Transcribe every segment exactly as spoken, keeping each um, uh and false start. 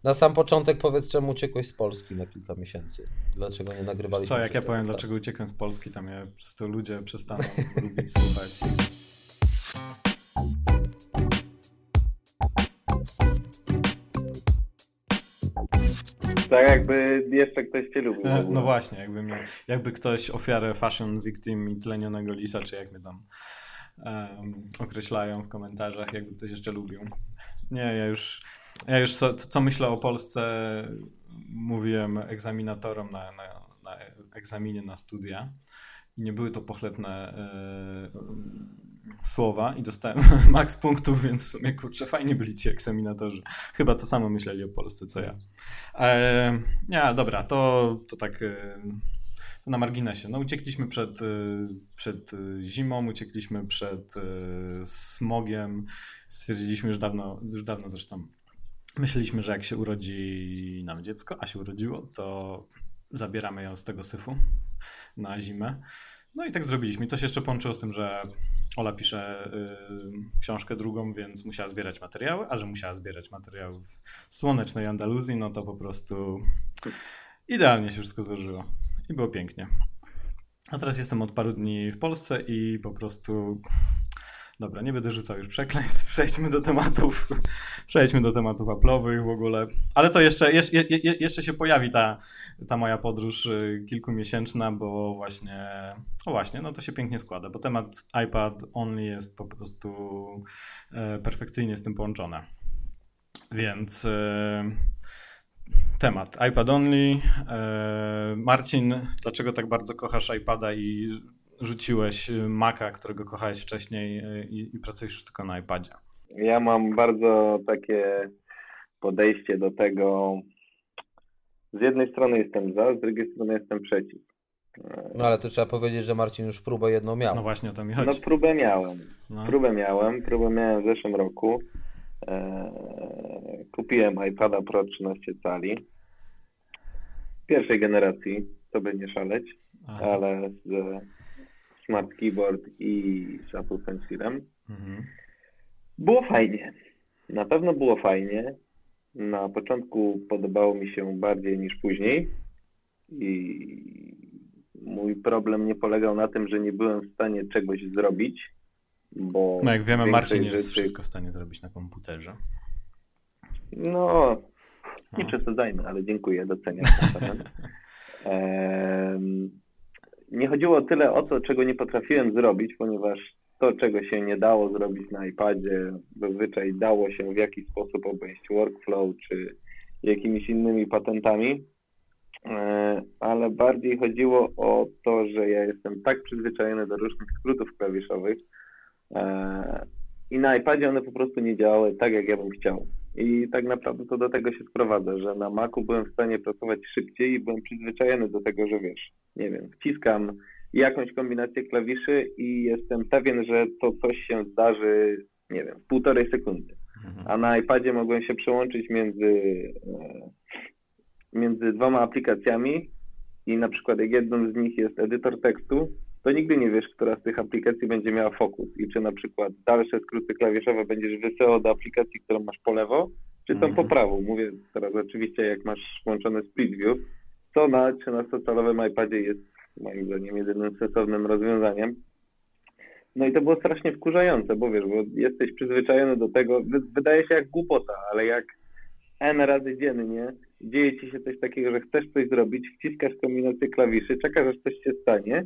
Na sam początek powiedz, czemu uciekłeś z Polski na kilka miesięcy? Dlaczego nie nagrywaliśmy? Co, jak ja powiem, dlaczego uciekłem z Polski, tam ja po prostu ludzie przestaną lubić słuchać. Tak jakby jeszcze ktoś cię lubił. No właśnie, jakby, miał, jakby ktoś ofiarę fashion victim i tlenionego lisa, czy jak mnie tam um, określają w komentarzach, jakby ktoś jeszcze lubił. Nie, ja już, ja już co, co myślę o Polsce mówiłem egzaminatorom na, na, na egzaminie na studia i nie były to pochlebne y, słowa i dostałem maks punktów, więc w sumie kurczę, fajnie byli ci egzaminatorzy. Chyba to samo myśleli o Polsce, co ja. E, nie, dobra, to, to tak y, to na marginesie. No uciekliśmy przed, y, przed zimą, uciekliśmy przed y, smogiem, stwierdziliśmy już dawno, już dawno zresztą, myśleliśmy, że jak się urodzi nam dziecko, a się urodziło, to zabieramy ją z tego syfu na zimę. No i tak zrobiliśmy. I to się jeszcze połączyło z tym, że Ola pisze y, książkę drugą, więc musiała zbierać materiały, a że musiała zbierać materiały w słonecznej Andaluzji, no to po prostu idealnie się wszystko złożyło. I było pięknie. A teraz jestem od paru dni w Polsce i po prostu... Dobra, nie będę rzucał już przekleństw, przejdźmy do tematów, przejdźmy do tematów Apple'owych w ogóle, ale to jeszcze, jeszcze, jeszcze się pojawi ta, ta moja podróż kilkumiesięczna, bo właśnie, o właśnie, no to się pięknie składa, bo temat iPad only jest po prostu e, perfekcyjnie z tym połączony. Więc e, temat iPad only. E, Marcin, dlaczego tak bardzo kochasz iPada i rzuciłeś Maca, którego kochałeś wcześniej i, i pracujesz już tylko na iPadzie? Ja mam bardzo takie podejście do tego. Z jednej strony jestem za, z drugiej strony jestem przeciw. No ale to trzeba powiedzieć, że Marcin już próbę jedną miał. No właśnie o to mi chodzi. No próbę miałem. No. Próbę miałem. Próbę miałem w zeszłym roku. Eee, kupiłem iPada Pro trzynaście cali. Pierwszej generacji, to by nie szaleć, Aha. ale z Smart Keyboard i z Apple Pencilem. Mhm. Było fajnie. Na pewno było fajnie. Na początku podobało mi się bardziej niż później. I mój problem nie polegał na tym, że nie byłem w stanie czegoś zrobić, bo... No jak wiemy, Marcin jest rzeczy... wszystko w stanie zrobić na komputerze. No, nie przesadzajmy, ale dziękuję, doceniam. ehm, nie chodziło tyle o to, czego nie potrafiłem zrobić, ponieważ to, czego się nie dało zrobić na iPadzie, zazwyczaj dało się w jakiś sposób obejść workflow czy jakimiś innymi patentami, ehm, ale bardziej chodziło o to, że ja jestem tak przyzwyczajony do różnych skrótów klawiszowych ehm, i na iPadzie one po prostu nie działały tak, jak ja bym chciał. I tak naprawdę to do tego się sprowadza, że na Macu byłem w stanie pracować szybciej i byłem przyzwyczajony do tego, że wiesz, nie wiem, wciskam jakąś kombinację klawiszy i jestem pewien, że to coś się zdarzy, nie wiem, w półtorej sekundy. A na iPadzie mogłem się przełączyć między, między dwoma aplikacjami i na przykład jak jedną z nich jest edytor tekstu, to nigdy nie wiesz, która z tych aplikacji będzie miała fokus i czy na przykład dalsze skróty klawiszowe będziesz wysyłał do aplikacji, którą masz po lewo, czy tą po prawo. Mówię teraz oczywiście, jak masz włączony split view, co na trzynastocalowym iPadzie jest moim zdaniem jedynym sensownym rozwiązaniem. No i to było strasznie wkurzające, bo wiesz, bo jesteś przyzwyczajony do tego, wydaje się jak głupota, ale jak N razy dziennie dzieje ci się coś takiego, że chcesz coś zrobić, wciskasz kombinację klawiszy, czekasz, aż coś się stanie,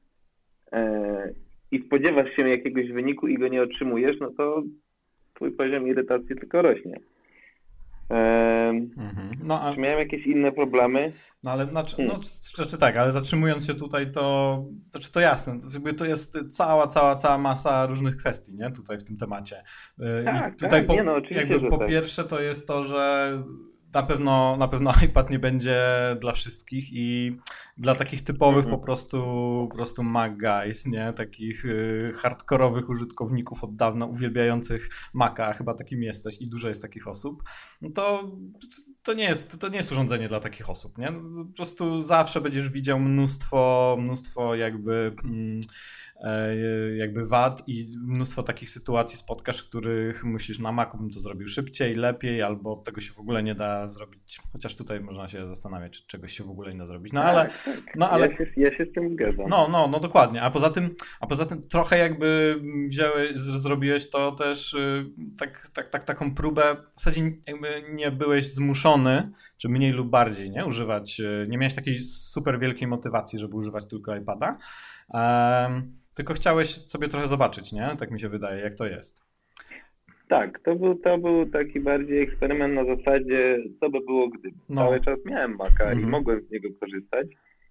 i spodziewasz się jakiegoś wyniku i go nie otrzymujesz, no to twój poziom irytacji tylko rośnie. Ehm, mhm. no, a... Czy miałem jakieś inne problemy? No ale znaczy, hmm. no, czy, czy tak, ale zatrzymując się tutaj, to, to czy to jasne, to, to jest cała, cała, cała masa różnych kwestii, nie? Tutaj w tym temacie. Tak, I tutaj tak, po, nie no, oczywiście, jakby po tak. pierwsze to jest to, że na pewno, na pewno iPad nie będzie dla wszystkich i dla takich typowych mm-hmm. po prostu po prostu Mac guys, nie? Takich y, hardkorowych użytkowników od dawna uwielbiających Maca, chyba takim jesteś i dużo jest takich osób, no to, to, nie jest, to nie jest urządzenie dla takich osób, nie? Po prostu zawsze będziesz widział mnóstwo, mnóstwo jakby... Mm, jakby wad i mnóstwo takich sytuacji spotkasz, w których myślisz, na Macu bym to zrobił szybciej, lepiej, albo tego się w ogóle nie da zrobić, chociaż tutaj można się zastanawiać, czy czegoś się w ogóle nie da zrobić, no tak, ale... Tak. No, ale... Ja, się, ja się z tym zgadzam. No, no, no dokładnie, a poza tym, a poza tym trochę jakby wziąłeś, zrobiłeś to też tak, tak, tak, taką próbę, w zasadzie jakby nie byłeś zmuszony, czy mniej lub bardziej, nie, używać, nie miałeś takiej super wielkiej motywacji, żeby używać tylko iPada, um, tylko chciałeś sobie trochę zobaczyć, nie, tak mi się wydaje, jak to jest. Tak, to był, to był taki bardziej eksperyment na zasadzie, co by było gdyby. No. Cały czas miałem Maca mhm. i mogłem z niego korzystać.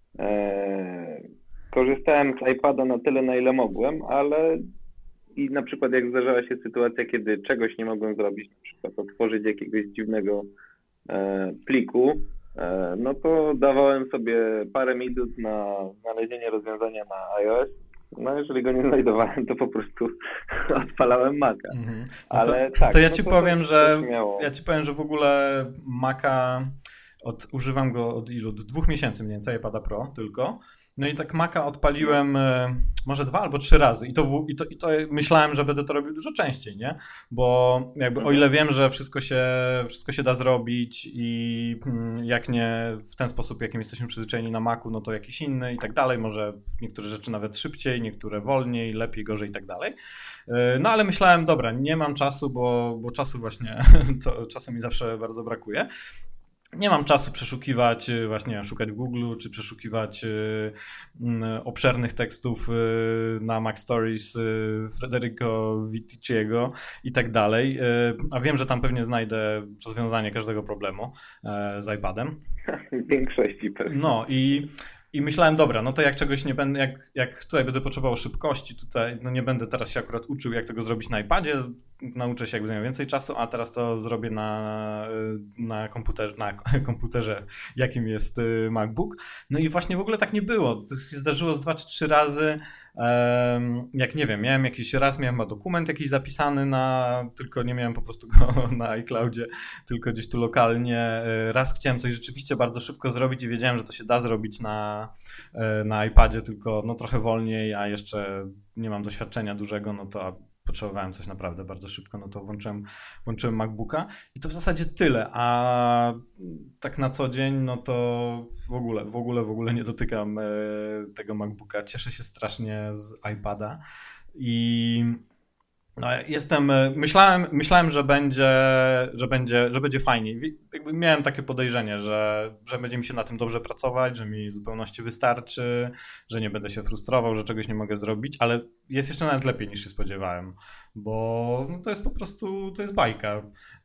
Eee, korzystałem z iPada na tyle, na ile mogłem, ale i na przykład jak zdarzała się sytuacja, kiedy czegoś nie mogłem zrobić, na przykład otworzyć jakiegoś dziwnego e, pliku, e, no to dawałem sobie parę minut na znalezienie rozwiązania na iOS. No jeżeli go nie znajdowałem, to po prostu odpalałem Maca. Mhm. No ale to, tak, to ja no ci to powiem, to że miało... ja ci powiem, że w ogóle Maca od, używam go od ilu? Od dwóch miesięcy mniej więcej, iPada Pro tylko. No i tak Maca odpaliłem e, może dwa albo trzy razy i to, w, i, to, i to myślałem, że będę to robił dużo częściej, nie? Bo jakby mhm. o ile wiem, że wszystko się, wszystko się da zrobić i mm, jak nie w ten sposób, jakim jesteśmy przyzwyczajeni na Macu, no to jakiś inny i tak dalej, może niektóre rzeczy nawet szybciej, niektóre wolniej, lepiej, gorzej i tak dalej. E, no ale myślałem, dobra, nie mam czasu, bo, bo czasu właśnie, to czasu mi zawsze bardzo brakuje. Nie mam czasu przeszukiwać, właśnie szukać w Google, czy przeszukiwać y, y, obszernych tekstów y, na Mac Stories y, Federico Viticiego i tak dalej, y, a wiem, że tam pewnie znajdę rozwiązanie każdego problemu y, z iPadem. W większości pewnie. No i I myślałem, dobra, no to jak czegoś nie będę, jak, jak tutaj będę potrzebował szybkości, tutaj no nie będę teraz się akurat uczył, jak tego zrobić na iPadzie, nauczę się, jak będę miał więcej czasu, a teraz to zrobię na, na, komputerze, na komputerze, jakim jest MacBook. No i właśnie w ogóle tak nie było. To się zdarzyło z dwa czy trzy razy, um, jak nie wiem, miałem jakiś raz, miałem chyba dokument jakiś zapisany na, tylko nie miałem po prostu go na iCloudzie, tylko gdzieś tu lokalnie. Raz chciałem coś rzeczywiście bardzo szybko zrobić i wiedziałem, że to się da zrobić na na iPadzie, tylko no trochę wolniej, a jeszcze nie mam doświadczenia dużego, no to potrzebowałem coś naprawdę bardzo szybko, no to włączyłem, włączyłem MacBooka i to w zasadzie tyle, a tak na co dzień, no to w ogóle, w ogóle, w ogóle nie dotykam tego MacBooka, cieszę się strasznie z iPada i no, jestem, myślałem, myślałem, że będzie, że będzie, że będzie fajniej. Jakby miałem takie podejrzenie, że, że będzie mi się na tym dobrze pracować, że mi w zupełności wystarczy, że nie będę się frustrował, że czegoś nie mogę zrobić, ale jest jeszcze nawet lepiej niż się spodziewałem, bo no, to jest po prostu, to jest bajka.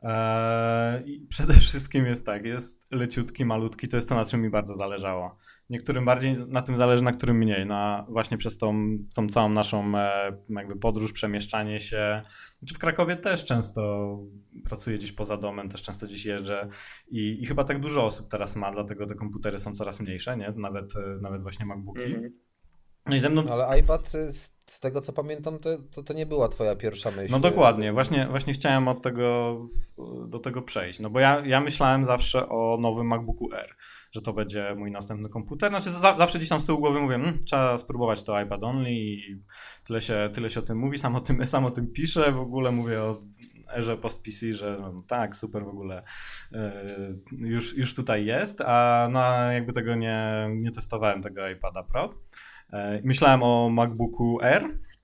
Eee, i przede wszystkim jest tak, jest leciutki, malutki, to jest to, na czym mi bardzo zależało. Niektórym bardziej na tym zależy, na którym mniej. Na, właśnie przez tą, tą całą naszą e, jakby podróż, przemieszczanie się. Znaczy w Krakowie też często pracuję gdzieś poza domem, też często gdzieś jeżdżę i, i chyba tak dużo osób teraz ma, dlatego te komputery są coraz mniejsze, nie? Nawet, nawet właśnie MacBooki. Mm-hmm. No i ze mną... Ale iPad, z tego co pamiętam, to, to, to nie była twoja pierwsza myśl. No dokładnie, właśnie, właśnie chciałem od tego, do tego przejść, no bo ja, ja myślałem zawsze o nowym MacBooku Air, że to będzie mój następny komputer, znaczy za, zawsze gdzieś tam z tyłu głowy mówię, mmm, trzeba spróbować to iPad only i tyle się, tyle się o tym mówi, sam o tym, sam o tym piszę, w ogóle mówię o erze post-P C, że no, tak, super w ogóle yy, już, już tutaj jest, a no, jakby tego nie, nie testowałem, tego iPada Pro. Myślałem o MacBooku Air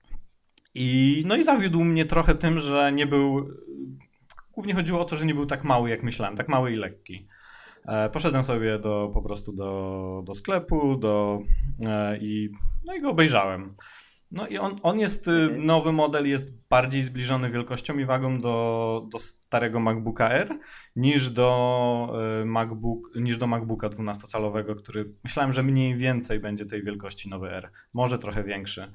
i no i zawiódł mnie trochę tym, że nie był, głównie chodziło o to, że nie był tak mały jak myślałem, tak mały i lekki. Poszedłem sobie do, po prostu do, do sklepu do, i, no i go obejrzałem. No i on, on jest, nowy model jest bardziej zbliżony wielkością i wagą do, do starego MacBooka Air niż do, MacBook, niż do MacBooka dwunastocalowego, który myślałem, że mniej więcej będzie tej wielkości nowy Air. Może trochę większy.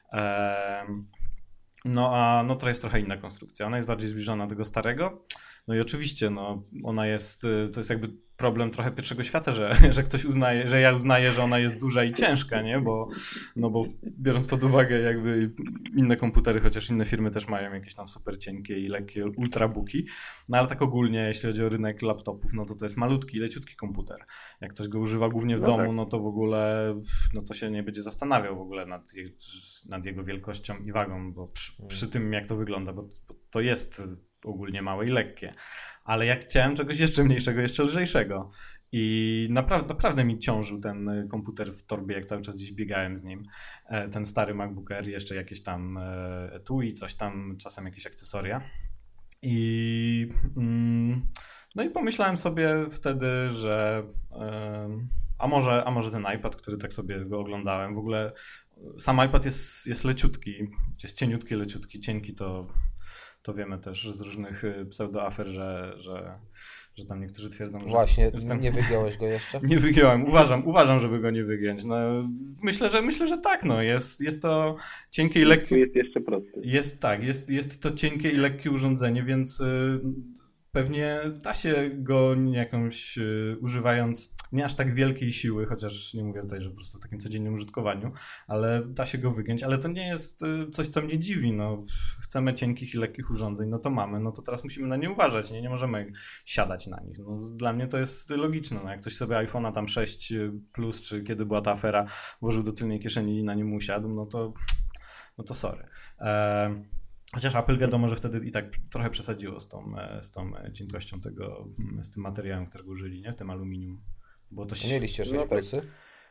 No a no to jest trochę inna konstrukcja. Ona jest bardziej zbliżona do tego starego. No i oczywiście no, ona jest, to jest jakby problem trochę pierwszego świata, że, że ktoś uznaje, że ja uznaję, że ona jest duża i ciężka, nie? Bo, no bo biorąc pod uwagę jakby inne komputery, chociaż inne firmy też mają jakieś tam super cienkie i lekkie ultrabooki, no ale tak ogólnie, jeśli chodzi o rynek laptopów, no to to jest malutki, leciutki komputer. Jak ktoś go używa głównie w No domu, tak. no to w ogóle, no to się nie będzie zastanawiał w ogóle nad, je, nad jego wielkością i wagą, bo przy, przy tym jak to wygląda, bo, bo to jest ogólnie małe i lekkie. Ale ja chciałem czegoś jeszcze mniejszego, jeszcze lżejszego. I naprawdę, naprawdę mi ciążył ten komputer w torbie, jak cały czas gdzieś biegałem z nim. Ten stary MacBook Air, jeszcze jakieś tam etui, coś tam, czasem jakieś akcesoria. I mm, no i pomyślałem sobie wtedy, że a może, a może ten iPad, który tak sobie go oglądałem, w ogóle sam iPad jest, jest leciutki, jest cieniutki, leciutki, cienki to to wiemy też z różnych pseudoafer, że, że, że tam niektórzy twierdzą, że... Właśnie, jestem... nie wygiąłeś go jeszcze? Nie wygiąłem, uważam, uważam, żeby go nie wygiąć. No, myślę, że myślę, że tak, no, jest, jest to cienkie i lekkie... Jest jeszcze prosty. Jest tak, jest, jest to cienkie i lekkie urządzenie, więc y, pewnie da się go jakąś y, używając nie aż tak wielkiej siły, chociaż nie mówię tutaj, że po prostu w takim codziennym użytkowaniu, ale da się go wygiąć, ale to nie jest y, coś, co mnie dziwi, no. Chcemy cienkich i lekkich urządzeń, no to mamy, no to teraz musimy na nie uważać, nie, nie możemy siadać na nich. No, dla mnie to jest logiczne, no, jak ktoś sobie iPhone'a tam sześć plus, czy kiedy była ta afera, włożył do tylnej kieszeni i na nim usiadł, no to, no to sorry. E, Chociaż Apple wiadomo, że wtedy i tak trochę przesadziło z tą, z tą cienkością tego, z tym materiałem, którego użyli, nie? Tym aluminium. Było to... Mieliście sześć No tak. plusy?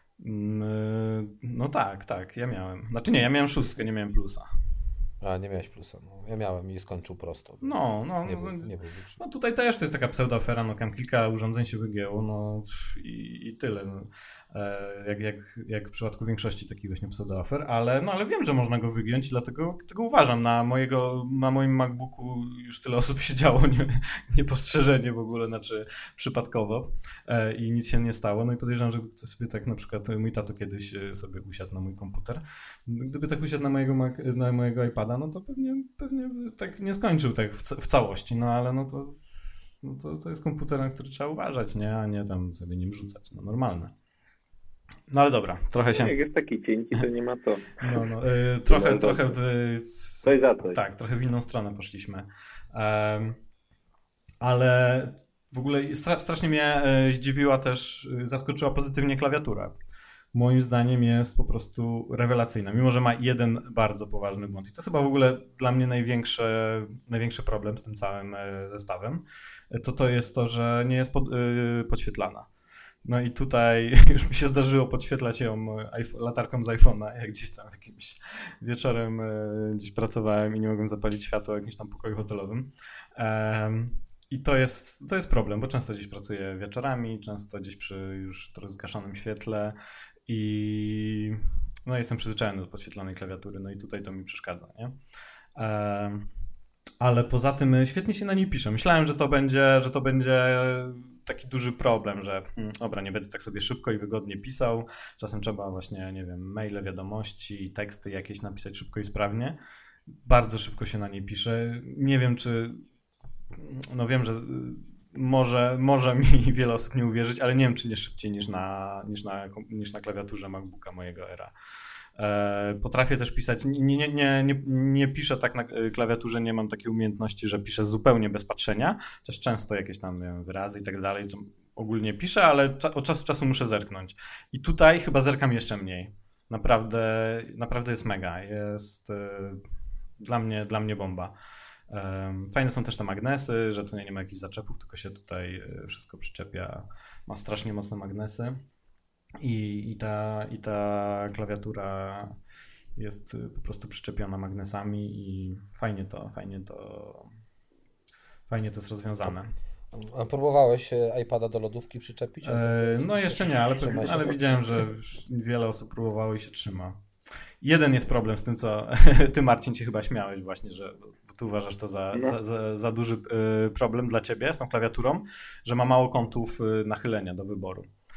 No tak, tak, ja miałem. Znaczy nie, ja miałem szóstkę, nie miałem plusa. A, nie miałeś plusa. No, ja miałem i skończył prosto. więc No, no, Nie no, był, nie był liczny. no tutaj też to jest taka pseudoafera, no tam kilka urządzeń się wygięło, no i, i tyle. No. E, jak, jak, jak w przypadku większości takich właśnie pseudoafer, ale, no, ale wiem, że można go wygiąć i dlatego, dlatego uważam, na, mojego, na moim MacBooku już tyle osób siedziało nie, niepostrzeżenie w ogóle, znaczy przypadkowo e, i nic się nie stało, no i podejrzewam, że ktoś sobie tak na przykład, mój tato kiedyś sobie usiadł na mój komputer, gdyby tak usiadł na mojego, Mac, na mojego iPada, no to pewnie, pewnie tak nie skończył tak w, w całości, no ale no to, no to, to jest komputer, na który trzeba uważać, nie, a nie tam sobie nim rzucać, no normalne. No ale dobra, trochę się... Jak jest taki cienki, to nie ma co. No, no, y, trochę, No, trochę w... Coś za coś. Tak, trochę w inną stronę poszliśmy. Um, ale w ogóle stra, strasznie mnie y, zdziwiła też, y, zaskoczyła pozytywnie klawiatura. Moim zdaniem jest po prostu rewelacyjna, mimo że ma jeden bardzo poważny błąd. I to jest chyba w ogóle dla mnie największy, największy problem z tym całym zestawem. To to jest to, że nie jest pod, yy, podświetlana. No i tutaj już mi się zdarzyło podświetlać ją latarką z iPhone'a, jak gdzieś tam jakimś wieczorem yy, gdzieś pracowałem i nie mogłem zapalić światła w jakimś tam pokoju hotelowym. Um, I to jest, to jest problem, bo często gdzieś pracuję wieczorami, często gdzieś przy już trochę zgaszonym świetle i no jestem przyzwyczajony do podświetlonej klawiatury, no i tutaj to mi przeszkadza, nie? E, ale poza tym świetnie się na niej pisze. Myślałem, że to będzie, że to będzie taki duży problem, że hmm, dobra, nie będę tak sobie szybko i wygodnie pisał, czasem trzeba właśnie, nie wiem, maile, wiadomości, teksty jakieś napisać szybko i sprawnie. Bardzo szybko się na niej pisze. Nie wiem, czy no wiem, że może, może mi wiele osób nie uwierzyć, ale nie wiem, czy nie szybciej niż na, niż na, niż na klawiaturze MacBooka mojego Era. E, potrafię też pisać, nie, nie, nie, nie, nie piszę tak na klawiaturze, nie mam takiej umiejętności, że piszę zupełnie bez patrzenia, chociaż często jakieś tam wiem, wyrazy i tak dalej, co ogólnie piszę, ale cza, od czasu do czasu muszę zerknąć. I tutaj chyba zerkam jeszcze mniej. Naprawdę, naprawdę jest mega. Jest e, dla mnie, dla mnie bomba. Fajne są też te magnesy, że tu nie ma jakichś zaczepów, tylko się tutaj wszystko przyczepia. Ma strasznie mocne magnesy i, i, ta, i ta klawiatura jest po prostu przyczepiona magnesami i fajnie to, fajnie to, fajnie to jest rozwiązane. A próbowałeś iPada do lodówki przyczepić? E, no jeszcze nie, ale, ale widziałem, że wiele osób próbowało i się trzyma. Jeden jest problem z tym, co ty, Marcin, cię chyba śmiałeś właśnie, że ty uważasz to za, no. za, za, za duży y, problem dla ciebie z tą klawiaturą, że ma mało kątów y, nachylenia do wyboru.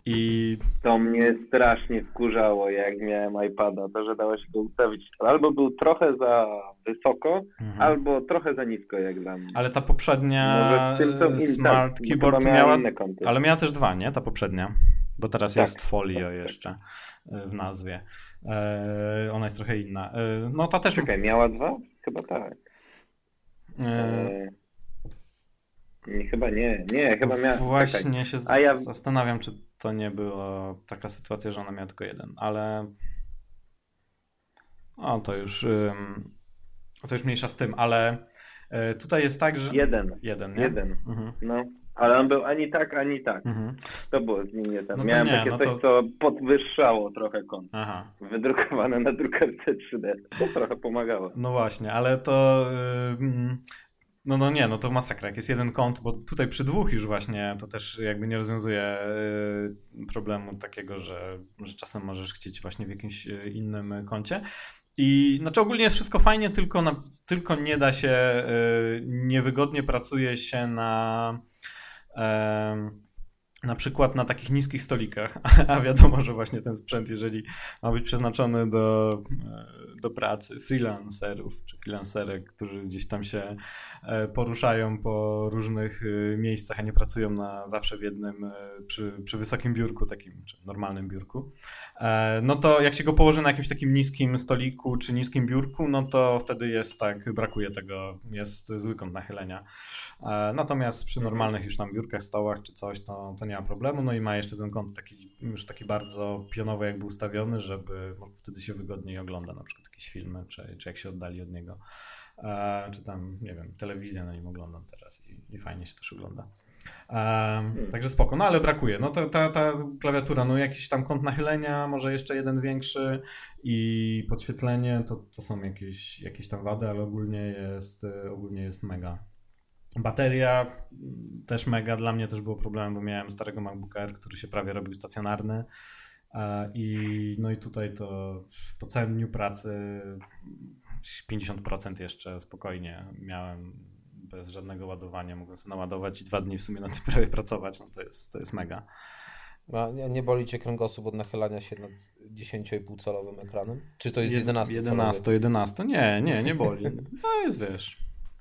I To mnie strasznie wkurzało, jak miałem iPada, to, że dało się go ustawić. Albo był trochę za wysoko, mhm. albo trochę za nisko, jak dla mnie. Ale ta poprzednia Może w tym są in- Smart tak, Keyboard chyba miała miała, inne kąty. ale miała też dwa, nie? Ta poprzednia, bo teraz Tak, jest Folio tak, tak. jeszcze w nazwie. E, ona jest trochę inna. E, no ta też... Czekaj, miała dwa? Chyba tak. E, E, nie, chyba nie, nie, chyba miała... Właśnie czekaj. się A ja- zastanawiam, czy to nie była taka sytuacja, że ona miała tylko jeden, ale o, to już ym, to już mniejsza z tym, ale y, tutaj jest tak, że Jeden, jeden, nie? jeden, Mhm. no. Ale on był ani tak, ani tak. Mhm. To było z nim nie tam. No to Miałem nie, takie no coś, to- co podwyższało trochę kąt. Aha. Wydrukowane na drukarce trzy D. To trochę pomagało. No właśnie, ale to ym, no, no nie, no to masakra, jak jest jeden kąt, bo tutaj przy dwóch już właśnie to też jakby nie rozwiązuje y, problemu takiego, że, że czasem możesz chcieć właśnie w jakimś y, innym kącie. I znaczy ogólnie jest wszystko fajnie, tylko, na, tylko nie da się, y, niewygodnie pracuje się na em, na przykład na takich niskich stolikach, a wiadomo, że właśnie ten sprzęt, jeżeli ma być przeznaczony do, e, do pracy freelancerów czy freelancerek, którzy gdzieś tam się e, poruszają po różnych e, miejscach, a nie pracują na zawsze w jednym, e, przy, przy wysokim biurku takim, czy normalnym biurku, e, no to jak się go położy na jakimś takim niskim stoliku czy niskim biurku, no to wtedy jest tak, brakuje tego, jest zły kąt nachylenia. E, natomiast przy normalnych już tam biurkach, stołach czy coś, to, to nie ma problemu, no i ma jeszcze ten kąt taki, już taki bardzo pionowy jakby ustawiony, żeby wtedy się wygodniej ogląda na przykład jakieś filmy, czy, czy jak się oddali od niego, e, czy tam, nie wiem, telewizję na nim oglądam teraz i, i fajnie się też ogląda. E, także spoko, no ale brakuje, no to ta, ta klawiatura, no jakiś tam kąt nachylenia, może jeszcze jeden większy i podświetlenie, to, to są jakieś, jakieś tam wady, ale ogólnie jest, ogólnie jest mega. Bateria też mega, dla mnie też było problemem, bo miałem starego MacBooka Air, który się prawie robił stacjonarny i no i tutaj to po całym dniu pracy pięćdziesiąt procent jeszcze spokojnie miałem bez żadnego ładowania, mogłem sobie naładować i dwa dni w sumie na tym prawie pracować, no to jest, to jest mega. A nie, nie boli cię kręgosłup od nachylania się nad dziesięć i pół calowym ekranem? Czy to jest jedenaście calowy? jedenaście, jedenaście, nie, nie, nie boli. To jest, wiesz,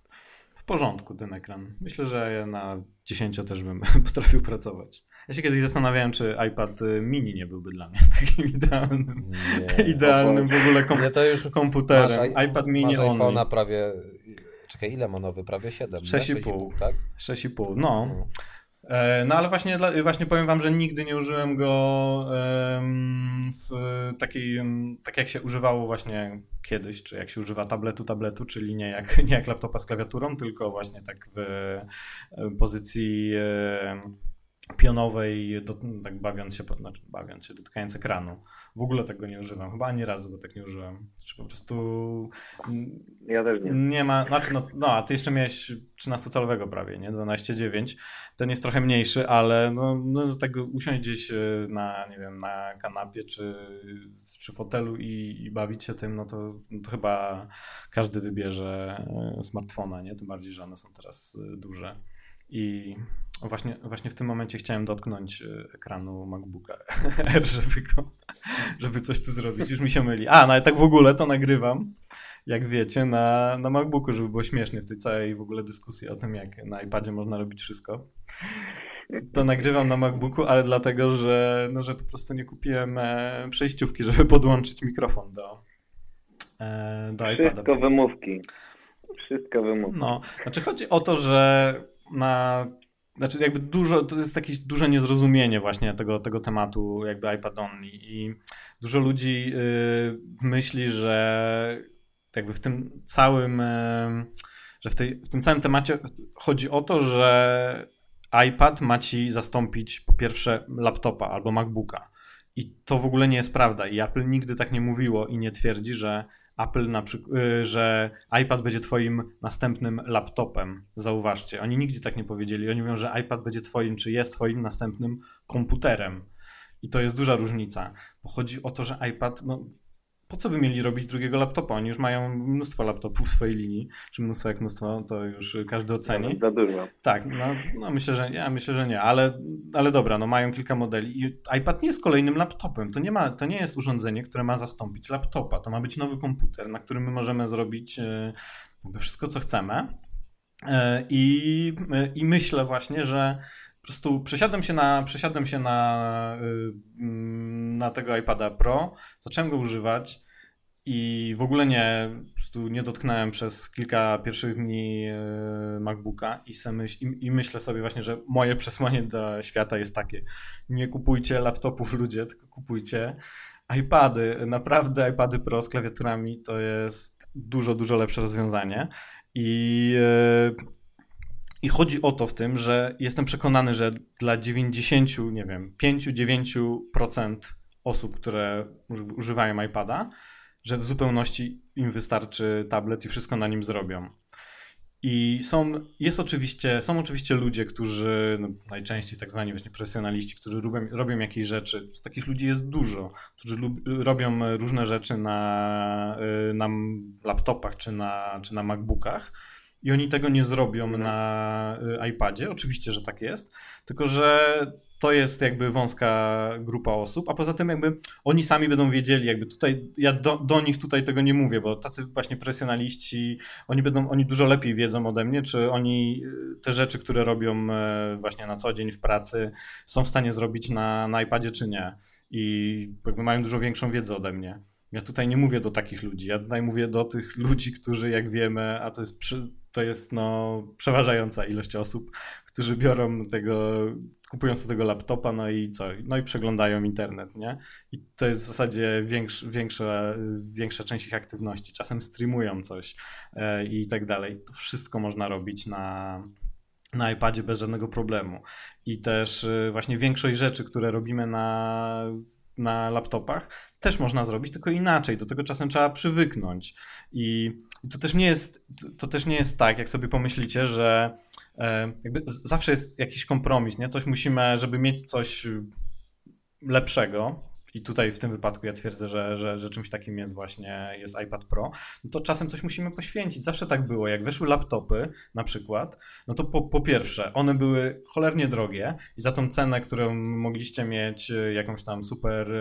w porządku ten ekran. Myślę, że ja na dziesięć też bym potrafił pracować. Ja się kiedyś zastanawiałem, czy iPad mini nie byłby dla mnie takim idealnym, Nie. idealnym w ogóle kom- Nie, to już komputerem. masz, iPad mini masz only. iPhone'a prawie... Czekaj, ile ma nowy? Prawie siedem. sześć i nie? pół. tak? sześć i pół, no. No. E, No ale właśnie, dla- właśnie powiem wam, że nigdy nie użyłem go em, w takiej, em, tak jak się używało właśnie kiedyś, czy jak się używa tabletu, tabletu, czyli nie jak, nie jak laptopa z klawiaturą, tylko właśnie tak w e, pozycji e, pionowej, do, tak bawiąc się, znaczy bawiąc się, dotykając ekranu. W ogóle tego nie używam, chyba ani razu go tak nie użyłem. Czy po prostu mm, Ja też nie. nie ma, znaczy no, no a ty jeszcze miałeś trzynastocalowego prawie, nie? dwanaście dziewięć. Ten jest trochę mniejszy, ale no, no tak usiąść gdzieś na, nie wiem, na kanapie czy, czy fotelu i, i bawić się tym, no to, no to chyba każdy wybierze smartfona, nie? Tym bardziej, że one są teraz duże. I właśnie, właśnie w tym momencie chciałem dotknąć ekranu MacBooka Air, żeby, go, żeby coś tu zrobić. Już mi się myli. A, no ale tak w ogóle to nagrywam, jak wiecie, na, na MacBooku, żeby było śmiesznie w tej całej w ogóle dyskusji o tym, jak na iPadzie można robić wszystko. To nagrywam na MacBooku, ale dlatego, że, no, że po prostu nie kupiłem e, przejściówki, żeby podłączyć mikrofon do, e, do iPada. Wszystko wymówki. Wszystko wymówki. No, znaczy chodzi o to, że na, znaczy jakby dużo, to jest jakieś duże niezrozumienie właśnie tego, tego tematu jakby iPad only i dużo ludzi y, myśli, że jakby w tym całym, y, że w, tej, w tym całym temacie chodzi o to, że iPad ma ci zastąpić po pierwsze laptopa albo MacBooka i to w ogóle nie jest prawda i Apple nigdy tak nie mówiło i nie twierdzi, że Apple na przykład, że iPad będzie twoim następnym laptopem. Zauważcie, oni nigdy tak nie powiedzieli. Oni mówią, że iPad będzie twoim, czy jest twoim następnym komputerem. I to jest duża różnica, bo chodzi o to, że iPad, no po co by mieli robić drugiego laptopa? Oni już mają mnóstwo laptopów w swojej linii, czy mnóstwo jak mnóstwo, to już każdy oceni. Za dużo. Tak, no, no myślę, że ja myślę, że nie, ale, ale dobra, no mają kilka modeli i iPad nie jest kolejnym laptopem, to nie ma, to nie jest urządzenie, które ma zastąpić laptopa, to ma być nowy komputer, na którym my możemy zrobić yy, wszystko, co chcemy yy, i, yy, i myślę właśnie, że po prostu przesiadłem się na, przesiadłem się na, yy, na tego iPada Pro, zacząłem go używać i w ogóle nie, po prostu nie dotknąłem przez kilka pierwszych dni yy, MacBooka i, se myśl, i, i myślę sobie właśnie, że moje przesłanie do świata jest takie: nie kupujcie laptopów ludzie, tylko kupujcie iPady. Naprawdę iPady Pro z klawiaturami to jest dużo, dużo lepsze rozwiązanie i yy, I chodzi o to w tym, że jestem przekonany, że dla dziewięćdziesiąt, nie wiem, pięć do dziewięciu procent osób, które używają iPada, że w zupełności im wystarczy tablet i wszystko na nim zrobią. I są, jest oczywiście, są oczywiście ludzie, którzy, no najczęściej tak zwani właśnie profesjonaliści, którzy robią, robią jakieś rzeczy. Takich ludzi jest dużo, którzy lub, robią różne rzeczy na, na laptopach czy na, czy na MacBookach. I oni tego nie zrobią na iPadzie. Oczywiście, że tak jest. Tylko że to jest jakby wąska grupa osób, a poza tym jakby oni sami będą wiedzieli, jakby tutaj, ja do, do nich tutaj tego nie mówię, bo tacy właśnie profesjonaliści, oni będą, oni dużo lepiej wiedzą ode mnie, czy oni te rzeczy, które robią właśnie na co dzień w pracy, są w stanie zrobić na, na iPadzie, czy nie. I jakby mają dużo większą wiedzę ode mnie. Ja tutaj nie mówię do takich ludzi, ja tutaj mówię do tych ludzi, którzy jak wiemy, a to jest, przy, to jest no przeważająca ilość osób, którzy biorą tego, kupują sobie tego laptopa, no i co, no i przeglądają internet, nie? I to jest w zasadzie większ, większa, większa część ich aktywności, czasem streamują coś e, i tak dalej. To wszystko można robić na... na iPadzie bez żadnego problemu. I też e, właśnie większość rzeczy, które robimy na na laptopach, też można zrobić, tylko inaczej. Do tego czasem trzeba przywyknąć. I to też nie jest, to też nie jest tak, jak sobie pomyślicie, że e, jakby zawsze jest jakiś kompromis, nie? Coś musimy, żeby mieć coś lepszego. I tutaj w tym wypadku ja twierdzę, że, że, że czymś takim jest właśnie jest iPad Pro, no to czasem coś musimy poświęcić. Zawsze tak było. Jak weszły laptopy na przykład, no to po, po pierwsze, one były cholernie drogie i za tą cenę, którą mogliście mieć jakąś tam super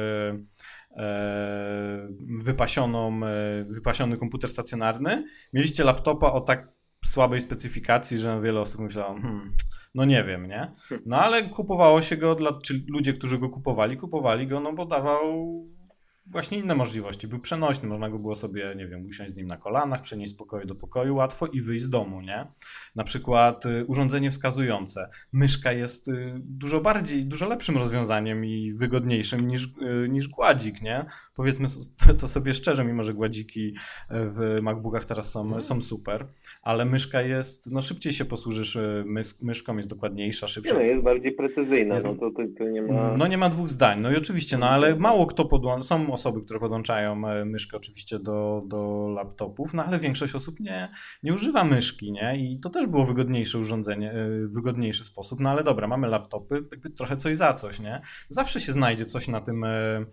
e, wypasioną, wypasiony komputer stacjonarny, mieliście laptopa o tak słabej specyfikacji, że wiele osób myślało, hmm, no nie wiem, nie? No ale kupowało się go, dla, czy ludzie, którzy go kupowali, kupowali go, no bo dawał właśnie inne możliwości. Był przenośny, można go było sobie, nie wiem, usiąść z nim na kolanach, przenieść z pokoju do pokoju łatwo i wyjść z domu, nie? Na przykład y, urządzenie wskazujące. Myszka jest y, dużo bardziej, dużo lepszym rozwiązaniem i wygodniejszym niż, y, niż gładzik, nie? Powiedzmy to, to sobie szczerze, mimo że gładziki w MacBookach teraz są, są super, ale myszka jest, no szybciej się posłużysz mys- myszką, jest dokładniejsza, szybsza. Nie, no jest bardziej precyzyjna, jest, no to, to, to nie ma... No nie ma dwóch zdań, no i oczywiście, no ale mało kto podłącza, są osoby, które podłączają myszkę oczywiście do, do laptopów, no ale większość osób nie, nie używa myszki, nie? I to też było wygodniejsze urządzenie, wygodniejszy sposób, no ale dobra, mamy laptopy, jakby trochę coś za coś, nie? Zawsze się znajdzie coś na tym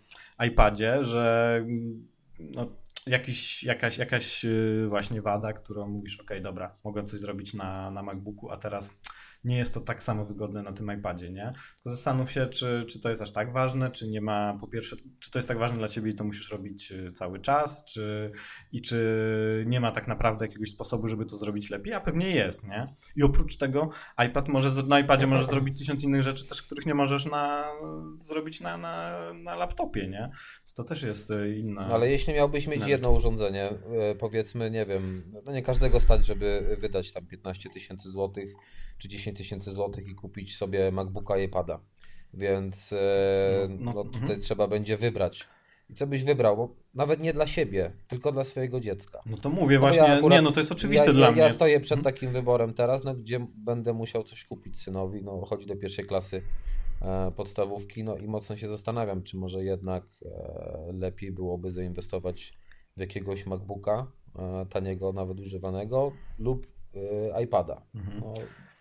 iPadzie, że no, jakiś, jakaś, jakaś właśnie wada, którą mówisz, okej, dobra, mogę coś zrobić na, na MacBooku, a teraz nie jest to tak samo wygodne na tym iPadzie, nie? To zastanów się, czy, czy to jest aż tak ważne, czy nie ma, po pierwsze, czy to jest tak ważne dla ciebie i to musisz robić cały czas, czy, i czy nie ma tak naprawdę jakiegoś sposobu, żeby to zrobić lepiej, a pewnie jest, nie? I oprócz tego iPad może, na iPadzie możesz zrobić tysiąc innych rzeczy też, których nie możesz na, zrobić na, na, na laptopie, nie? Więc to też jest inna... Ale jeśli miałbyś mieć jedno urządzenie, powiedzmy, nie wiem, no nie każdego stać, żeby wydać tam piętnaście tysięcy złotych, czy dziesięć tysięcy złotych i kupić sobie MacBooka i iPada. Więc e, no, no, no tutaj mhm. trzeba będzie wybrać. I co byś wybrał? Bo nawet nie dla siebie, tylko dla swojego dziecka. No to mówię no właśnie, ja akurat, nie no to jest oczywiste ja, dla ja, mnie. Ja stoję przed mhm. takim wyborem teraz, no gdzie będę musiał coś kupić synowi, no chodzi do pierwszej klasy e, podstawówki, no i mocno się zastanawiam, czy może jednak e, lepiej byłoby zainwestować w jakiegoś MacBooka, e, taniego, nawet używanego lub e, iPada. Mhm. No,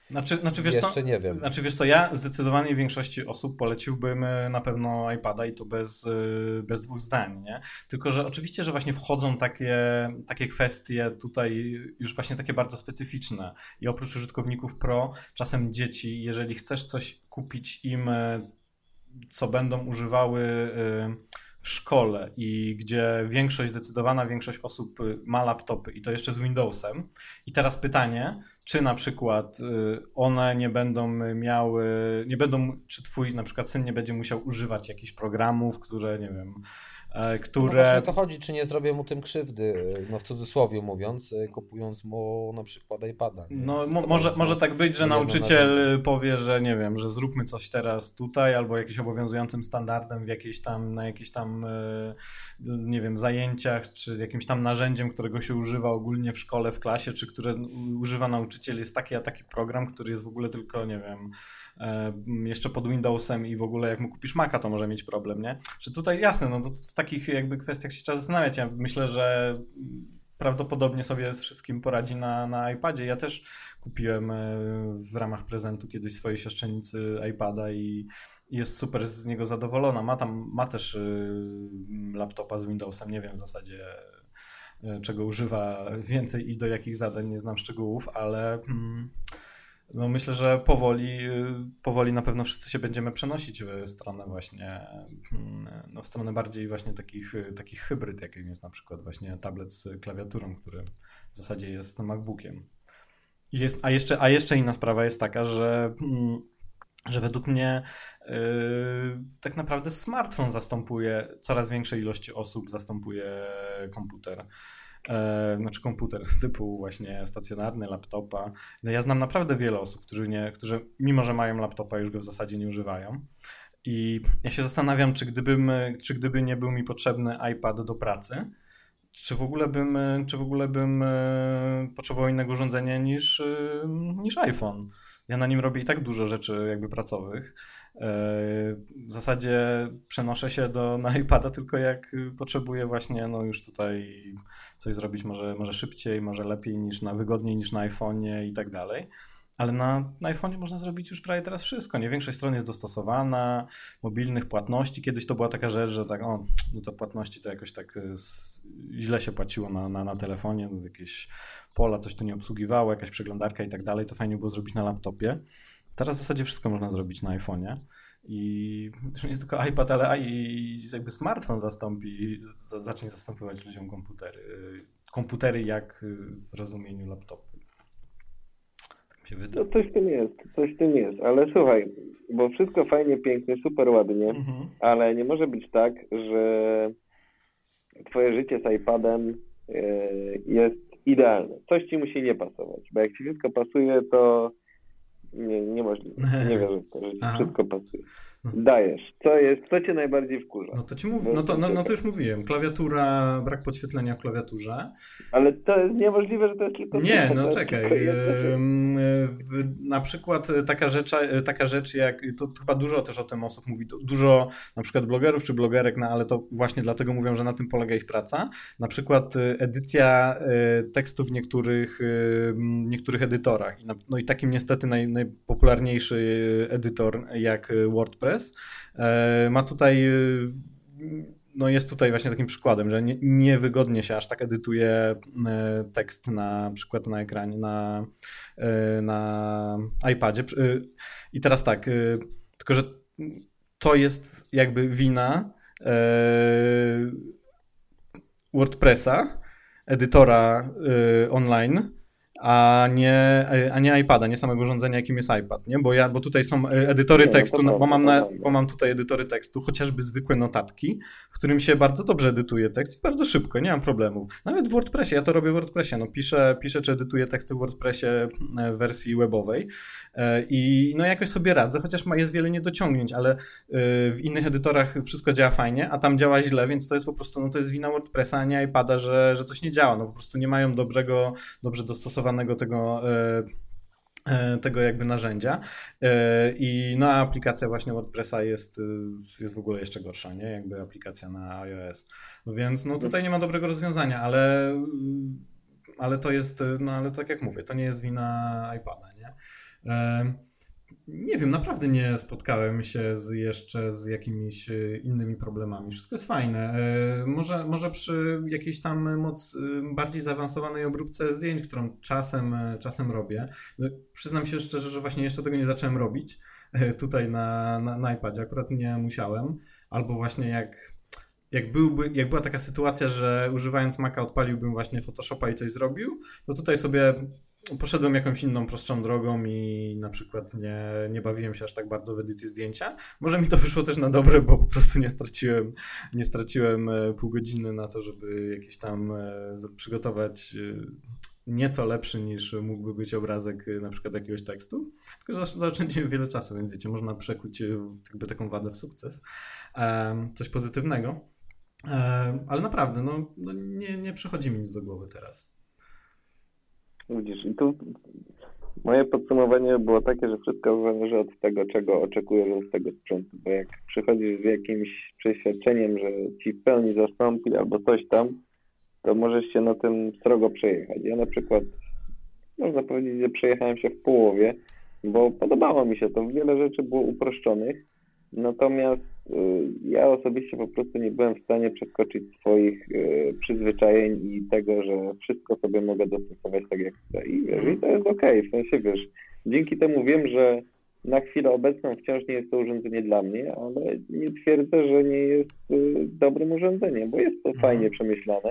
Znaczy, znaczy, wiesz Jeszcze co? nie wiem. Znaczy wiesz co, ja zdecydowanie większości osób poleciłbym na pewno iPada i to bez, bez dwóch zdań, nie? Tylko, że oczywiście, że właśnie wchodzą takie, takie kwestie tutaj już właśnie takie bardzo specyficzne i oprócz użytkowników Pro, czasem dzieci, jeżeli chcesz coś kupić im, co będą używały w szkole i gdzie większość, zdecydowana większość osób ma laptopy i to jeszcze z Windowsem. I teraz pytanie, czy na przykład one nie będą miały, nie będą, czy twój na przykład syn nie będzie musiał używać jakichś programów, które, nie wiem, które... No właśnie o to chodzi, czy nie zrobię mu tym krzywdy, no w cudzysłowie mówiąc, kupując mu na przykład iPada. Nie? No mo- może, może tak być, że nauczyciel powie, że nie wiem, że zróbmy coś teraz tutaj, albo jakimś obowiązującym standardem w jakiejś tam, na jakichś tam, nie wiem, zajęciach, czy jakimś tam narzędziem, którego się używa ogólnie w szkole, w klasie, czy które używa nauczyciel, jest taki a taki program, który jest w ogóle tylko, nie wiem, jeszcze pod Windowsem i w ogóle jak mu kupisz Maca, to może mieć problem, nie? Czy tutaj jasne, no to w takich jakby kwestiach się trzeba zastanawiać. Ja myślę, że prawdopodobnie sobie z wszystkim poradzi na, na iPadzie. Ja też kupiłem w ramach prezentu kiedyś swojej siostrzenicy iPada i jest super z niego zadowolona. Ma tam, ma też laptopa z Windowsem, nie wiem w zasadzie czego używa więcej i do jakich zadań, nie znam szczegółów, ale no myślę, że powoli, powoli na pewno wszyscy się będziemy przenosić w stronę właśnie, no w stronę bardziej właśnie takich, takich hybryd, jakim jest na przykład właśnie tablet z klawiaturą, który w zasadzie jest MacBookiem. I jest, a, jeszcze, a jeszcze inna sprawa jest taka, że, że według mnie yy, tak naprawdę smartfon zastępuje, coraz większej ilości osób zastępuje komputer. Znaczy komputer typu właśnie stacjonarny, laptopa. No ja znam naprawdę wiele osób, którzy, nie, którzy mimo, że mają laptopa, już go w zasadzie nie używają. I ja się zastanawiam, czy, gdybym, czy gdyby nie był mi potrzebny iPad do pracy, czy w ogóle bym, czy w ogóle bym potrzebował innego urządzenia niż, niż iPhone. Ja na nim robię i tak dużo rzeczy jakby pracowych. W zasadzie przenoszę się do, na iPada tylko jak potrzebuję właśnie no już tutaj coś zrobić może, może szybciej, może lepiej niż na wygodniej niż na iPhone'ie i tak dalej. Ale na, na iPhone'ie można zrobić już prawie teraz wszystko. Nie? Większość stron jest dostosowana, mobilnych płatności. Kiedyś to była taka rzecz, że tak, o, no to płatności to jakoś tak z, źle się płaciło na, na, na telefonie, no jakieś pola, coś tu nie obsługiwało, jakaś przeglądarka i tak dalej. To fajnie było zrobić na laptopie. Teraz w zasadzie wszystko można zrobić na iPhone'ie. I nie tylko iPad, ale i jakby smartfon zastąpi, zacznie zastępować ludziom komputery. Komputery jak w rozumieniu laptopu. Tak mi się wydaje. No coś w tym jest, coś w tym jest, ale słuchaj, bo wszystko fajnie, pięknie, super ładnie, mhm. ale nie może być tak, że twoje życie z iPadem jest idealne. Coś ci musi nie pasować, bo jak ci wszystko pasuje, to nie, niemożliwe. Nie wierzę w to, że ci Aha. wszystko pasuje. No. Dajesz. Co jest, co cię najbardziej wkurza? No to ci mówię, no to, no, no to już mówiłem. Klawiatura, brak podświetlenia w klawiaturze. Ale to jest niemożliwe, że to jest tylko... Nie, no czekaj. W, na przykład taka rzecz, taka rzecz jak, to, to chyba dużo też o tym osób mówi, dużo na przykład blogerów czy blogerek, no ale to właśnie dlatego mówią, że na tym polega ich praca. Na przykład edycja tekstów w niektórych, niektórych edytorach. No i takim niestety naj, najpopularniejszy edytor jak WordPress ma tutaj, no jest tutaj właśnie takim przykładem, że nie, niewygodnie się aż tak edytuje tekst na przykład na ekranie, na, na iPadzie. I teraz tak, tylko że to jest jakby wina WordPressa, edytora online, a nie, a nie iPada, nie samego urządzenia, jakim jest iPad, nie? Bo ja, bo tutaj są edytory nie, tekstu, no, bo, mam na, bo mam tutaj edytory tekstu, chociażby zwykłe notatki, w którym się bardzo dobrze edytuje tekst i bardzo szybko, nie mam problemów. Nawet w WordPressie, ja to robię w WordPressie, no piszę, piszę czy edytuję teksty w WordPressie w wersji webowej i no jakoś sobie radzę, chociaż ma, jest wiele niedociągnięć, ale w innych edytorach wszystko działa fajnie, a tam działa źle, więc to jest po prostu, no to jest wina WordPressa, a nie iPada, że, że coś nie działa, no po prostu nie mają dobrego, dobrze dostosowanego tego, tego jakby narzędzia i no aplikacja właśnie WordPressa jest, jest w ogóle jeszcze gorsza, nie? Jakby aplikacja na iOS. Więc no tutaj nie ma dobrego rozwiązania, ale, ale to jest, no ale tak jak mówię, to nie jest wina iPada, nie? Nie wiem, naprawdę nie spotkałem się z, jeszcze z jakimiś innymi problemami. Wszystko jest fajne. Może, może przy jakiejś tam moc bardziej zaawansowanej obróbce zdjęć, którą czasem, czasem robię. No, przyznam się szczerze, że właśnie jeszcze tego nie zacząłem robić tutaj na, na, na iPadzie. Akurat nie musiałem. Albo właśnie jak, jak, byłby, jak była taka sytuacja, że używając Maca odpaliłbym właśnie Photoshopa i coś zrobił, to tutaj sobie poszedłem jakąś inną, prostszą drogą i na przykład nie, nie bawiłem się aż tak bardzo w edycji zdjęcia. Może mi to wyszło też na dobre, bo po prostu nie straciłem, nie straciłem pół godziny na to, żeby jakiś tam przygotować nieco lepszy niż mógłby być obrazek na przykład jakiegoś tekstu. Tylko zaoszczędziłem wiele czasu, więc wiecie, można przekuć jakby taką wadę w sukces. Coś pozytywnego. Ale naprawdę, no, no nie, nie przychodzi mi nic do głowy teraz. Widzisz, i tu moje podsumowanie było takie, że wszystko zależy od tego, czego oczekujesz od tego sprzętu, bo jak przychodzisz z jakimś przeświadczeniem, że ci w pełni zastąpi albo coś tam, to możesz się na tym srogo przejechać. Ja na przykład, można powiedzieć, że przejechałem się w połowie, bo podobało mi się to, wiele rzeczy było uproszczonych, natomiast y, ja osobiście po prostu nie byłem w stanie przeskoczyć swoich y, przyzwyczajeń i tego, że wszystko sobie mogę dostosować tak jak chcę. I, wiesz, i to jest okej, okay. W sensie wiesz, dzięki temu wiem, że na chwilę obecną wciąż nie jest to urządzenie dla mnie, ale nie twierdzę, że nie jest y, dobrym urządzeniem, bo jest to fajnie przemyślane.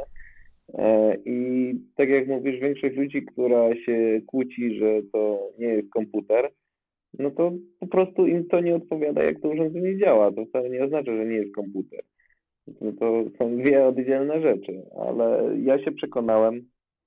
I tak jak mówisz, większość ludzi, która się kłóci, że to nie jest komputer, no to po prostu im to nie odpowiada, jak to urządzenie działa. To wcale nie oznacza, że nie jest komputer. No to są dwie oddzielne rzeczy, ale ja się przekonałem,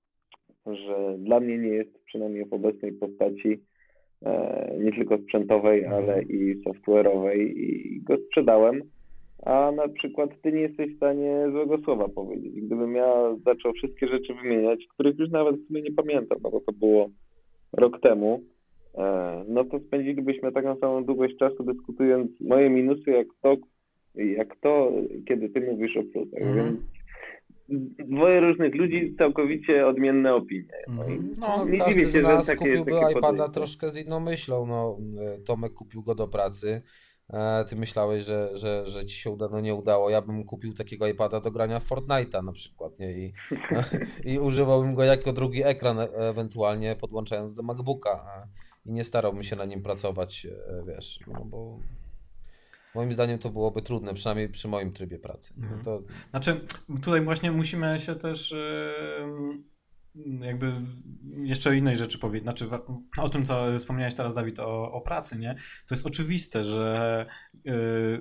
że dla mnie nie jest, przynajmniej w obecnej postaci, nie tylko sprzętowej, ale i software'owej, i go sprzedałem. A na przykład ty nie jesteś w stanie złego słowa powiedzieć. Gdybym ja zaczął wszystkie rzeczy wymieniać, których już nawet sobie nie pamiętam, no bo to było rok temu, no to spędzilibyśmy taką samą długość czasu dyskutując moje minusy jak to, jak to kiedy ty mówisz o plusach. Mm. Więc dwoje różnych ludzi, całkowicie odmienne opinie. No, mm. no nie każdy się, z nas że takie, kupiłby takie iPada troszkę z inną myślą. No, Tomek kupił go do pracy. Ty myślałeś, że, że, że ci się uda, no nie udało. Ja bym kupił takiego iPada do grania w Fortnite'a na przykład, nie? I, i używałbym go jako drugi ekran, ewentualnie podłączając do MacBooka i nie starałbym się na nim pracować, wiesz, no bo moim zdaniem to byłoby trudne, przynajmniej przy moim trybie pracy. Mhm. To... Znaczy, tutaj właśnie musimy się też jakby jeszcze o innej rzeczy powiedzieć, znaczy o tym, co wspomniałeś teraz, Dawid, o, o pracy, nie? To jest oczywiste, że yy,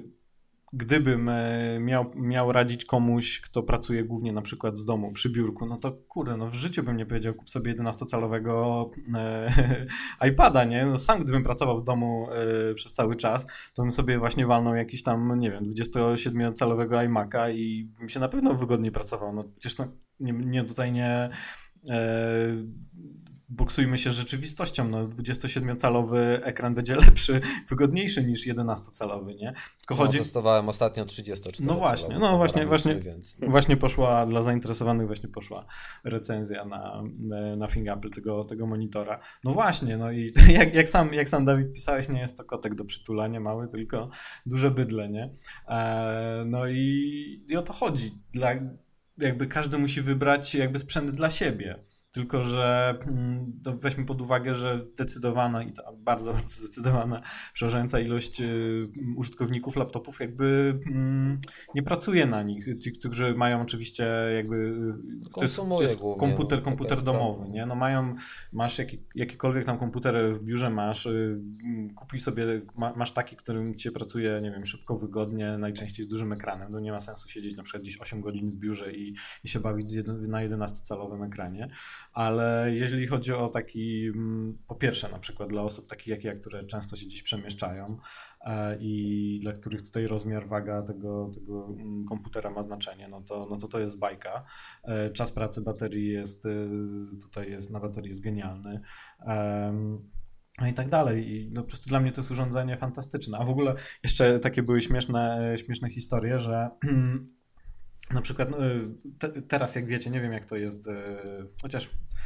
gdybym miał, miał radzić komuś, kto pracuje głównie na przykład z domu, przy biurku, no to kurde, no w życiu bym nie powiedział, kup sobie jedenastocalowego e, iPada, nie? No sam gdybym pracował w domu e, przez cały czas, to bym sobie właśnie walnął jakiś tam, nie wiem, dwudziestosiedmiocalowego iMac'a i bym się na pewno wygodniej pracował. No przecież to nie, nie tutaj nie... E, boksujmy się z rzeczywistością, no dwudziestosiedmiocalowy ekran będzie lepszy, wygodniejszy niż jedenastocalowy, nie? Tylko no, chodzi... testowałem ostatnio trzydziestoczterocalowy. No właśnie, no właśnie, właśnie, więc... właśnie poszła, dla zainteresowanych właśnie poszła recenzja na, na Thingapple tego, tego monitora. No właśnie, no i jak, jak, sam, jak sam Dawid pisałeś, nie jest to kotek do przytulania mały, tylko duże bydle, nie? E, no i, i o to chodzi. Dla, jakby każdy musi wybrać jakby sprzęt dla siebie. Tylko że to weźmy pod uwagę, że zdecydowana i to bardzo, bardzo zdecydowana przeważająca ilość użytkowników laptopów jakby nie pracuje na nich. Ci, którzy mają oczywiście jakby to jest, to jest komputer, komputer domowy, nie? No mają, masz jaki, jakikolwiek tam komputer w biurze masz, kupuj sobie, masz taki, którym ci pracuje, nie wiem, szybko, wygodnie, najczęściej z dużym ekranem. No nie ma sensu siedzieć na przykład gdzieś osiem godzin w biurze i, i się bawić z jeden, na jedenastocalowym ekranie. Ale jeżeli chodzi o taki, po pierwsze na przykład dla osób takich jak ja, które często się gdzieś przemieszczają e, i dla których tutaj rozmiar, waga tego, tego komputera ma znaczenie, no to, no to to jest bajka. E, czas pracy baterii jest, tutaj jest, na baterii jest genialny. E, No i tak dalej. I no po prostu dla mnie to jest urządzenie fantastyczne. A w ogóle jeszcze takie były śmieszne, śmieszne historie, że na przykład te, teraz, jak wiecie, nie wiem jak to jest, chociaż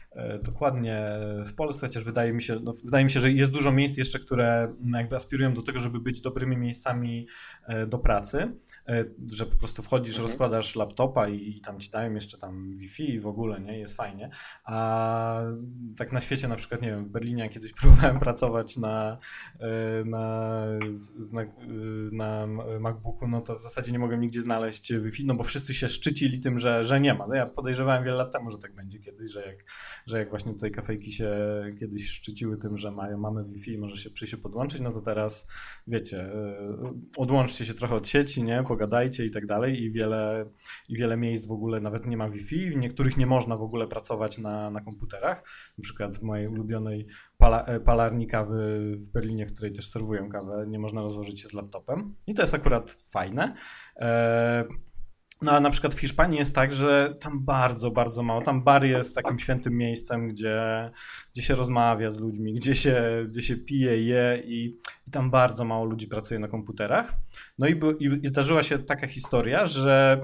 dokładnie w Polsce, chociaż wydaje mi się, no, wydaje mi się, że jest dużo miejsc jeszcze, które jakby aspirują do tego, żeby być dobrymi miejscami do pracy, że po prostu wchodzisz, mhm. rozkładasz laptopa i, i tam ci dają jeszcze tam Wi-Fi i w ogóle, nie, jest fajnie, a tak na świecie na przykład, nie wiem, w Berlinie jak kiedyś próbowałem pracować na, na, na, na MacBooku, no to w zasadzie nie mogłem nigdzie znaleźć Wi-Fi, no bo wszyscy się szczycili tym, że, że nie ma. No ja podejrzewałem wiele lat temu, że tak będzie kiedyś, że jak, że jak właśnie tutaj kafejki się kiedyś szczyciły tym, że mają, mamy Wi-Fi i może się przyjść się podłączyć, no to teraz wiecie, odłączcie się trochę od sieci, nie, pogadajcie i tak dalej i wiele, i wiele miejsc w ogóle nawet nie ma Wi-Fi, w niektórych nie można w ogóle pracować na, na komputerach, na przykład w mojej ulubionej pala, palarni kawy w Berlinie, w której też serwują kawę, nie można rozłożyć się z laptopem i to jest akurat fajne. E- No a na przykład w Hiszpanii jest tak, że tam bardzo, bardzo mało, tam bar jest takim świętym miejscem, gdzie, gdzie się rozmawia z ludźmi, gdzie się, gdzie się pije, je i, i tam bardzo mało ludzi pracuje na komputerach. No i, i, i zdarzyła się taka historia, że,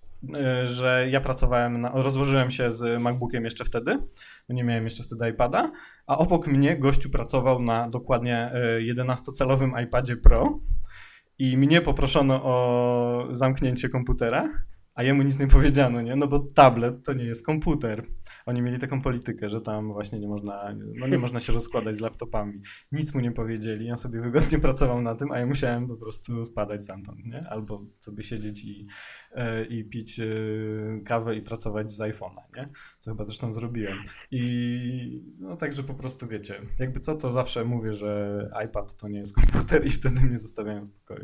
że ja pracowałem, na, rozłożyłem się z MacBookiem jeszcze wtedy, bo nie miałem jeszcze wtedy iPada, a obok mnie gościu pracował na dokładnie jedenastocalowym iPadzie Pro. I mnie poproszono o zamknięcie komputera, a jemu nic nie powiedziano, nie? No bo tablet to nie jest komputer. Oni mieli taką politykę, że tam właśnie nie można, no nie można się rozkładać z laptopami. Nic mu nie powiedzieli, on sobie wygodnie pracował na tym, a ja musiałem po prostu spadać stamtąd, nie? Albo sobie siedzieć i, i pić kawę i pracować z iPhone'a, nie? Co chyba zresztą zrobiłem. I no także po prostu wiecie, jakby co, to zawsze mówię, że iPad to nie jest komputer i wtedy mnie zostawiają w spokoju.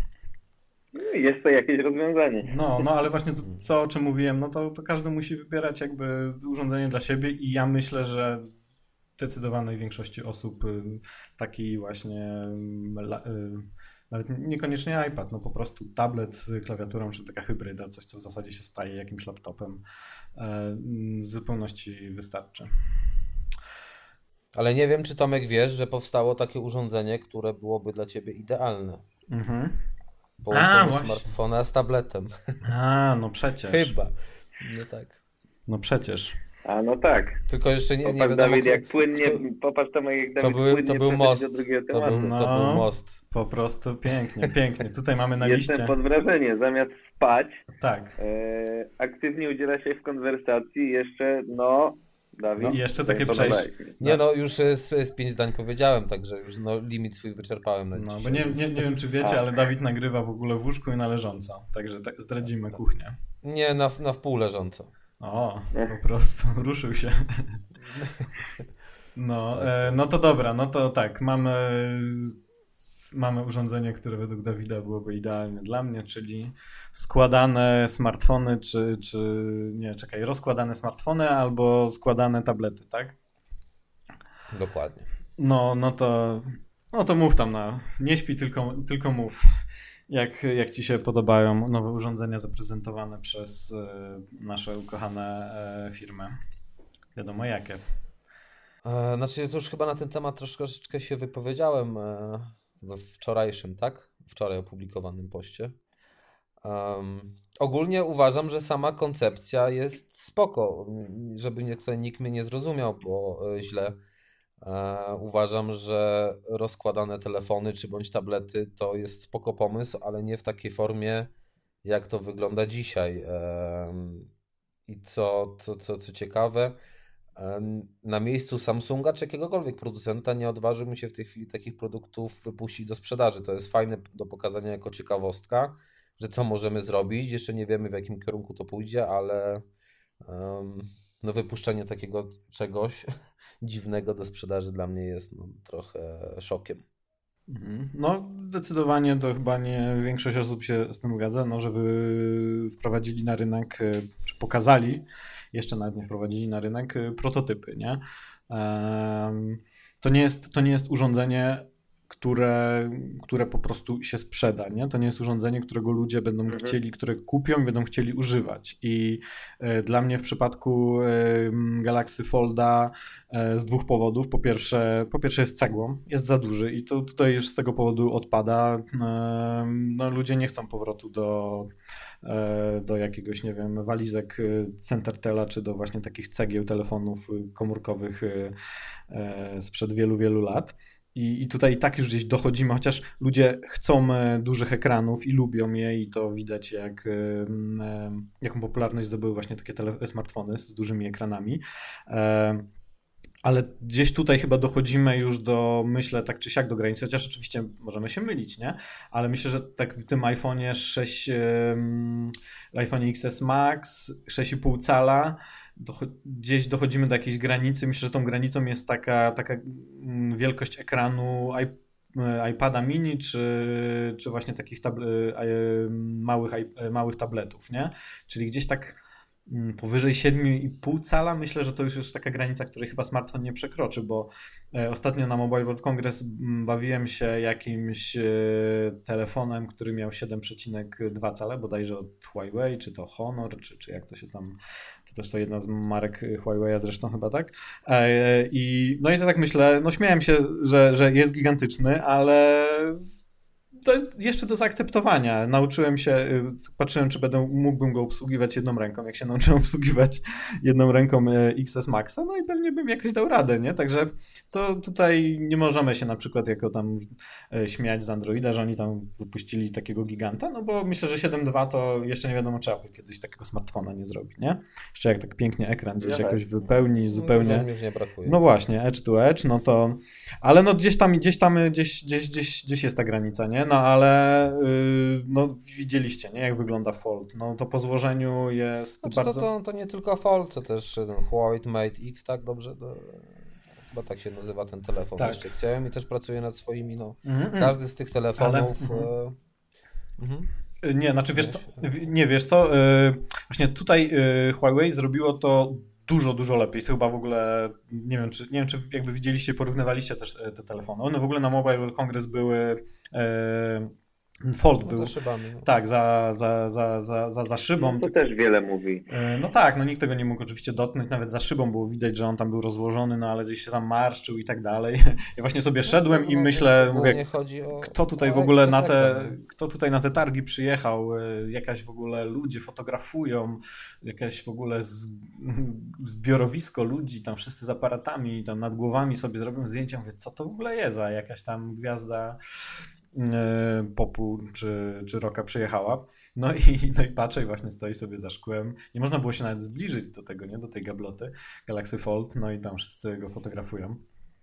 Jest to jakieś rozwiązanie. No, no ale właśnie to, co, o czym mówiłem, no to, to każdy musi wybierać jakby urządzenie dla siebie i ja myślę, że zdecydowanej większości osób taki właśnie nawet niekoniecznie iPad, no po prostu tablet z klawiaturą, czy taka hybryda, coś co w zasadzie się staje jakimś laptopem, w zupełności wystarczy. Ale nie wiem, czy Tomek wiesz, że powstało takie urządzenie, które byłoby dla ciebie idealne. Mhm. Połączenie smartfona z tabletem. A, no przecież. Chyba. No tak. No przecież. A no tak. Tylko jeszcze nie, popatrz, nie wiadomo... Dawid, jak płynnie, to, popatrz Tomek, jak Dawid to był, płynnie to był most. do drugiego to tematu. był, no, to był most. Po prostu pięknie, pięknie. Tutaj mamy na Jestem liście. Jestem pod wrażeniem. Zamiast spać, tak. e, aktywnie udziela się w konwersacji jeszcze, no... Dawid, no i jeszcze takie przejście. Nie no, już z, z pięć zdań powiedziałem, także już no, limit swój wyczerpałem. Na no, bo nie, nie, nie wiem, czy wiecie, ale Dawid nagrywa w ogóle w łóżku i na leżąco, także tak zdradzimy kuchnię. Nie, na, na wpół leżąco. O, po prostu, ruszył się. No, e, no to dobra, no to tak, mamy, mamy urządzenie, które według Dawida byłoby idealne dla mnie, czyli składane smartfony, czy, czy nie, czekaj, rozkładane smartfony albo składane tablety, tak? Dokładnie. No, no to, no to mów tam, na, nie śpi, tylko, tylko mów. Jak, jak ci się podobają nowe urządzenia zaprezentowane przez y, nasze ukochane y, firmy? Wiadomo jakie. E, znaczy, to już chyba na ten temat troszeczkę się wypowiedziałem e, we wczorajszym, tak? Wczoraj opublikowanym poście. Um, ogólnie uważam, że sama koncepcja jest spoko, żeby nie, tutaj nikt mnie nie zrozumiał, bo e, źle. E, uważam, że rozkładane telefony czy bądź tablety to jest spoko pomysł, ale nie w takiej formie, jak to wygląda dzisiaj. E, I co, co, co, co ciekawe, e, na miejscu Samsunga czy jakiegokolwiek producenta nie odważyłbym się w tej chwili takich produktów wypuścić do sprzedaży. To jest fajne do pokazania jako ciekawostka, że co możemy zrobić. Jeszcze nie wiemy, w jakim kierunku to pójdzie, ale um, no wypuszczenie takiego czegoś dziwnego do sprzedaży dla mnie jest no, trochę szokiem. No zdecydowanie to chyba nie większość osób się z tym zgadza, no, że wy wprowadzili na rynek, czy pokazali, jeszcze nawet nie wprowadzili na rynek prototypy, nie? To nie jest, to nie jest urządzenie, które, które po prostu się sprzeda, nie? To nie jest urządzenie, którego ludzie będą mhm. chcieli, które kupią i będą chcieli używać. I e, dla mnie w przypadku e, Galaxy Folda e, z dwóch powodów. Po pierwsze, po pierwsze jest cegłą, jest za duży i to tutaj już z tego powodu odpada. E, no, ludzie nie chcą powrotu do, e, do jakiegoś, nie wiem, walizek Centertela, czy do właśnie takich cegieł telefonów komórkowych e, e, sprzed wielu, wielu lat. I, I tutaj i tak już gdzieś dochodzimy, chociaż ludzie chcą dużych ekranów i lubią je i to widać, jak, jaką popularność zdobyły właśnie takie tele- smartfony z dużymi ekranami. Ale gdzieś tutaj chyba dochodzimy już do, myślę, tak czy siak do granicy, chociaż oczywiście możemy się mylić, nie? Ale myślę, że tak w tym iPhone'ie sześć, iPhone X S Max, sześć i pół cala, docho- gdzieś dochodzimy do jakiejś granicy. Myślę, że tą granicą jest taka, taka wielkość ekranu iP- iPada mini, czy, czy właśnie takich tabl- małych, małych tabletów, nie? Czyli gdzieś tak powyżej siedem i pół cala, myślę, że to już jest taka granica, której chyba smartfon nie przekroczy, bo ostatnio na Mobile World Congress bawiłem się jakimś telefonem, który miał siedem przecinek dwa cala, bodajże od Huawei, czy to Honor, czy, czy jak to się tam, to też to jedna z marek Huawei'a zresztą chyba, tak? I no i ja tak myślę, no śmiałem się, że, że jest gigantyczny, ale to jeszcze do zaakceptowania. Nauczyłem się, patrzyłem, czy będę, mógłbym go obsługiwać jedną ręką, jak się nauczyłem obsługiwać jedną ręką X S Maxa, no i pewnie bym jakoś dał radę, nie? Także to tutaj nie możemy się na przykład jako tam śmiać z Androida, że oni tam wypuścili takiego giganta, no bo myślę, że siedem dwa to jeszcze nie wiadomo, czy Apple kiedyś takiego smartfona nie zrobi, nie? Jeszcze jak tak pięknie ekran gdzieś no jakoś wypełni zupełnie. No, już nie brakuje. No właśnie, edge to edge, no to, ale no gdzieś tam, gdzieś tam, gdzieś, gdzieś, gdzieś, gdzieś jest ta granica, nie? No ale yy, no widzieliście, nie? Jak wygląda Fold. No to po złożeniu jest znaczy, bardzo... To, to, to nie tylko Fold, to też ten Huawei Mate X, tak? Dobrze? To, chyba tak się nazywa ten telefon. Tak. Jeszcze Xiaomi też pracuje nad swoimi, no. Mm-mm. Każdy z tych telefonów... Ale... E... Mhm. Nie, znaczy wiesz co, nie wiesz co, yy, właśnie tutaj yy, Huawei zrobiło to dużo, dużo lepiej. To chyba w ogóle, nie wiem, czy, nie wiem, czy jakby widzieliście, porównywaliście też te telefony. One w ogóle na Mobile World Congress były, e, Fold no był, za szybami, no. tak, za, za, za, za, za, za szybą. No to też wiele mówi. E, no tak, no nikt tego nie mógł oczywiście dotknąć, nawet za szybą było widać, że on tam był rozłożony, no ale gdzieś się tam marszczył i tak dalej. Ja właśnie sobie szedłem no, i no, myślę, mówię, o, kto tutaj w ogóle na te, kto tutaj na te targi przyjechał, jakaś w ogóle ludzie fotografują, jakaś w ogóle z, zbiorowisko ludzi, tam wszyscy z aparatami, tam nad głowami sobie zrobią zdjęcia, mówię, co to w ogóle jest, a jakaś tam gwiazda popu czy, czy rocka przyjechała. No i, no i patrzę i właśnie stoi sobie za szkłem. Nie można było się nawet zbliżyć do tego, nie? Do tej gabloty Galaxy Fold, no i tam wszyscy go fotografują.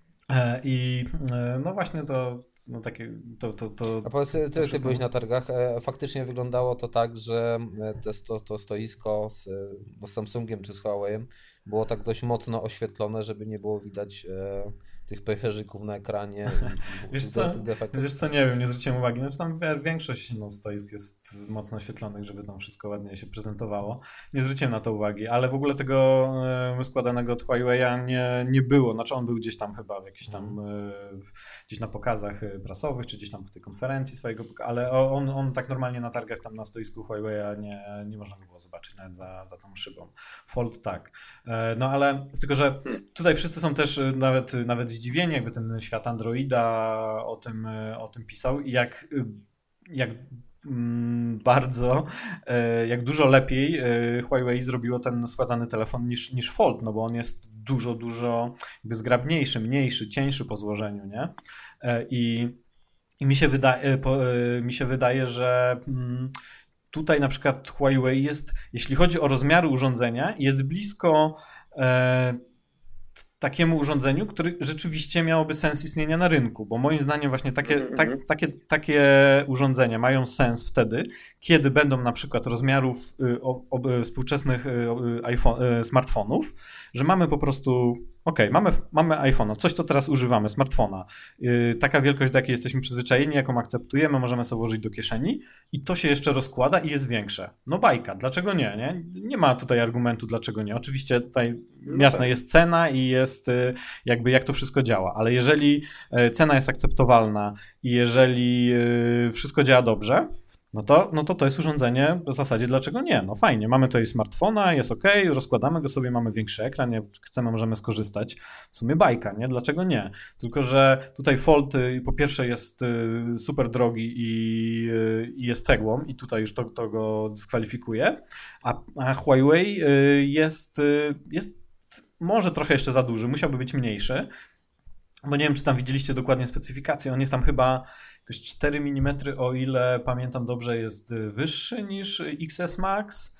I no właśnie to no takie to, to, to A powiedz, ty, ty, wszystko... ty byłeś na targach, faktycznie wyglądało to tak, że to, to stoisko z, z Samsungiem czy z Huawei'em było tak dość mocno oświetlone, żeby nie było widać e, tych pęcherzyków na ekranie. Wiesz co, wiesz co, nie wiem, nie zwróciłem uwagi. Znaczy tam większość no, stoisk jest mocno oświetlonych, żeby tam wszystko ładnie się prezentowało. Nie zwróciłem na to uwagi, ale w ogóle tego e, składanego od Huawei'a nie, nie było. Znaczy on był gdzieś tam chyba w jakichś tam e, gdzieś na pokazach prasowych, czy gdzieś tam po tej konferencji swojego, ale on, on tak normalnie na targach tam na stoisku Huawei'a nie, nie można było zobaczyć nawet za, za tą szybą. Fold tak. E, no ale tylko, że tutaj wszyscy są też nawet, nawet zdziwieni, jakby ten świat Androida o tym, o tym pisał i jak, jak bardzo, jak dużo lepiej Huawei zrobiło ten składany telefon niż, niż Fold, no bo on jest dużo, dużo jakby zgrabniejszy, mniejszy, cieńszy po złożeniu, nie? I, i mi się wydaje, mi się wydaje, że tutaj na przykład Huawei jest, jeśli chodzi o rozmiary urządzenia, jest blisko takiemu urządzeniu, który rzeczywiście miałoby sens istnienia na rynku, bo moim zdaniem właśnie takie, mm-hmm. tak, takie, takie urządzenia mają sens wtedy, kiedy będą na przykład rozmiarów y, o, o, współczesnych y, iPhone, y, smartfonów, że mamy po prostu, okej, okay, mamy, mamy iPhone'a, coś co teraz używamy, smartfona, y, taka wielkość, do jakiej jesteśmy przyzwyczajeni, jaką akceptujemy, możemy sobie włożyć do kieszeni i to się jeszcze rozkłada i jest większe. No bajka, dlaczego nie, nie? Nie ma tutaj argumentu, dlaczego nie. Oczywiście tutaj no jasne tak. jest cena i jest jest jakby jak to wszystko działa, ale jeżeli cena jest akceptowalna i jeżeli wszystko działa dobrze, no to, no to to jest urządzenie w zasadzie dlaczego nie? No fajnie, mamy tutaj smartfona, jest ok, rozkładamy go sobie, mamy większy ekran, jak chcemy, możemy skorzystać. W sumie bajka, nie? Dlaczego nie? Tylko, że tutaj Fold po pierwsze jest super drogi i, i jest cegłą i tutaj już to, to go dyskwalifikuje, a, a Huawei jest, jest może trochę jeszcze za duży, musiałby być mniejszy, bo nie wiem, czy tam widzieliście dokładnie specyfikację, on jest tam chyba jakoś cztery milimetry, o ile pamiętam dobrze, jest wyższy niż X S Max.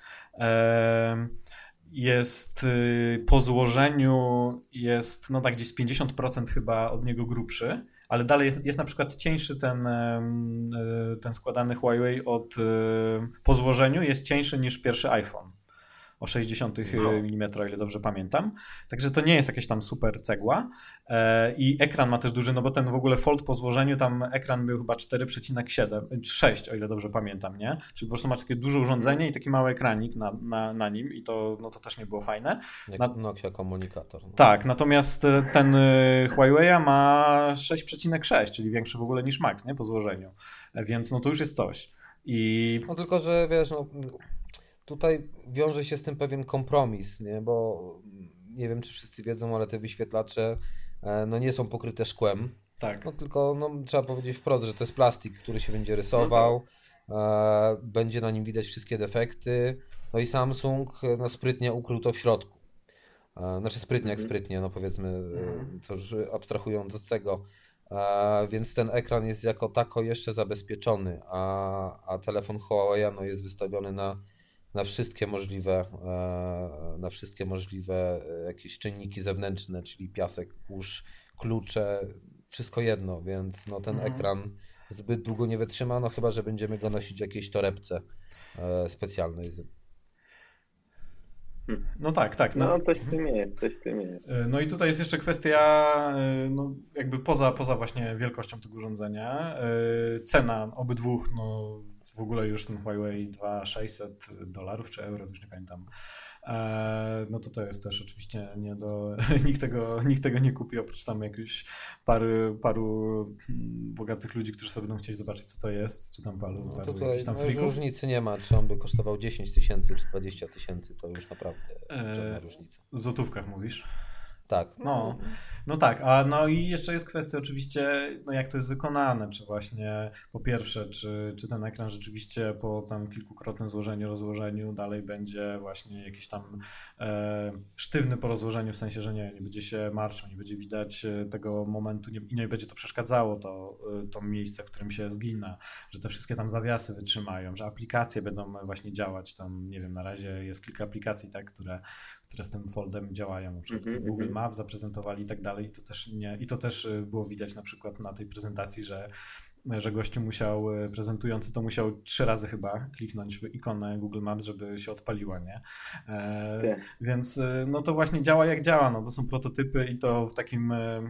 Jest po złożeniu, jest no tak gdzieś z pięćdziesiąt procent chyba od niego grubszy, ale dalej jest, jest na przykład cieńszy ten, ten składany Huawei od, po złożeniu jest cieńszy niż pierwszy iPhone. O sześćdziesiąt milimetrów, o ile dobrze pamiętam. Także to nie jest jakaś tam super cegła. E, I ekran ma też duży, no bo ten w ogóle Fold po złożeniu, tam ekran był chyba cztery przecinek siedem, sześć, o ile dobrze pamiętam, nie? Czyli po prostu masz takie duże urządzenie i taki mały ekranik na, na, na nim i to, no to też nie było fajne. Jak na... Nokia komunikator. No. Tak, natomiast ten Huawei ma sześć przecinek sześć, czyli większy w ogóle niż Max, nie? Po złożeniu. E, więc no to już jest coś. I... No tylko, że wiesz, no... Tutaj wiąże się z tym pewien kompromis, nie? Bo nie wiem, czy wszyscy wiedzą, ale te wyświetlacze no nie są pokryte szkłem. Tak. No tylko no, trzeba powiedzieć wprost, że to jest plastik, który się będzie rysował, e, będzie na nim widać wszystkie defekty. No i Samsung no, sprytnie ukrył to w środku. E, znaczy sprytnie jak sprytnie, no powiedzmy, e, to już abstrahując od tego. E, więc ten ekran jest jako tako jeszcze zabezpieczony, a, a telefon Huawei no, jest wystawiony na na wszystkie możliwe, na wszystkie możliwe jakieś czynniki zewnętrzne, czyli piasek, kurz, klucze, wszystko jedno, więc no ten mhm. ekran zbyt długo nie wytrzyma, no chyba, że będziemy go nosić w jakiejś torebce specjalnej. No tak, tak. No, no coś w tym jest, coś w tym jest. No i tutaj jest jeszcze kwestia, no jakby poza, poza właśnie wielkością tego urządzenia, cena obydwu, no w ogóle już ten Huawei dwa tysiące sześćset dolarów czy euro, już nie pamiętam. No to to jest też oczywiście nie do... Nikt tego, nikt tego nie kupi, oprócz tam jakichś paru, paru bogatych ludzi, którzy sobie będą chcieli zobaczyć, co to jest, czy tam paru, no paru tutaj jakichś tam no frików. Różnicy nie ma, czy on by kosztował dziesięć tysięcy, czy dwadzieścia tysięcy, to już naprawdę żadna różnica. W złotówkach mówisz? Tak. No, no tak, a no i jeszcze jest kwestia oczywiście, no jak to jest wykonane, czy właśnie po pierwsze, czy, czy ten ekran rzeczywiście po tam kilkukrotnym złożeniu, rozłożeniu dalej będzie właśnie jakiś tam e, sztywny po rozłożeniu, w sensie, że nie, nie będzie się martwił, nie będzie widać tego momentu nie, i nie będzie to przeszkadzało to, to miejsce, w którym się zgina, że te wszystkie tam zawiasy wytrzymają, że aplikacje będą właśnie działać, tam nie wiem, na razie jest kilka aplikacji, tak, które, które z tym Foldem działają, na przykład mm-hmm. Google Maps zaprezentowali i tak dalej. I to też nie, i to też było widać na przykład na tej prezentacji, że, że gościu musiał, prezentujący to musiał trzy razy chyba kliknąć w ikonę Google Maps, żeby się odpaliła, nie? E, więc no to właśnie działa jak działa, no to są prototypy i to w takim e,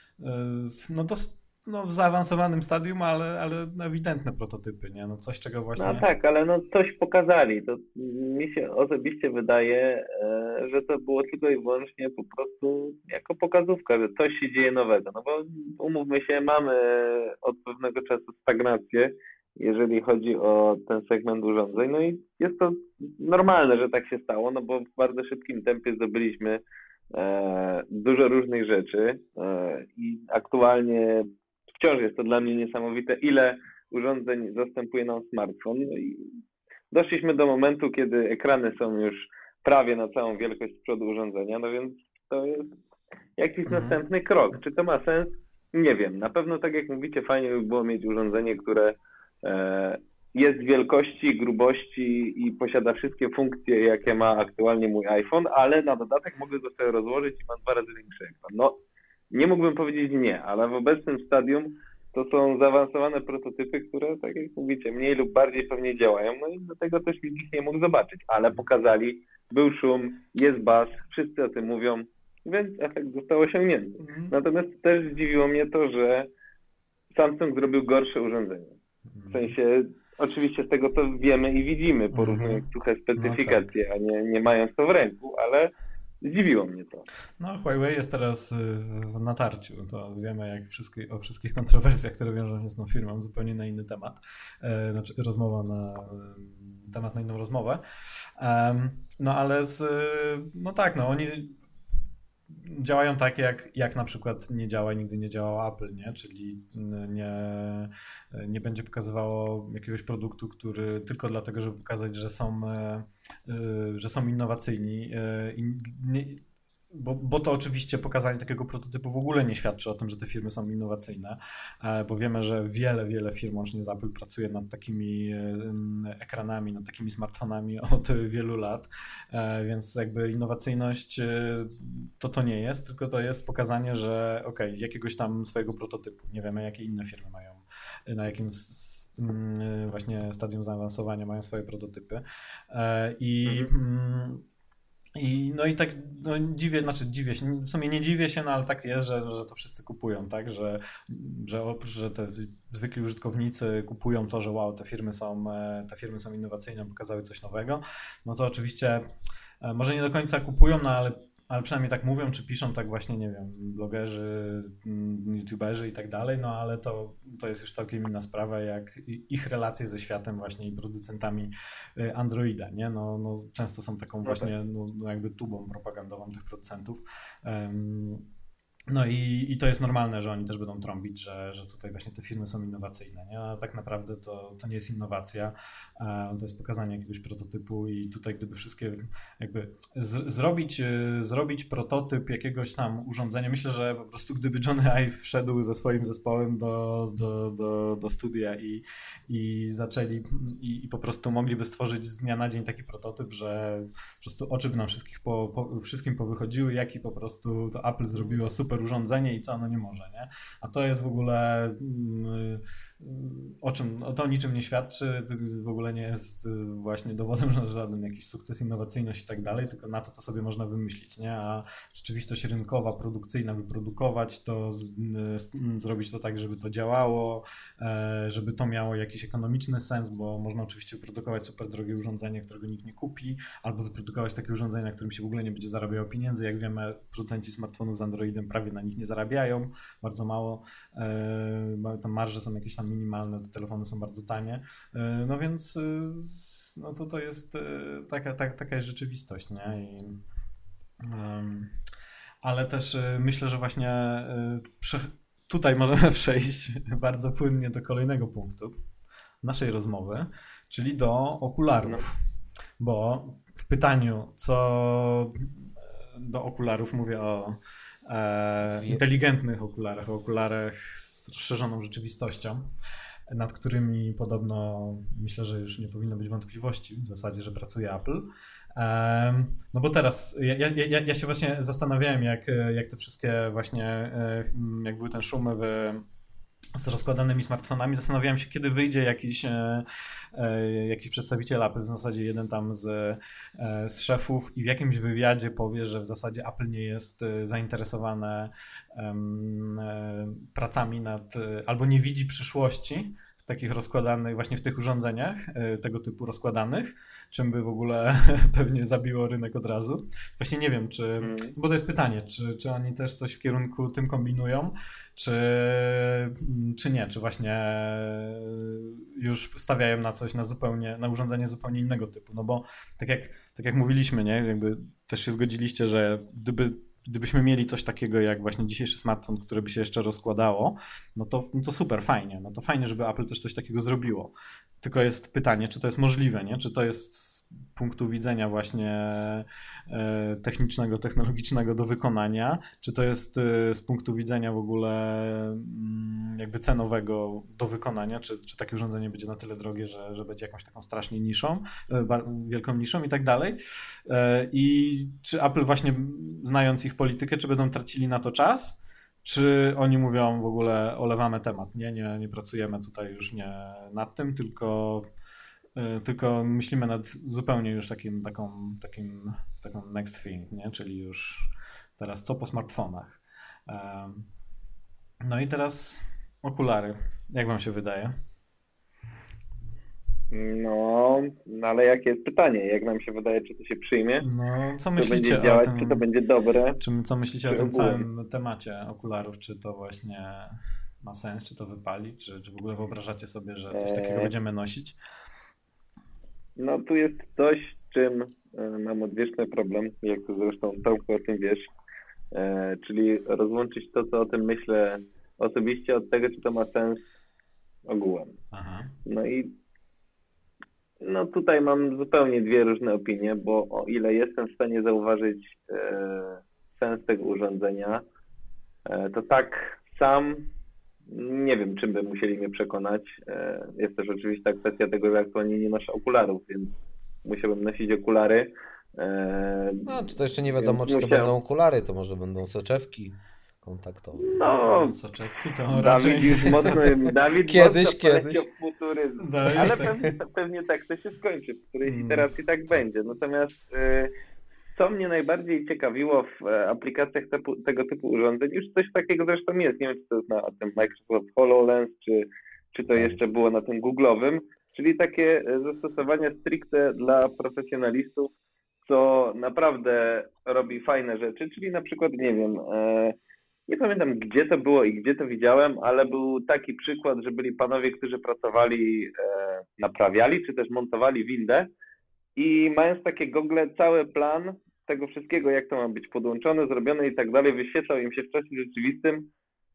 no to no w zaawansowanym stadium, ale, ale ewidentne prototypy, nie? No coś, czego właśnie... No tak, ale no coś pokazali. To mi się osobiście wydaje, że to było tylko i wyłącznie po prostu jako pokazówka, że coś się dzieje nowego. No bo umówmy się, mamy od pewnego czasu stagnację, jeżeli chodzi o ten segment urządzeń. No i jest to normalne, że tak się stało, no bo w bardzo szybkim tempie zdobyliśmy e, dużo różnych rzeczy e, i aktualnie wciąż jest to dla mnie niesamowite, ile urządzeń zastępuje nam smartfon. No i doszliśmy do momentu, kiedy ekrany są już prawie na całą wielkość z przodu urządzenia, no więc to jest jakiś mhm. następny krok. Czy to ma sens? Nie wiem. Na pewno, tak jak mówicie, fajnie by było mieć urządzenie, które e, jest wielkości, grubości i posiada wszystkie funkcje, jakie ma aktualnie mój iPhone, ale na dodatek mogę go sobie rozłożyć i mam dwa razy większy ekran. No, nie mógłbym powiedzieć nie, ale w obecnym stadium to są zaawansowane prototypy, które, tak jak mówicie, mniej lub bardziej pewnie działają, no i do tego też nikt nie mógł zobaczyć, ale pokazali, był szum, jest bas, wszyscy o tym mówią, więc efekt został osiągnięty. Mhm. Natomiast też zdziwiło mnie to, że Samsung zrobił gorsze urządzenie. W sensie, oczywiście z tego co wiemy i widzimy, porównując suche specyfikacje, a nie, nie mając to w ręku, ale Zdziwiło mnie to. No, Huawei jest teraz w natarciu. To wiemy jak wszystkie, o wszystkich kontrowersjach, które wiążą się z tą firmą, zupełnie na inny temat. E, znaczy rozmowa na temat na inną rozmowę. Um, no ale z, no tak, no oni działają tak, jak, jak na przykład nie działa, nigdy nie działał Apple, nie? Czyli nie, nie będzie pokazywało jakiegoś produktu, który tylko dlatego, żeby pokazać, że są, że są innowacyjni. I nie, Bo, bo to oczywiście pokazanie takiego prototypu w ogóle nie świadczy o tym, że te firmy są innowacyjne, bo wiemy, że wiele, wiele firm, łącznie z Apple, pracuje nad takimi ekranami, nad takimi smartfonami od wielu lat, więc jakby innowacyjność to to nie jest, tylko to jest pokazanie, że okej, okay, jakiegoś tam swojego prototypu, nie wiemy jakie inne firmy mają, na jakim właśnie stadium zaawansowania mają swoje prototypy i mhm. I no i tak no, dziwię, znaczy dziwię się, w sumie nie dziwię się, no ale tak jest, że, że to wszyscy kupują, tak, że, że oprócz, że te zwykli użytkownicy kupują to, że wow, te firmy są, te firmy są innowacyjne, pokazały coś nowego, no to oczywiście może nie do końca kupują, no ale ale przynajmniej tak mówią, czy piszą tak właśnie, nie wiem, blogerzy, youtuberzy i tak dalej, no ale to, to jest już całkiem inna sprawa, jak ich relacje ze światem właśnie i producentami Androida, nie? No, no często są taką właśnie no, no jakby tubą propagandową tych producentów. Um, No i, i to jest normalne, że oni też będą trąbić, że, że tutaj właśnie te firmy są innowacyjne, nie? A tak naprawdę to, to nie jest innowacja, to jest pokazanie jakiegoś prototypu i tutaj gdyby wszystkie jakby z, zrobić, zrobić prototyp jakiegoś tam urządzenia, myślę, że po prostu gdyby Johnny Ive wszedł ze swoim zespołem do, do, do, do studia i, i zaczęli i, i po prostu mogliby stworzyć z dnia na dzień taki prototyp, że po prostu oczy by nam wszystkich po, po, wszystkim powychodziły, jaki po prostu to Apple zrobiło super urządzenie i co ono nie może, nie? A to jest w ogóle o czym, to o niczym nie świadczy, w ogóle nie jest właśnie dowodem na żaden jakiś sukces, innowacyjność i tak dalej, tylko na to, co sobie można wymyślić, nie? A rzeczywistość rynkowa, produkcyjna, wyprodukować to, z, z, zrobić to tak, żeby to działało, żeby to miało jakiś ekonomiczny sens, bo można oczywiście wyprodukować super drogie urządzenie, którego nikt nie kupi, albo wyprodukować takie urządzenie, na którym się w ogóle nie będzie zarabiało pieniędzy. Jak wiemy, producenci smartfonów z Androidem prawie na nich nie zarabiają, bardzo mało, tam marże są jakieś tam minimalne, te telefony są bardzo tanie, no więc no to to jest taka, taka, taka jest rzeczywistość, nie? I, um, ale też myślę, że właśnie prze, tutaj możemy przejść bardzo płynnie do kolejnego punktu naszej rozmowy, czyli do okularów, bo w pytaniu, co do okularów, mówię o e, inteligentnych okularach, o okularach z rozszerzoną rzeczywistością, nad którymi podobno myślę, że już nie powinno być wątpliwości w zasadzie, że pracuje Apple. E, no bo teraz ja, ja, ja się właśnie zastanawiałem, jak, jak te wszystkie właśnie, jak były te szumy w z rozkładanymi smartfonami. Zastanawiałem się, kiedy wyjdzie jakiś, e, e, jakiś przedstawiciel Apple, w zasadzie jeden tam z, e, z szefów i w jakimś wywiadzie powie, że w zasadzie Apple nie jest zainteresowane e, pracami nad, albo nie widzi przyszłości w takich rozkładanych, właśnie w tych urządzeniach, tego typu rozkładanych, czym by w ogóle pewnie zabiło rynek od razu. Właśnie nie wiem, czy, mm. bo to jest pytanie, czy, czy oni też coś w kierunku tym kombinują, czy, czy nie, czy właśnie już stawiają na coś, na zupełnie, na urządzenie zupełnie innego typu, no bo tak jak, tak jak mówiliśmy, nie, jakby też się zgodziliście, że gdyby Gdybyśmy mieli coś takiego jak właśnie dzisiejszy smartfon, które by się jeszcze rozkładało, no to, no to super, fajnie. No to fajnie, żeby Apple też coś takiego zrobiło. Tylko jest pytanie, czy to jest możliwe, nie? Czy to jest z punktu widzenia właśnie e, technicznego, technologicznego do wykonania, czy to jest e, z punktu widzenia w ogóle m, jakby cenowego do wykonania, czy, czy takie urządzenie będzie na tyle drogie, że, że będzie jakąś taką strasznie niszą, e, bar, wielką niszą i tak dalej. E, I czy Apple właśnie, znając ich politykę, czy będą tracili na to czas, czy oni mówią w ogóle olewamy temat, nie, nie, nie pracujemy tutaj już nie nad tym, tylko, y, tylko myślimy nad zupełnie już takim, taką, takim, taką next thing, nie, czyli już teraz co po smartfonach. Um, no i teraz okulary. Jak wam się wydaje? No, no ale jakie jest pytanie? Jak nam się wydaje, czy to się przyjmie? No, co To myślicie będzie działać, o tym? czy to będzie dobre? Czy, co myślicie o czy tym ogółem? całym temacie okularów? Czy to właśnie ma sens, czy to wypali? Czy, czy w ogóle wyobrażacie sobie, że coś takiego Eee. będziemy nosić? No tu jest coś, z czym e, mam odwieczny problem, jak to zresztą Tomku o tym wiesz, e, czyli rozłączyć to, co o tym myślę osobiście od tego, czy to ma sens ogółem. Aha. No i no tutaj mam zupełnie dwie różne opinie, bo o ile jestem w stanie zauważyć e, sens tego urządzenia, e, to tak sam nie wiem, czym by musieli mnie przekonać. E, jest też oczywiście ta kwestia tego, że aktualnie nie masz okularów, więc musiałbym nosić okulary. E, No, czy to jeszcze nie wiadomo, czy to musiałem... będą okulary, to może będą soczewki kontaktowe. No, soczewki to Dawid raczej... już mocno, Dawid Kiedyś, mocno kiedyś. poleciał w futuryzm. Dawid, Ale tak. pewnie, pewnie tak to się skończy. W którejś Mm. iteracji tak będzie. Natomiast e, co mnie najbardziej ciekawiło w e, aplikacjach typu, tego typu urządzeń, już coś takiego zresztą jest, nie wiem, czy to jest na tym Microsoft HoloLens, czy, czy to Tak. jeszcze było na tym Google'owym, czyli takie e, zastosowania stricte dla profesjonalistów, co naprawdę robi fajne rzeczy, czyli na przykład, nie wiem, e, nie pamiętam gdzie to było i gdzie to widziałem, ale był taki przykład, że byli panowie, którzy pracowali, e, naprawiali, czy też montowali windę i mając takie gogle, cały plan tego wszystkiego, jak to ma być podłączone, zrobione i tak dalej, wyświetlał im się w czasie rzeczywistym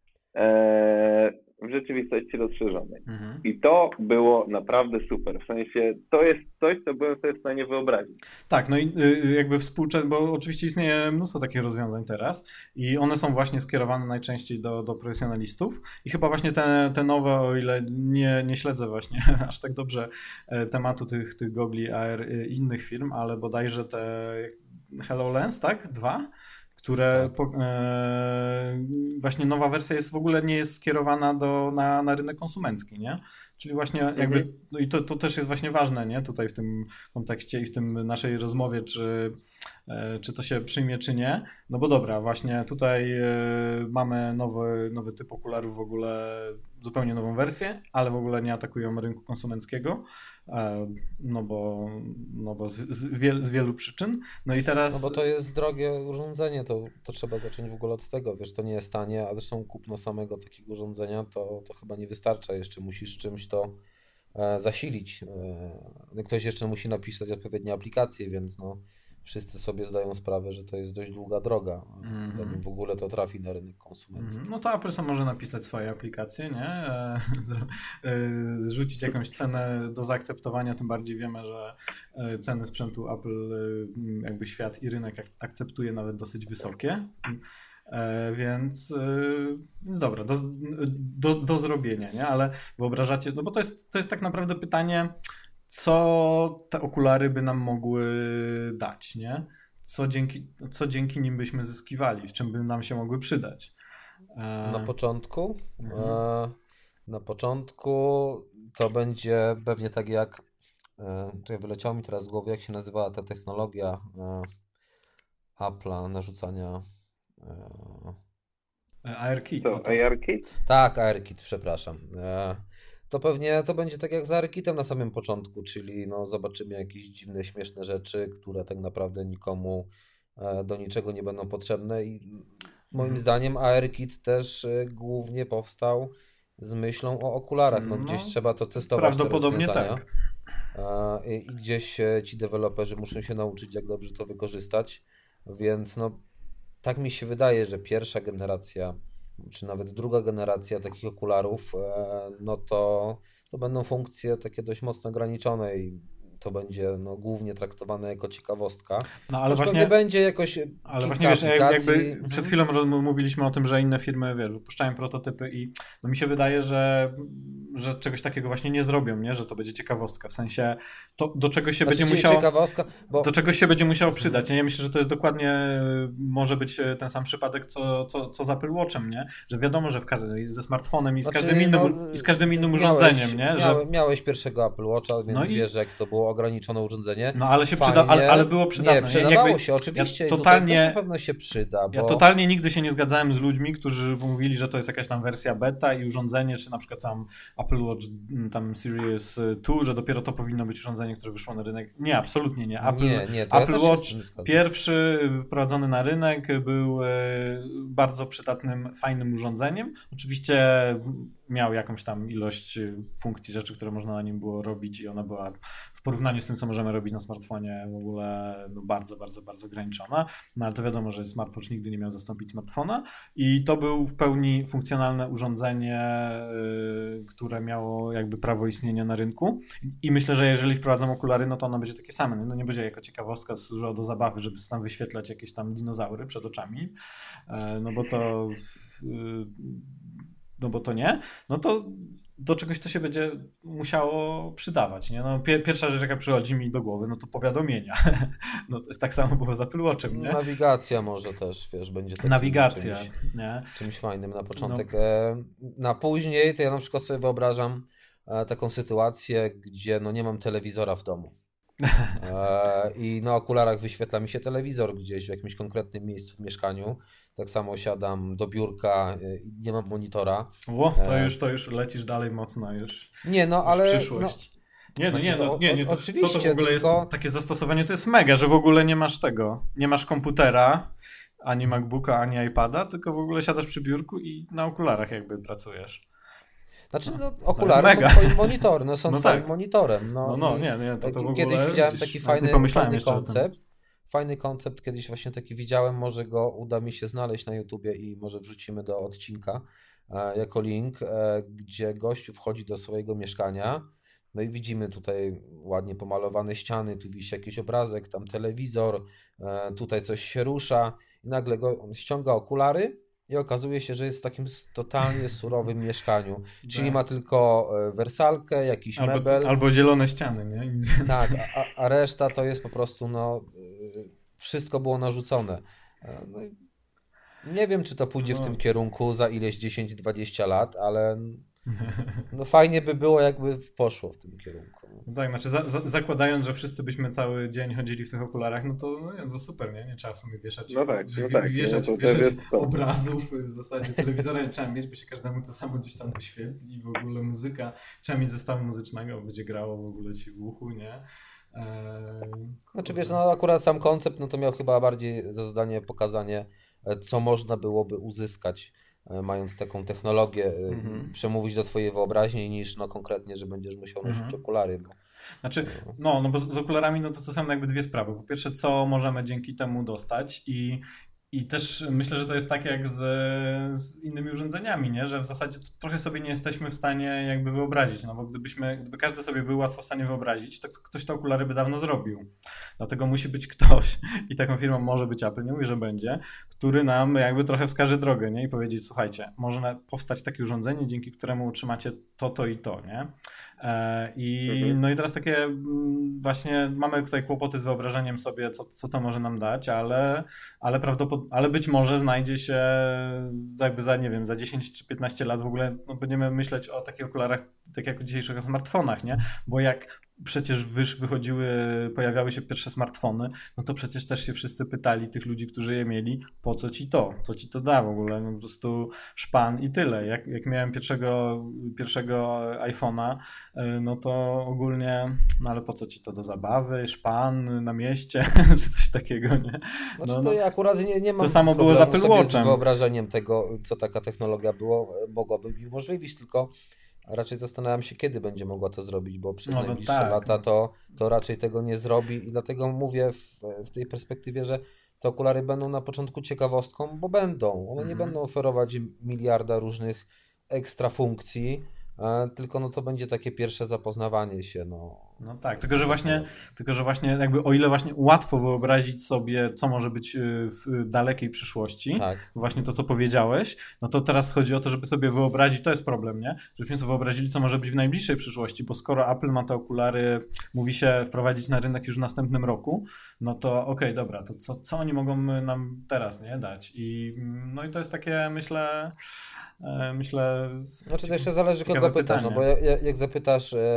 e, w rzeczywistości rozszerzonej. Mhm. I to było naprawdę super. W sensie to jest coś, co byłem sobie w stanie wyobrazić. Tak, no i y, jakby współczesne, bo oczywiście istnieje mnóstwo takich rozwiązań teraz i one są właśnie skierowane najczęściej do, do profesjonalistów i chyba właśnie te, te nowe, o ile nie, nie śledzę właśnie aż tak dobrze e, tematu tych, tych gogli A R i innych firm, ale bodajże te HoloLens, tak? Dwa? które Tak. po, e, właśnie nowa wersja jest w ogóle nie jest skierowana do, na, na rynek konsumencki, nie? Czyli właśnie jakby, Mhm. no i to, to też jest właśnie ważne, nie? Tutaj w tym kontekście i w tym naszej rozmowie, czy, e, czy to się przyjmie, czy nie. No bo dobra, właśnie tutaj e, mamy nowy, nowy typ okularów w ogóle, zupełnie nową wersję, ale w ogóle nie atakują rynku konsumenckiego, e, no bo, no bo z, z, wiel, z wielu przyczyn. No i teraz... No bo to jest drogie urządzenie, to, to trzeba zacząć w ogóle od tego, wiesz, to nie jest tanie, a zresztą kupno samego takiego urządzenia to, to chyba nie wystarcza, jeszcze musisz czymś to e, zasilić. E, ktoś jeszcze musi napisać odpowiednie aplikacje, więc no wszyscy sobie zdają sprawę, że to jest dość długa droga, Mhm. zanim w ogóle to trafi na rynek konsumencki. No to Apple sam może napisać swoje aplikacje, nie? E, zro- e, Zrzucić jakąś cenę do zaakceptowania, tym bardziej wiemy, że e, ceny sprzętu Apple, e, jakby świat i rynek ak- akceptuje nawet dosyć wysokie. E, Więc, e, więc dobra, do, do, do zrobienia, nie? Ale wyobrażacie, no bo to jest, to jest tak naprawdę pytanie, co te okulary by nam mogły dać, nie? Co dzięki, co dzięki nim byśmy zyskiwali, w czym by nam się mogły przydać. E, Na początku, Mhm. e, na początku to będzie pewnie tak jak, e, czekaj, wyleciało mi teraz z głowy, jak się nazywała ta technologia e, Apple'a narzucania. E, ARKit. To o to- A R Kit? tak, ARKit, przepraszam. E, to pewnie to będzie tak jak z ARKitem na samym początku, czyli no, zobaczymy jakieś dziwne, śmieszne rzeczy, które tak naprawdę nikomu e, do niczego nie będą potrzebne i moim Mhm. zdaniem ARKit też e, głównie powstał z myślą o okularach. No, No, gdzieś trzeba to testować. te prawdopodobnie rozwiązania. tak. E, I i gdzieś e, ci deweloperzy muszą się nauczyć, jak dobrze to wykorzystać. Więc no, tak mi się wydaje, że pierwsza generacja, czy nawet druga generacja takich okularów, e, no to, to będą funkcje takie dość mocno ograniczone i to będzie no, głównie traktowane jako ciekawostka. No ale Choć właśnie, pewnie będzie jakoś ale kilka właśnie wiesz, jak- aplikacji. jakby Mhm. przed chwilą roz- mówiliśmy o tym, że inne firmy, wiesz, wypuszczają prototypy i no mi się wydaje, że, że czegoś takiego właśnie nie zrobią, nie? Że to będzie ciekawostka. W sensie to, do czegoś się Znaczy, będzie cie- musiało... ciekawostka, bo Do czegoś się będzie musiało przydać. Nie? Ja myślę, że to jest dokładnie, y, może być y, ten sam przypadek, co, co, co z Apple Watchem, nie? Że wiadomo, że w każdym, i ze smartfonem i z Znaczy, każdym innym, no, i z każdym innym miałeś, urządzeniem, nie? Że, Miałeś, miałeś pierwszego Apple Watcha, więc No i- wiesz, jak to było było ograniczone urządzenie. No ale się przyda, ale, ale było przydatne. Nie, przydawało jakby, się, oczywiście. Ja totalnie, na pewno się przyda. Bo... Ja totalnie nigdy się nie zgadzałem z ludźmi, którzy mówili, że to jest jakaś tam wersja beta i urządzenie, czy na przykład tam Apple Watch tam Series dwa, że dopiero to powinno być urządzenie, które wyszło na rynek. Nie, absolutnie nie. Apple, nie, nie, Apple ja Watch pierwszy wprowadzony na rynek był bardzo przydatnym, fajnym urządzeniem. Oczywiście miał jakąś tam ilość funkcji, rzeczy, które można na nim było robić i ona była w porównaniu z tym, co możemy robić na smartfonie w ogóle no bardzo, bardzo, bardzo ograniczona. No ale to wiadomo, że smartwatch nigdy nie miał zastąpić smartfona i to był w pełni funkcjonalne urządzenie, yy, które miało jakby prawo istnienia na rynku i myślę, że jeżeli wprowadzą okulary, no to ono będzie takie same. No nie będzie jako ciekawostka służyło do zabawy, żeby tam wyświetlać jakieś tam dinozaury przed oczami, yy, no bo to yy, no bo to nie, no to do czegoś to się będzie musiało przydawać, nie? No, pier- pierwsza rzecz, jaka przychodzi mi do głowy, no to powiadomienia. No to jest tak samo było z Apple Watchem, nie? Nawigacja może też, wiesz, będzie takim Nawigacja, czymś, nie? czymś fajnym na początek. No. Na później to ja na przykład sobie wyobrażam taką sytuację, gdzie no nie mam telewizora w domu. I na okularach wyświetla mi się telewizor gdzieś w jakimś konkretnym miejscu w mieszkaniu. Tak samo siadam do biurka, nie mam monitora. O, to już, to już lecisz dalej mocno już. Nie, no już ale... w przyszłość. No, nie, no nie, no, nie, nie, to, oczywiście, to, to w ogóle tylko... jest takie zastosowanie, to jest mega, że w ogóle nie masz tego, nie masz komputera, ani MacBooka, ani iPada, tylko w ogóle siadasz przy biurku i na okularach jakby pracujesz. Znaczy, no, okulary są twoim monitorem, no są no twoim tak. monitorem. No, no, no nie, nie, to, to w ogóle... Kiedyś widziałem taki fajny, fajny koncept, fajny koncept, kiedyś właśnie taki widziałem, może go uda mi się znaleźć na YouTubie i może wrzucimy do odcinka e, jako link, e, gdzie gościu wchodzi do swojego mieszkania, no i widzimy tutaj ładnie pomalowane ściany, tu wisi jakiś obrazek, tam telewizor, e, tutaj coś się rusza i nagle go, on ściąga okulary i okazuje się, że jest w takim totalnie surowym mieszkaniu, czyli ma tylko wersalkę, jakiś albo, mebel. Albo zielone ściany, nie? Nic tak, a, a reszta to jest po prostu, no, wszystko było narzucone. No, nie wiem, czy to pójdzie no. w tym kierunku za ileś dziesięć dwadzieścia lat, ale no fajnie by było, jakby poszło w tym kierunku. No tak, znaczy za, za, zakładając, że wszyscy byśmy cały dzień chodzili w tych okularach, no to, no nie, to super, nie? Nie trzeba w sumie wieszać, no tak, no tak, wieszać, no wieszać obrazów, w zasadzie telewizora nie trzeba mieć, bo się każdemu to samo gdzieś tam wyświetli, w ogóle muzyka, trzeba mieć zestawu muzycznego, będzie grało w ogóle ci w uchu, nie? Eee, znaczy wiesz, no akurat sam koncept, no to miał chyba bardziej za zadanie pokazanie, co można byłoby uzyskać, mając taką technologię, mm-hmm. przemówić do twojej wyobraźni, niż no konkretnie, że będziesz musiał nosić mm-hmm. okulary. Bo... Znaczy, no, no bo z, z okularami no to, to są jakby dwie sprawy. Po pierwsze, co możemy dzięki temu dostać i I też myślę, że to jest tak jak z, z innymi urządzeniami, nie? Że w zasadzie trochę sobie nie jesteśmy w stanie jakby wyobrazić, no bo gdybyśmy, gdyby każdy sobie był łatwo w stanie wyobrazić, to ktoś te okulary by dawno zrobił. Dlatego musi być ktoś, i taką firmą może być Apple, nie mówię, że będzie, który nam jakby trochę wskaże drogę, nie? I powiedzieć, słuchajcie, może powstać takie urządzenie, dzięki któremu utrzymacie to, to i to, nie? I mhm. no i teraz takie właśnie mamy tutaj kłopoty z wyobrażeniem sobie, co, co to może nam dać, ale, ale prawdopodobnie, ale być może znajdzie się jakby za, nie wiem, za dziesięć czy piętnaście lat w ogóle no będziemy myśleć o takich okularach, tak jak o dzisiejszych smartfonach, nie? Bo jak przecież wysz, wychodziły, pojawiały się pierwsze smartfony, no to przecież też się wszyscy pytali tych ludzi, którzy je mieli, po co ci to? Co ci to da w ogóle? No po prostu szpan i tyle. Jak, jak miałem pierwszego, pierwszego iPhone'a, no to ogólnie, no ale po co ci to do zabawy? Szpan na mieście, czy coś takiego, nie? No, no, to ja akurat nie, nie mam to samo było z Apple Watchem. Z wyobrażeniem tego, co taka technologia było, mogłaby mi umożliwić, tylko raczej zastanawiam się, kiedy będzie mogła to zrobić, bo przez no najbliższe tak. lata to, to raczej tego nie zrobi i dlatego mówię w, w tej perspektywie, że te okulary będą na początku ciekawostką, bo będą. One mm. nie będą oferować miliarda różnych ekstra funkcji, tylko no to będzie takie pierwsze zapoznawanie się. No, no tak, tylko że, właśnie, tylko że właśnie jakby o ile właśnie łatwo wyobrazić sobie, co może być w dalekiej przyszłości, tak. właśnie to, co powiedziałeś, no to teraz chodzi o to, żeby sobie wyobrazić, to jest problem, nie? Żebyśmy sobie wyobrazili, co może być w najbliższej przyszłości, bo skoro Apple ma te okulary, mówi się wprowadzić na rynek już w następnym roku, no to okej, okay, dobra, to co, co oni mogą nam teraz, nie, dać? I no i to jest takie, myślę, myślę... Znaczy to jeszcze zależy, kogo pytasz, no bo jak, jak zapytasz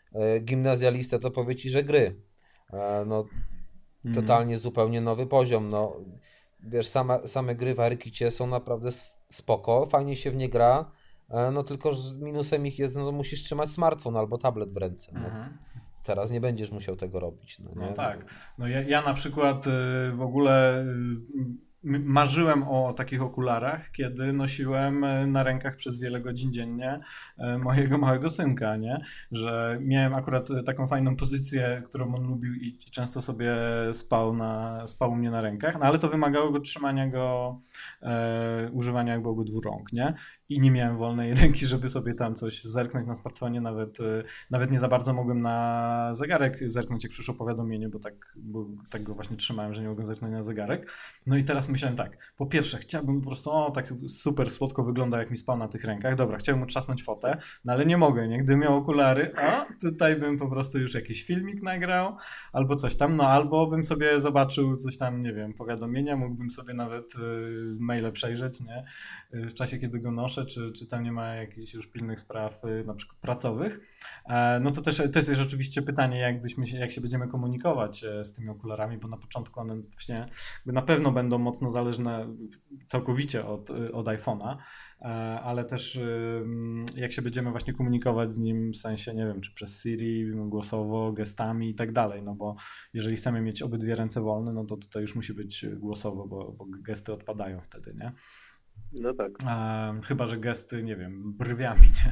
gimnazjalistę, to powie ci, że gry. No, totalnie mm. zupełnie nowy poziom. No, wiesz, same, same gry w Arykicie są naprawdę spoko, fajnie się w nie gra, no tylko że minusem ich jest, no musisz trzymać smartfon albo tablet w ręce. No. Mm. Teraz nie będziesz musiał tego robić. No, nie? No tak. No ja, ja na przykład w ogóle marzyłem o takich okularach, kiedy nosiłem na rękach przez wiele godzin dziennie mojego małego synka, nie? Że miałem akurat taką fajną pozycję, którą on lubił i często sobie spał, na, spał u mnie na rękach, no ale to wymagało go trzymania go, e, używania jakby obydwu rąk, nie? I nie miałem wolnej ręki, żeby sobie tam coś zerknąć na smartfonie, nawet, nawet nie za bardzo mogłem na zegarek zerknąć, jak przyszło powiadomienie, bo tak, bo tak go właśnie trzymałem, że nie mogłem zerknąć na zegarek. No i teraz myślałem tak, po pierwsze chciałbym po prostu, o tak super słodko wygląda, jak mi spał na tych rękach, dobra, chciałbym mu trzasnąć fotę, no ale nie mogę, nie? Gdybym miał okulary, a tutaj bym po prostu już jakiś filmik nagrał, albo coś tam, no albo bym sobie zobaczył coś tam, nie wiem, powiadomienia, mógłbym sobie nawet y, maile przejrzeć, nie? W czasie, kiedy go noszę, Czy, czy tam nie ma jakichś już pilnych spraw, na przykład pracowych, no to też to jest rzeczywiście pytanie, jak, byśmy się, jak się będziemy komunikować z tymi okularami, bo na początku one właśnie na pewno będą mocno zależne całkowicie od, od iPhone'a, ale też jak się będziemy właśnie komunikować z nim, w sensie, nie wiem, czy przez Siri, głosowo, gestami i tak dalej, no bo jeżeli chcemy mieć obydwie ręce wolne, no to tutaj już musi być głosowo, bo, bo gesty odpadają wtedy, nie? No tak. E, chyba, że gesty, nie wiem, brwiami, nie?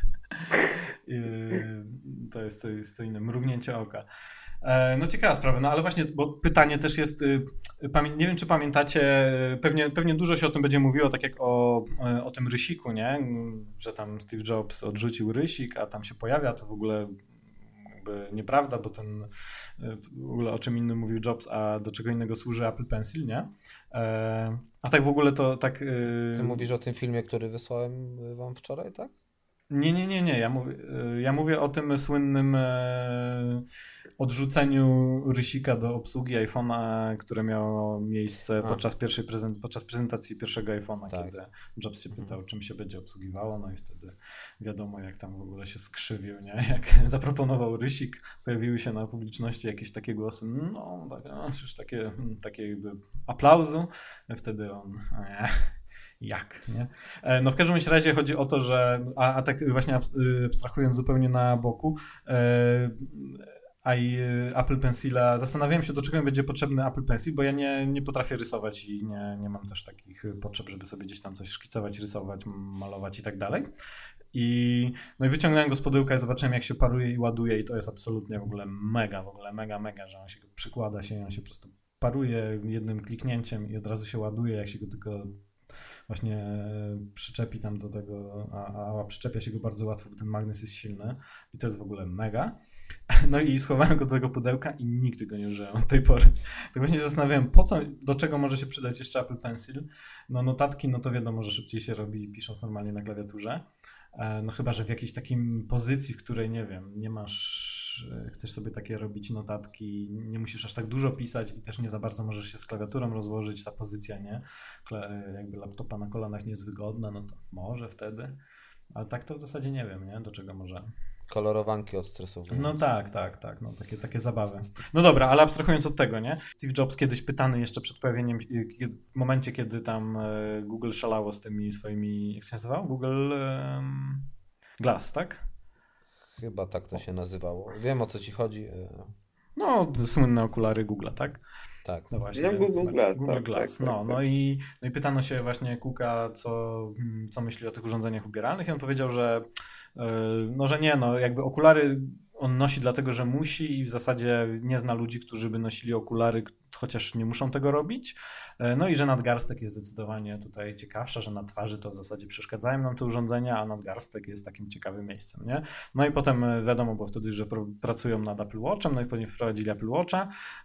e, to jest co, co inne, mrugnięcie oka. E, no ciekawa sprawa, no ale właśnie, bo pytanie też jest, y, pamię- nie wiem, czy pamiętacie, pewnie, pewnie dużo się o tym będzie mówiło, tak jak o, o tym rysiku, nie? Że tam Steve Jobs odrzucił rysik, a tam się pojawia, to w ogóle nieprawda, bo ten w ogóle o czym innym mówił Jobs, a do czego innego służy Apple Pencil, nie? E, a tak w ogóle to tak... E... Ty mówisz o tym filmie, który wysłałem wam wczoraj, tak? Nie, nie, nie, nie. Ja mówię, ja mówię o tym słynnym e, odrzuceniu rysika do obsługi iPhone'a, które miało miejsce podczas pierwszej prezent, podczas prezentacji pierwszego iPhone'a, tak. Kiedy Jobs się pytał, mhm. czym się będzie obsługiwało, no i wtedy wiadomo, jak tam w ogóle się skrzywił, nie? Jak zaproponował rysik, pojawiły się na publiczności jakieś takie głosy, no, tak, no już takie, takie jakby aplauzu, wtedy on... Nie. Jak, nie? No w każdym razie chodzi o to, że, a, a tak właśnie abstrahując zupełnie na boku, e, a i Apple Pencila, zastanawiałem się, do czego mi będzie potrzebny Apple Pencil, bo ja nie, nie potrafię rysować i nie, nie mam też takich potrzeb, żeby sobie gdzieś tam coś szkicować, rysować, malować i tak dalej. I, no i wyciągnąłem go z pudełka i zobaczyłem, jak się paruje i ładuje i to jest absolutnie w ogóle mega, w ogóle mega, mega, że on się przykłada się i on się po prostu paruje jednym kliknięciem i od razu się ładuje, jak się go tylko właśnie przyczepi tam do tego, a, a przyczepia się go bardzo łatwo, bo ten magnes jest silny i to jest w ogóle mega. No i schowałem go do tego pudełka i nigdy go nie użyłem od tej pory. Tak właśnie się zastanawiałem, po co, do czego może się przydać jeszcze Apple Pencil. No notatki, no to wiadomo, że szybciej się robi pisząc normalnie na klawiaturze. No chyba, że w jakiejś takiej pozycji, w której, nie wiem, nie masz, chcesz sobie takie robić notatki, nie musisz aż tak dużo pisać i też nie za bardzo możesz się z klawiaturą rozłożyć, ta pozycja, nie? Jakby laptopa na kolanach nie jest wygodna, no to może wtedy, ale tak to w zasadzie nie wiem, nie? Do czego może... Kolorowanki odstresowane. No tak, tak, tak, no takie, takie zabawy. No dobra, ale abstrahując od tego, nie? Steve Jobs kiedyś pytany jeszcze przed pojawieniem, w momencie, kiedy tam Google szalało z tymi swoimi, jak się nazywało? Google um, Glass, tak? Chyba tak to się nazywało. Wiem, o co ci chodzi. No, słynne okulary Google'a, tak? Tak. No właśnie. No, Google Glass. Google tak, Glass. tak, no, tak, no, i, no i pytano się właśnie Cooka, co, co myśli o tych urządzeniach ubieralnych i on powiedział, że no, że nie, no jakby okulary on nosi dlatego, że musi i w zasadzie nie zna ludzi, którzy by nosili okulary, chociaż nie muszą tego robić. No i że nadgarstek jest zdecydowanie tutaj ciekawsza, że na twarzy to w zasadzie przeszkadzają nam te urządzenia, a nadgarstek jest takim ciekawym miejscem, nie? No i potem wiadomo, bo wtedy, że pr- pracują nad Apple Watchem, no i później wprowadzili Apple Watcha,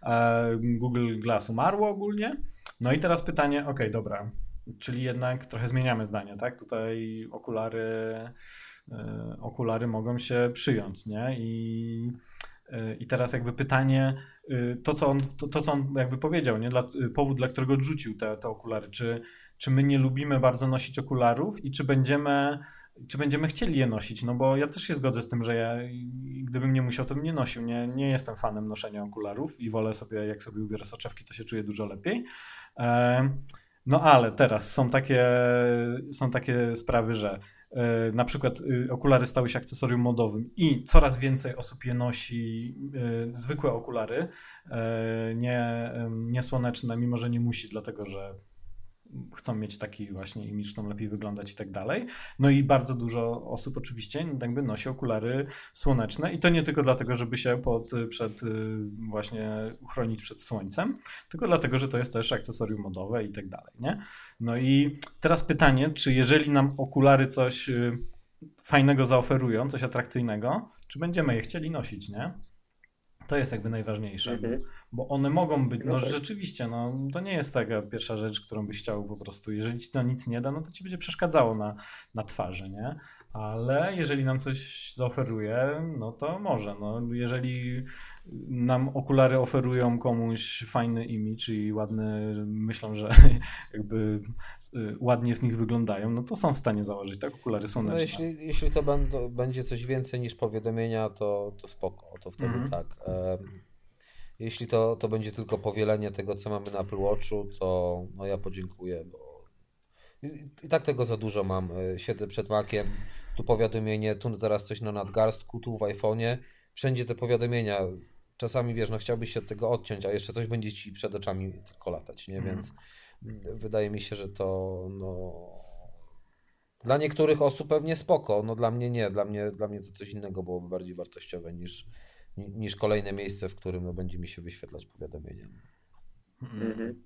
Google Glass umarło ogólnie. No i teraz pytanie, okej, okay, dobra, czyli jednak trochę zmieniamy zdanie, tak? Tutaj okulary, yy, okulary mogą się przyjąć, nie? I, yy, i teraz jakby pytanie, yy, to, co on, to, to co on jakby powiedział, nie? Dla, yy, powód, dla którego odrzucił te, te okulary, czy, czy my nie lubimy bardzo nosić okularów i czy będziemy czy będziemy chcieli je nosić, no bo ja też się zgodzę z tym, że ja gdybym nie musiał, to bym nie nosił. Nie, nie jestem fanem noszenia okularów i wolę sobie, jak sobie ubiorę soczewki, to się czuję dużo lepiej. No ale teraz są takie, są takie sprawy, że na przykład okulary stały się akcesorium modowym i coraz więcej osób je nosi, zwykłe okulary, nie, nie słoneczne, mimo że nie musi, dlatego że chcą mieć taki właśnie imidż, chcą lepiej wyglądać i tak dalej. No i bardzo dużo osób oczywiście jakby nosi okulary słoneczne i to nie tylko dlatego, żeby się pod, przed właśnie uchronić przed słońcem, tylko dlatego, że to jest też akcesorium modowe i tak dalej, nie? No i teraz pytanie, czy jeżeli nam okulary coś fajnego zaoferują, coś atrakcyjnego, czy będziemy je chcieli nosić, nie? To jest jakby najważniejsze, mhm. bo one mogą być, no, no tak. rzeczywiście, no to nie jest taka pierwsza rzecz, którą byś chciał po prostu, jeżeli ci to nic nie da, no to ci będzie przeszkadzało na, na twarzy, nie? Ale jeżeli nam coś zaoferuje, no to może, no jeżeli nam okulary oferują komuś fajny imidż i ładny, myślą, że jakby ładnie w nich wyglądają, no to są w stanie założyć, tak, okulary słoneczne. No jeśli, jeśli to będą, będzie coś więcej niż powiadomienia, to, to spoko, to wtedy mhm. tak. Jeśli to, to będzie tylko powielenie tego, co mamy na Apple Watchu, to no ja podziękuję, bo i, i tak tego za dużo mam. Siedzę przed Maciem, tu powiadomienie, tu zaraz coś na nadgarstku, tu w iPhone'ie, wszędzie te powiadomienia. Czasami wiesz, no chciałbyś się od tego odciąć, a jeszcze coś będzie ci przed oczami tylko latać, nie? Więc mm. wydaje mi się, że to no dla niektórych osób pewnie spoko, no dla mnie nie, dla mnie, dla mnie to coś innego byłoby bardziej wartościowe niż niż kolejne miejsce, w którym no, będzie mi się wyświetlać powiadomienia. Mm.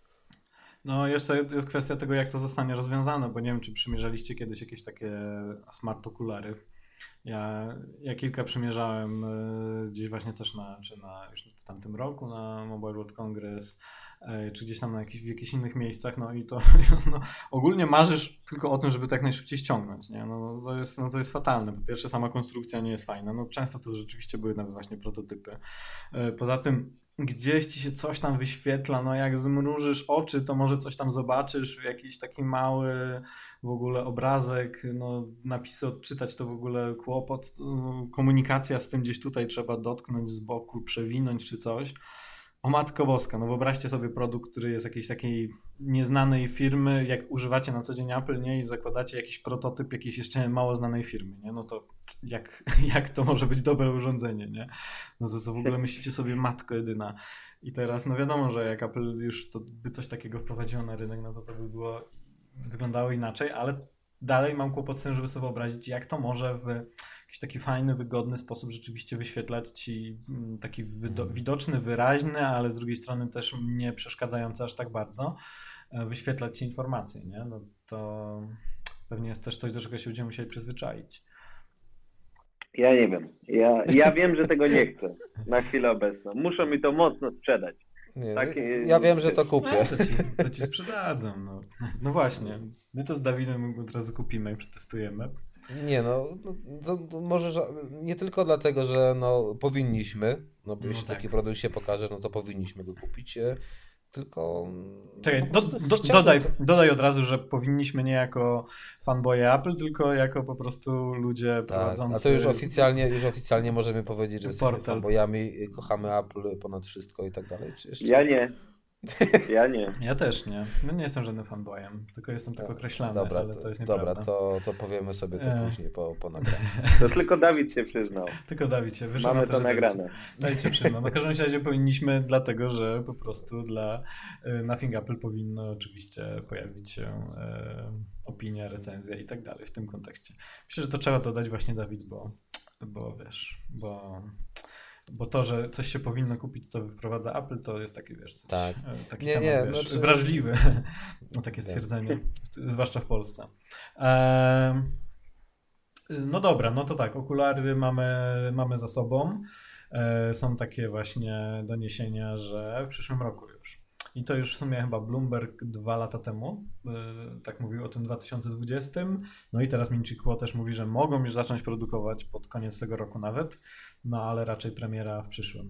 No jeszcze jest kwestia tego, jak to zostanie rozwiązane, bo nie wiem, czy przymierzaliście kiedyś jakieś takie smart okulary. Ja, ja kilka przymierzałem gdzieś właśnie też na, czy na już w tamtym roku na Mobile World Congress, czy gdzieś tam na jakich, w jakichś innych miejscach, no i to no, ogólnie marzysz tylko o tym, żeby tak najszybciej ściągnąć, nie? No to jest, no to jest fatalne. Po pierwsze, sama konstrukcja nie jest fajna, no często to rzeczywiście były nawet właśnie prototypy. Poza tym gdzieś ci się coś tam wyświetla, no jak zmrużysz oczy, to może coś tam zobaczysz, jakiś taki mały w ogóle obrazek, no napisy odczytać to w ogóle kłopot, komunikacja z tym gdzieś tutaj trzeba dotknąć z boku, przewinąć czy coś. O matko boska, no wyobraźcie sobie produkt, który jest jakiejś takiej nieznanej firmy, jak używacie na co dzień Apple, nie? I zakładacie jakiś prototyp jakiejś jeszcze mało znanej firmy, nie? No to jak, jak to może być dobre urządzenie, nie? No to co w ogóle myślicie sobie, matko jedyna. I teraz, no wiadomo, że jak Apple już to by coś takiego wprowadziło na rynek, no to to by było, wyglądało inaczej, ale dalej mam kłopot z tym, żeby sobie wyobrazić, jak to może w jakiś taki fajny, wygodny sposób rzeczywiście wyświetlać ci taki wydo- widoczny, wyraźny, ale z drugiej strony też nie przeszkadzający aż tak bardzo, wyświetlać ci informacje, nie? No to pewnie jest też coś, do czego się będziemy musieli przyzwyczaić. Ja nie wiem. Ja, ja wiem, że tego nie chcę na chwilę obecną. Muszą mi to mocno sprzedać. Nie, tak, ja wiem, że to kupię. No, to, ci, to ci sprzedadzą. No. no właśnie. My to z Dawidem od razu kupimy i przetestujemy. Nie no, to, to może nie tylko dlatego, że no powinniśmy, no bo no jeśli tak. taki produkt się pokaże, no to powinniśmy go kupić, tylko... Czekaj, do, do, dodaj, dodaj od razu, że powinniśmy nie jako fanboye Apple, tylko jako po prostu ludzie tak, prowadzący... A to już oficjalnie, już oficjalnie możemy powiedzieć, że jesteśmy fanboyami, kochamy Apple ponad wszystko i tak dalej, czy jeszcze? Ja nie. Ja nie. Ja też nie. No nie jestem żadnym fanboyem, tylko jestem tak określany, dobra, ale to jest nieprawda. Dobra, to, to powiemy sobie to e... później po, po nagraniu. To tylko Dawid się przyznał. Tylko Dawid się. Wyszło Mamy to, to nagrane. Dawid się przyznał. Na każdym razie powinniśmy, dlatego że po prostu dla Nothing Apple powinno oczywiście pojawić się e, opinia, recenzja i tak dalej w tym kontekście. Myślę, że to trzeba dodać właśnie, Dawid, bo, bo wiesz, bo... Bo to, że coś się powinno kupić, co wprowadza Apple, to jest taki, wiesz, coś, tak. taki nie, temat, nie, wiesz, znaczy... wrażliwy. No, takie stwierdzenie, zwłaszcza w Polsce. Eee, no dobra, no to tak, okulary mamy, mamy za sobą. Eee, są takie właśnie doniesienia, że w przyszłym roku już. I to już w sumie chyba Bloomberg dwa lata temu, yy, tak mówił o tym dwa tysiące dwudziestym. No i teraz Ming-Chi Kuo też mówi, że mogą już zacząć produkować pod koniec tego roku nawet, no ale raczej premiera w przyszłym.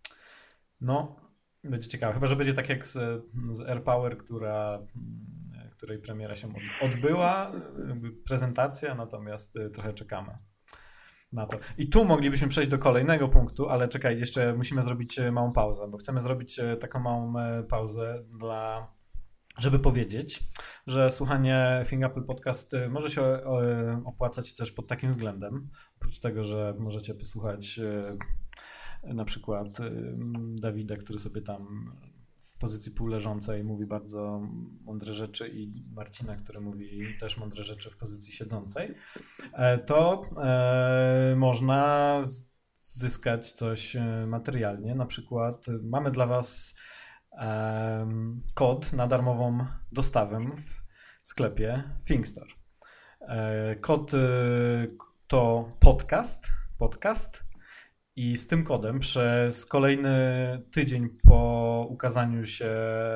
No, będzie ciekawe. Chyba że będzie tak jak z, z AirPower, która, której premiera się odbyła, prezentacja, natomiast trochę czekamy na to. I tu moglibyśmy przejść do kolejnego punktu, ale czekaj, jeszcze musimy zrobić małą pauzę, bo chcemy zrobić taką małą pauzę dla, żeby powiedzieć, że słuchanie Think Apple Podcast może się opłacać też pod takim względem. Oprócz tego, że możecie posłuchać na przykład Dawida, który sobie tam w pozycji półleżącej mówi bardzo mądre rzeczy, i Marcina, który mówi też mądre rzeczy w pozycji siedzącej, to e, można zyskać coś materialnie. Na przykład mamy dla was e, kod na darmową dostawę w sklepie ThinkStore. E, kod e, to podcast, podcast. I z tym kodem przez kolejny tydzień po ukazaniu się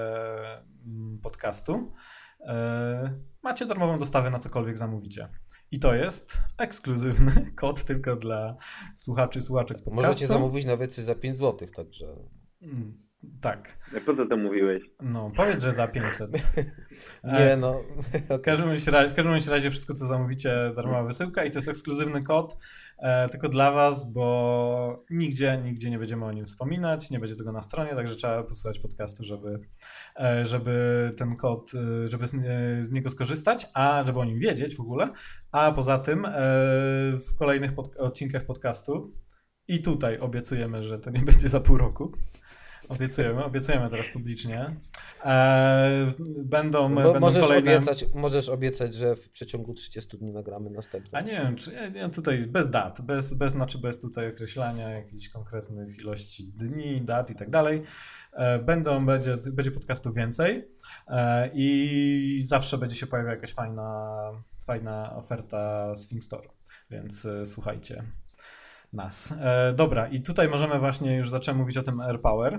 podcastu yy, macie darmową dostawę na cokolwiek zamówicie. I to jest ekskluzywny kod tylko dla słuchaczy i słuchaczek podcastu. Możecie zamówić nawet coś za pięć złotych, także... Mm, tak. Jak po co to mówiłeś? No, powiedz, że za pięćset. Nie, no. W każdym razie, w każdym razie wszystko, co zamówicie, darmowa wysyłka, i to jest ekskluzywny kod e, tylko dla was, bo nigdzie, nigdzie nie będziemy o nim wspominać, nie będzie tego na stronie, także trzeba posłuchać podcastu, żeby, e, żeby ten kod, e, żeby z, nie, z niego skorzystać, a żeby o nim wiedzieć w ogóle, a poza tym e, w kolejnych pod, odcinkach podcastu, i tutaj obiecujemy, że to nie będzie za pół roku, Obiecujemy, obiecujemy teraz publicznie. Eee, będą, Bo będą możesz kolejne... Obiecać, możesz obiecać, że w przeciągu trzydziestu dni nagramy następny. A nie wiem, czy ja tutaj bez dat, bez, bez, znaczy bez tutaj określania jakichś konkretnych ilości dni, dat i tak dalej. Eee, będą, będzie, będzie podcastów więcej eee, i zawsze będzie się pojawiała jakaś fajna, fajna oferta z ThinkStore, więc e, słuchajcie nas. E, dobra, i tutaj możemy właśnie, już zacząłem mówić o tym AirPower,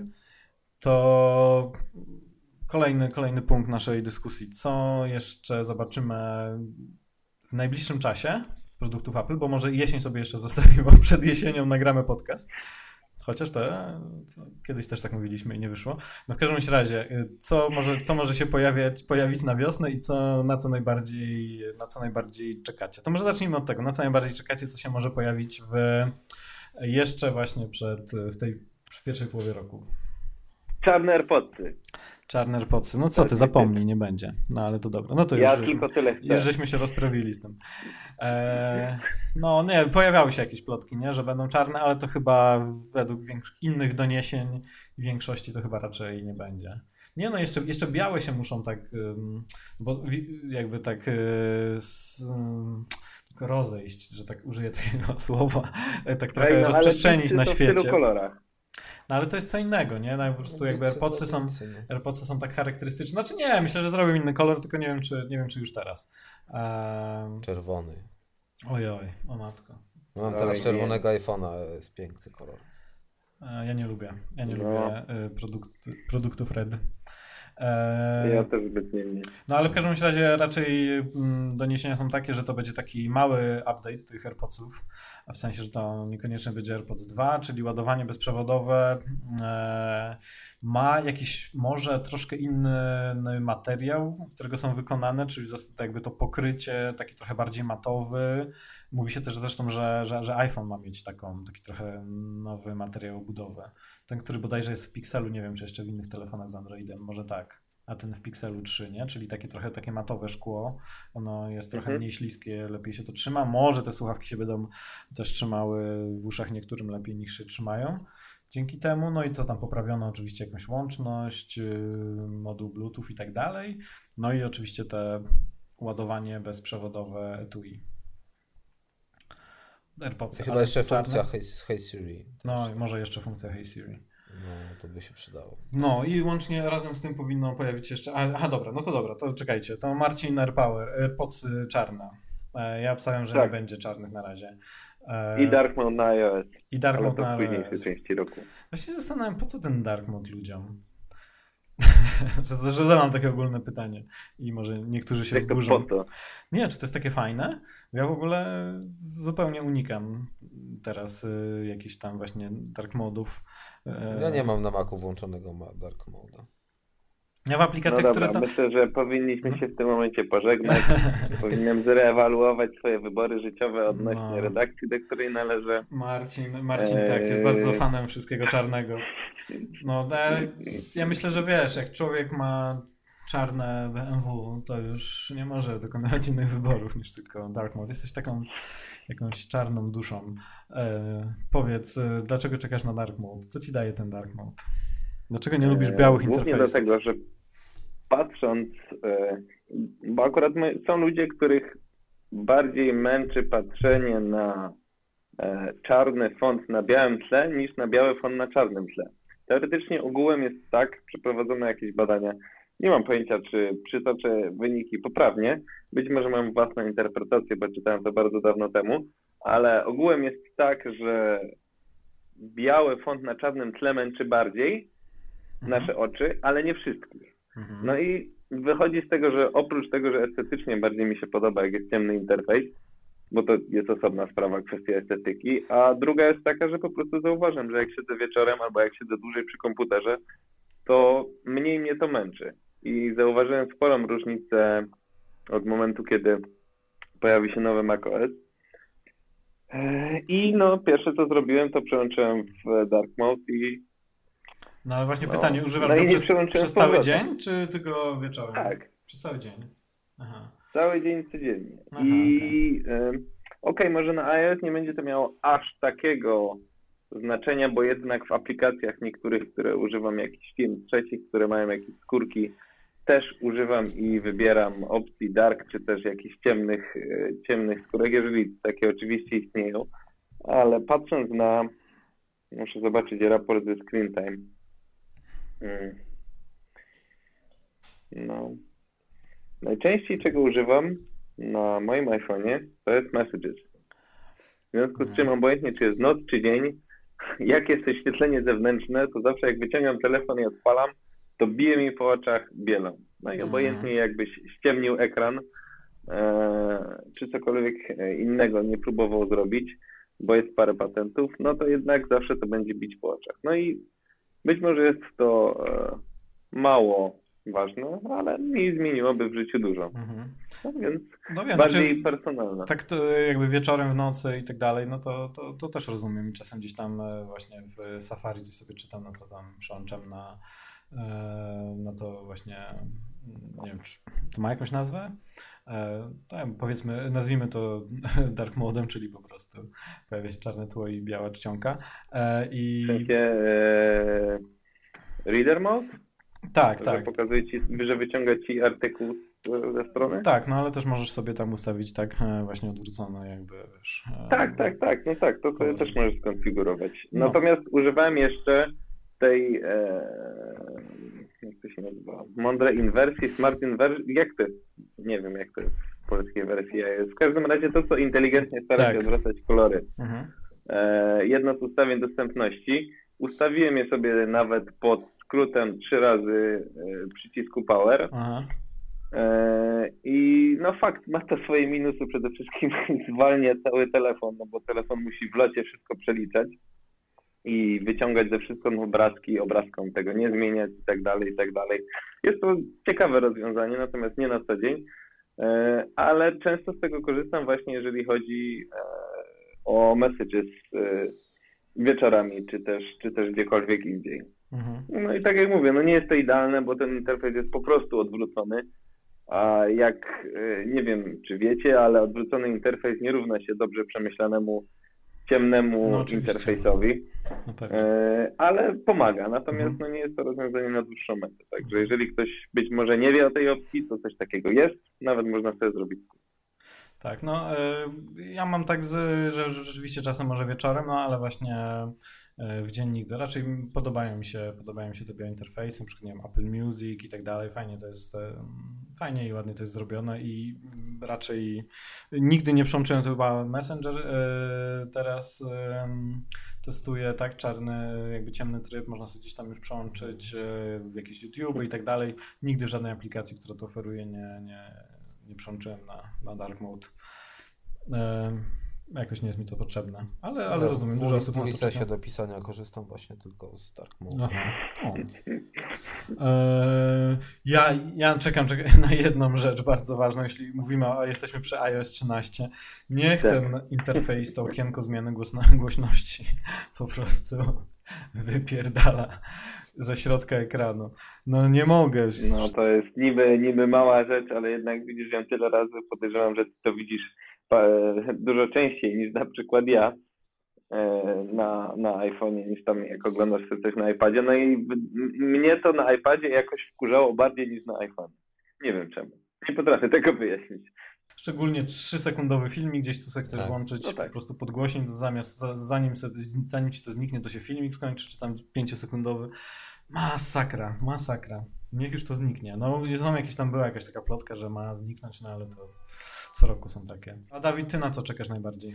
to kolejny, kolejny punkt naszej dyskusji. Co jeszcze zobaczymy w najbliższym czasie z produktów Apple, bo może jesień sobie jeszcze zostawimy, bo przed jesienią nagramy podcast. Chociaż to, to kiedyś też tak mówiliśmy i nie wyszło. No w każdym razie, co może, co może się pojawiać, pojawić na wiosnę i co, na, co najbardziej, na co najbardziej czekacie? To może zacznijmy od tego. Na co najbardziej czekacie, co się może pojawić w jeszcze właśnie przed, w tej w pierwszej połowie roku? Czarne AirPodsy. Czarne AirPodsy. No co ty, zapomnij, nie będzie. No ale to dobra. No to już, ja już, tylko tyle chcę. już żeśmy się rozprawili z tym. E, no nie, pojawiały się jakieś plotki, nie, że będą czarne, ale to chyba według większ- innych doniesień w większości to chyba raczej nie będzie. Nie no, jeszcze, jeszcze białe się muszą tak, bo jakby tak z, tylko rozejść, że tak użyję takiego słowa, tak trochę Ej, no, rozprzestrzenić na to świecie. w tylu kolorach. No ale to jest co innego, nie? No, po prostu jakby AirPodsy są, AirPodsy są tak charakterystyczne. Znaczy nie, myślę, że zrobią inny kolor, tylko nie wiem, czy, nie wiem, czy już teraz. Um... Czerwony. Oj, oj, o matko. Mam teraz Oj, czerwonego iPhone'a, jest piękny kolor. Ja nie lubię. Ja nie no. lubię produkt, produktów Red. Ja też zbytnie nie. No ale w każdym razie raczej doniesienia są takie, że to będzie taki mały update tych AirPodsów, w sensie, że to niekoniecznie będzie AirPods dwa, czyli ładowanie bezprzewodowe, ma jakiś może troszkę inny materiał, z którego są wykonane, czyli jakby to pokrycie taki trochę bardziej matowy. Mówi się też zresztą, że, że, że iPhone ma mieć taką, taki trochę nowy materiał obudowy. Ten, który bodajże jest w Pixelu, nie wiem, czy jeszcze w innych telefonach z Androidem, może tak. A ten w Pixelu trzy, nie? Czyli takie trochę takie matowe szkło. Ono jest trochę mhm. mniej śliskie, lepiej się to trzyma. Może te słuchawki się będą też trzymały w uszach niektórym lepiej niż się trzymają dzięki temu. No i to tam poprawiono oczywiście jakąś łączność, moduł Bluetooth i tak dalej. No i oczywiście te ładowanie bezprzewodowe etui. AirPods. Chyba jeszcze funkcja Hey, hey Siri. No i może jeszcze funkcja Hey Siri. No, to by się przydało. No i łącznie razem z tym powinno pojawić się jeszcze... Aha, dobra, no to dobra, to czekajcie. To Marcin AirPower, AirPods czarna. Ja obstawiam, że tak. nie będzie czarnych na razie. I Dark Mode na iOS. I Dark Ale Mode to na w późniejszej części roku. Właśnie się zastanawiam, po co ten Dark Mode ludziom? że, że zadam takie ogólne pytanie i może niektórzy się Jak zburzą. To po to? Nie, czy to jest takie fajne? Ja w ogóle zupełnie unikam teraz y, jakichś tam właśnie dark modów. Ja nie mam na Macu włączonego Dark Mode'a. Ja w aplikacjach, no dobra, które... To... myślę, że powinniśmy się w tym momencie pożegnać. Powinienem zreewaluować swoje wybory życiowe odnośnie No. redakcji, do której należę. Marcin, Marcin eee... tak, jest bardzo fanem wszystkiego czarnego. No, ale ja myślę, że wiesz, jak człowiek ma czarne B M W, to już nie może dokonywać innych wyborów niż tylko dark mode. Jesteś taką jakąś czarną duszą. E, powiedz, dlaczego czekasz na dark mode? Co ci daje ten dark mode? Dlaczego nie lubisz białych Głównie interfejsów? dlatego, że patrząc, bo akurat są ludzie, których bardziej męczy patrzenie na czarny font na białym tle niż na biały font na czarnym tle. Teoretycznie ogółem jest tak, przeprowadzono jakieś badania. Nie mam pojęcia, czy przytoczę wyniki poprawnie. Być może mam własną interpretację, bo czytałem to bardzo dawno temu, ale ogółem jest tak, że biały font na czarnym tle męczy bardziej Mhm. nasze oczy, ale nie wszystkich. Mhm. No i wychodzi z tego, że oprócz tego, że estetycznie bardziej mi się podoba, jak jest ciemny interfejs, bo to jest osobna sprawa, kwestia estetyki, a druga jest taka, że po prostu zauważam, że jak siedzę wieczorem albo jak siedzę dłużej przy komputerze, to mniej mnie to męczy. I zauważyłem sporą różnicę od momentu, kiedy pojawi się nowy macOS. I no, pierwsze co zrobiłem, to przełączyłem w Dark Mode i... No ale właśnie no, pytanie, używasz no go i przez, przez cały dzień, czy tylko wieczorem? Tak. Przez cały dzień. Aha. Cały dzień codziennie. Aha, I okej, okay. okay, może na iOS nie będzie to miało aż takiego znaczenia, bo jednak w aplikacjach niektórych, które używam, jakichś firm trzecich, które mają jakieś skórki, też używam i wybieram opcji dark, czy też jakichś ciemnych, ciemnych skórek, jeżeli takie oczywiście istnieją, ale patrząc na, muszę zobaczyć raport ze screen time. Hmm. No. Najczęściej czego używam na moim iPhone'ie to jest Messages. W związku z czym obojętnie czy jest noc czy dzień, jak jest oświetlenie zewnętrzne, to zawsze jak wyciągam telefon i odpalam, to bije mi po oczach bielą. No i obojętnie jakbyś ściemnił ekran, e, czy cokolwiek innego nie próbował zrobić, bo jest parę patentów, no to jednak zawsze to będzie bić po oczach. No i być może jest to e, mało ważne, ale mi zmieniłoby w życiu dużo. Mhm. No więc no wiem, bardziej znaczy, personalne. Tak to jakby wieczorem, w nocy i tak dalej, no to, to, to też rozumiem. I czasem gdzieś tam właśnie w Safari, gdzie sobie czytam, no to tam przełączam na, na to właśnie, nie wiem, czy to ma jakąś nazwę? Tak, powiedzmy, nazwijmy to dark modem, czyli po prostu pojawia się czarne tło i biała czcionka. I... W sensie e, reader mode? Tak, że tak. Pokazuje ci, że wyciąga ci artykuł ze strony? Tak, no ale też możesz sobie tam ustawić tak właśnie odwrócone jakby, wiesz. Tak, tak, tak, no tak, to sobie też możesz skonfigurować. No. Natomiast używałem jeszcze tej, e, jak to się nazywa, mądre inwersji, smart inwersji, jak to jest? Nie wiem jak to jest w polskiej wersji. W każdym razie to, co inteligentnie stara tak. się odwracać kolory. Mhm. E, jedno z ustawień dostępności. Ustawiłem je sobie nawet pod skrótem trzy razy e, przycisku power. Aha. E, I no fakt, ma to swoje minusy, przede wszystkim zwalnia cały telefon, no bo telefon musi w locie wszystko przeliczać i wyciągać ze wszystkich obrazki, obrazkom tego nie zmieniać i tak dalej, i tak dalej. Jest to ciekawe rozwiązanie, natomiast nie na co dzień, e, ale często z tego korzystam właśnie jeżeli chodzi e, o messages e, wieczorami, czy też, czy też gdziekolwiek indziej. Mhm. No i tak jak mówię, no nie jest to idealne, bo ten interfejs jest po prostu odwrócony, a jak, nie wiem czy wiecie, ale odwrócony interfejs nie równa się dobrze przemyślanemu, ciemnemu no, interfejsowi, no, e, ale pomaga, natomiast mhm. no nie jest to rozwiązanie na dłuższą metę, także jeżeli ktoś być może nie wie o tej opcji, to coś takiego jest, nawet można sobie zrobić. Tak, no ja mam tak, że rzeczywiście czasem może wieczorem, no ale właśnie w dzień nigdy. Raczej podobają mi się, podobają mi się te biointerfejsy, na przykład nie wiem, Apple Music i tak dalej. Fajnie to jest, fajnie i ładnie to jest zrobione i raczej nigdy nie przełączyłem to chyba Messenger. Teraz testuję tak czarny, jakby ciemny tryb, można sobie gdzieś tam już przełączyć w jakieś YouTube i tak dalej. Nigdy w żadnej aplikacji, która to oferuje, nie, nie, nie przełączyłem na, na dark mode. jakoś nie jest mi to potrzebne, ale, ale rozumiem, dużo osób na to czeka. się do pisania korzystam właśnie tylko z Dark Mode. Aha. O. Eee, ja, ja czekam, czekam na jedną rzecz bardzo ważną, jeśli mówimy o, jesteśmy przy iOS trzynaście. Niech Tak. ten interfejs, to okienko zmiany głosno, głośności po prostu wypierdala ze środka ekranu. No nie mogę. No to jest niby, niby mała rzecz, ale jednak widzisz ją tyle razy, podejrzewam, że ty to widzisz e, dużo częściej niż na przykład ja e, na, na iPhone'ie, niż tam jak oglądasz sobie coś na iPadzie. No i w, m- mnie to na iPadzie jakoś wkurzało bardziej niż na iPhone'ie. Nie wiem czemu. Nie potrafię tego wyjaśnić. Szczególnie trzysekundowy filmik, gdzieś co sobie chcesz Tak. włączyć, No tak. po prostu podgłośnik, to zamiast, za- zanim, se, zanim ci to zniknie, to się filmik skończy, czy tam pięciosekundowy. Masakra, masakra. Niech już to zniknie. No są jakieś tam, była jakaś taka plotka, że ma zniknąć, no ale to co roku są takie. A Dawid, ty na co czekasz najbardziej?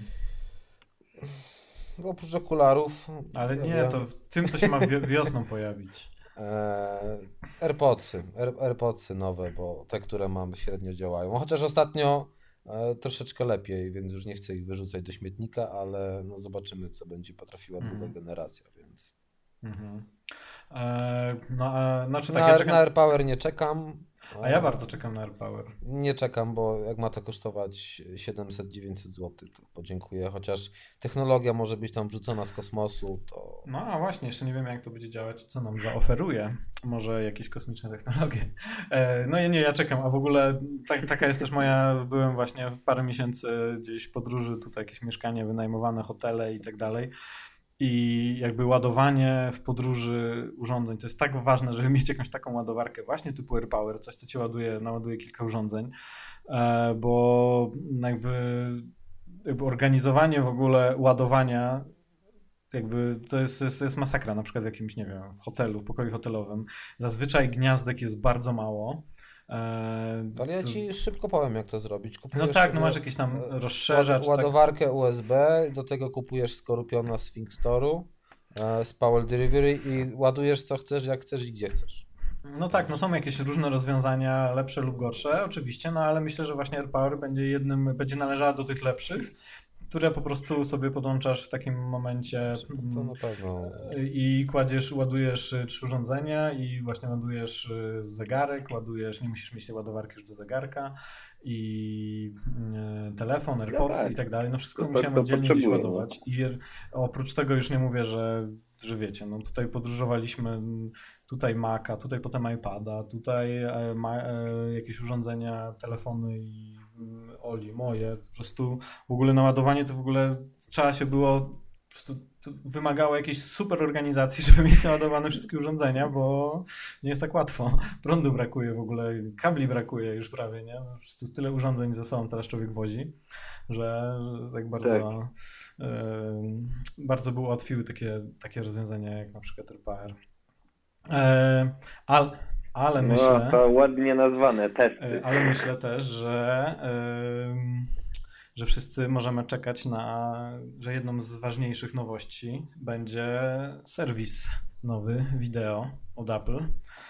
No, oprócz okularów. Ale nie, ja- to w tym, co się ma wi- wiosną pojawić. Eee, AirPodsy, Air, AirPodsy nowe, bo te, które mam, średnio działają. Chociaż ostatnio e, troszeczkę lepiej, więc już nie chcę ich wyrzucać do śmietnika, ale no zobaczymy, co będzie potrafiła druga Mhm. generacja, więc... Mhm. Eee, no, e, znaczy tak, na, ja czekam, na AirPower nie czekam. a ja bardzo czekam na AirPower. Nie czekam, bo jak ma to kosztować siedemset dziewięćset złotych, to podziękuję. Chociaż technologia może być tam wrzucona z kosmosu, to... No a właśnie, jeszcze nie wiemy jak to będzie działać, co nam zaoferuje. Może jakieś kosmiczne technologie. E, no i nie, ja czekam, a w ogóle tak, taka jest też moja, byłem właśnie parę miesięcy gdzieś w podróży, tutaj jakieś mieszkanie wynajmowane, hotele i tak dalej. I jakby ładowanie w podróży urządzeń, to jest tak ważne, żeby mieć jakąś taką ładowarkę właśnie typu AirPower, coś co ci ładuje, naładuje kilka urządzeń, e, bo jakby, jakby organizowanie w ogóle ładowania jakby to jest, to jest, to jest masakra, na przykład w jakimś, nie wiem, w hotelu, w pokoju hotelowym. Zazwyczaj gniazdek jest bardzo mało. E, Ale ja to- ci szybko powiem, jak to zrobić. Kupujesz No tak, no sobie, masz jakiś tam e, rozszerzacz. ład- tak. ładowarkę U S B, do tego kupujesz skorupiona z Think Store'u, e, z Power Delivery i ładujesz co chcesz, jak chcesz i gdzie chcesz. No tak, no są jakieś różne rozwiązania, lepsze lub gorsze, oczywiście, no ale myślę, że właśnie AirPower będzie jednym, będzie należała do tych lepszych, które po prostu sobie podłączasz w takim momencie To na pewno. i kładziesz, ładujesz y, trzy urządzenia i właśnie ładujesz y, zegarek, ładujesz, nie musisz mieć tej ładowarki już do zegarka i y, telefon, AirPods tak. i tak dalej, no wszystko To- to- musiałem to oddzielnie gdzieś potrzebuję, ładować i r- oprócz tego już nie mówię, że, że wiecie, no tutaj podróżowaliśmy, m, tutaj Maca, tutaj potem iPada, tutaj e, ma, e, jakieś urządzenia, telefony i mm, Oli, moje, po prostu w ogóle naładowanie to w ogóle trzeba się było, po prostu to wymagało jakiejś super organizacji, żeby mieć naładowane wszystkie urządzenia, bo nie jest tak łatwo. Prądu brakuje w ogóle, kabli brakuje już prawie, nie? Po prostu tyle urządzeń ze sobą teraz człowiek wozi, że że tak bardzo, e, bardzo by ułatwiły takie, takie rozwiązania jak na przykład AirPower. E, al, ale myślę... No to ładnie nazwane, testy. E, Ale myślę też, że, ym, że wszyscy możemy czekać na, że jedną z ważniejszych nowości będzie serwis nowy wideo od Apple.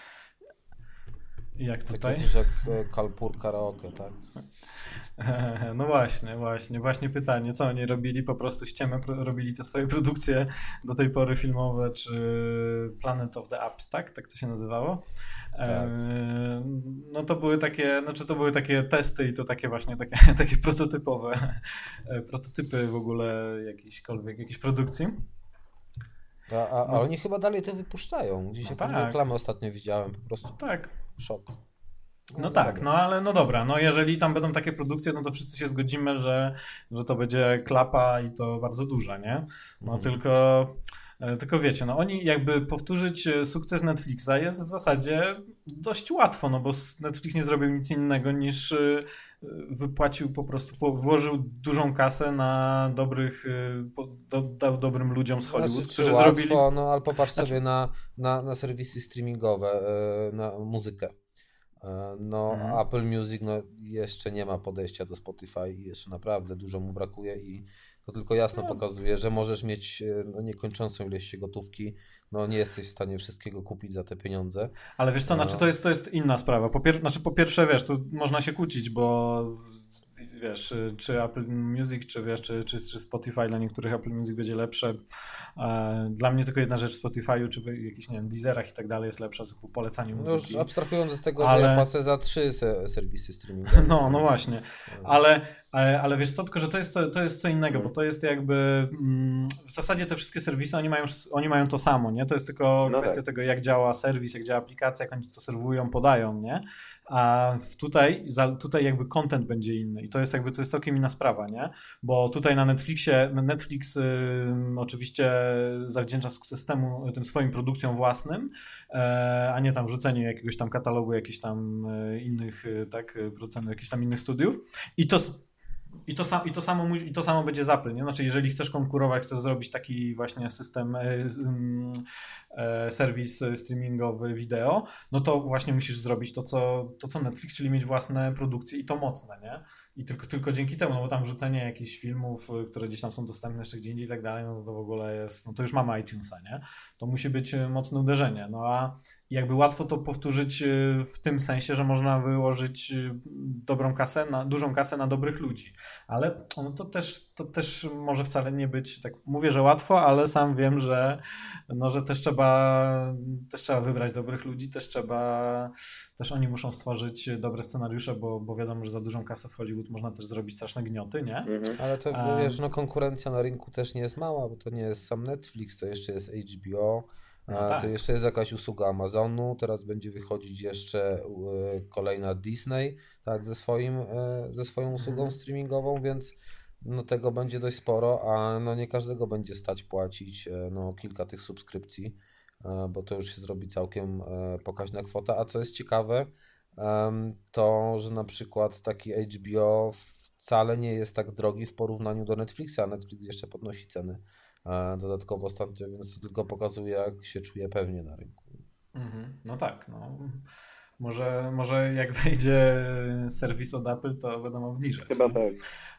Jak Tak tutaj? widzisz, jak e, Kalpur Karaoke, tak? No właśnie, właśnie, właśnie pytanie, co oni robili, po prostu ściemę pro- robili te swoje produkcje do tej pory filmowe, czy Planet of the Apps, tak? Tak to się nazywało? Tak. E, no to były takie, znaczy to były takie testy i to takie właśnie takie, takie prototypowe, e, prototypy w ogóle jakiejśkolwiek, jakiejś produkcji. A, a, a No. oni chyba dalej to wypuszczają. Gdzieś No jakąś tak. reklamę ostatnio widziałem, po prostu Tak. szok. No tak, no ale no dobra, no jeżeli tam będą takie produkcje, no to wszyscy się zgodzimy, że, że to będzie klapa i to bardzo duża, nie? No Mhm. tylko, e, tylko wiecie, no oni jakby powtórzyć e, sukces Netflixa jest w zasadzie dość łatwo, no bo s- Netflix nie zrobił nic innego niż e, wypłacił po prostu, po, włożył dużą kasę na dobrych, e, po, do, dał dobrym ludziom z Hollywood, Znaczy, czy którzy łatwo, zrobili... no ale popatrz Znaczy- sobie na, na, na serwisy streamingowe, e, na muzykę. E, No Mhm. Apple Music no, jeszcze nie ma podejścia do Spotify i jeszcze naprawdę dużo mu brakuje i to tylko jasno No. pokazuje, że możesz mieć e, no, niekończącą ilość gotówki no nie jesteś w stanie wszystkiego kupić za te pieniądze. Ale wiesz co, no. znaczy to jest, to jest inna sprawa. Po, pier- znaczy po pierwsze, wiesz, tu można się kłócić, bo wiesz, czy Apple Music, czy wiesz, czy, czy, czy Spotify dla niektórych Apple Music będzie lepsze. Dla mnie tylko jedna rzecz w Spotify'u, czy w jakichś, nie wiem, Deezerach i tak dalej jest lepsza, po polecaniu muzyki. No już abstrahując z tego, ale... że ja płacę za trzy se- serwisy streamingowe. No, no właśnie. Ale, ale wiesz co, tylko że to jest, to, to jest co innego, bo to jest jakby mm, w zasadzie te wszystkie serwisy, oni mają, oni mają to samo, nie? To jest tylko No kwestia tak. tego, jak działa serwis, jak działa aplikacja, jak oni to serwują, podają, nie? A tutaj, za, tutaj jakby content będzie inny i to jest jakby, to jest całkiem inna sprawa, nie? Bo tutaj na Netflixie, Netflix y, oczywiście zawdzięcza sukces temu, tym swoim produkcjom własnym, e, a nie tam wrzuceniu jakiegoś tam katalogu jakichś tam e, innych, e, tak, producentów, jakichś tam innych studiów i to I to, sam, i, to samo, I to samo będzie z Apple, nie? Znaczy, jeżeli chcesz konkurować, chcesz zrobić taki właśnie system, e, e, serwis streamingowy wideo, no to właśnie musisz zrobić to co, to, co Netflix, czyli mieć własne produkcje i to mocne, nie? I tylko, tylko dzięki temu, no bo tam wrzucenie jakichś filmów, które gdzieś tam są dostępne jeszcze gdzie indziej i tak dalej, no to w ogóle jest, no to już mamy iTunesa, nie? To musi być mocne uderzenie, no a jakby łatwo to powtórzyć w tym sensie, że można wyłożyć dobrą kasę, na, dużą kasę na dobrych ludzi, ale no to też, to też może wcale nie być, tak mówię, że łatwo, ale sam wiem, że, no, że też trzeba, też trzeba wybrać dobrych ludzi, też trzeba, też oni muszą stworzyć dobre scenariusze, bo, bo wiadomo, że za dużą kasę w Hollywood można też zrobić straszne gnioty, nie? Mhm. Ale to Um, wiesz, no konkurencja na rynku też nie jest mała, bo to nie jest sam Netflix, to jeszcze jest H B O, No a tak. to jeszcze jest jakaś usługa Amazonu, teraz będzie wychodzić jeszcze e, kolejna Disney, tak, ze swoim, e, ze swoją usługą Mhm. streamingową, więc no tego będzie dość sporo, a no nie każdego będzie stać płacić e, no kilka tych subskrypcji, e, bo to już się zrobi całkiem e, pokaźna kwota, a co jest ciekawe, em, to, że na przykład taki H B O wcale nie jest tak drogi w porównaniu do Netflixa, a Netflix jeszcze podnosi ceny e, dodatkowo ostatnio, więc to tylko pokazuje, jak się czuje pewnie na rynku. Mhm. No tak, no. Może, może jak wejdzie serwis od Apple, to będą obniżać. Chyba nie? tak.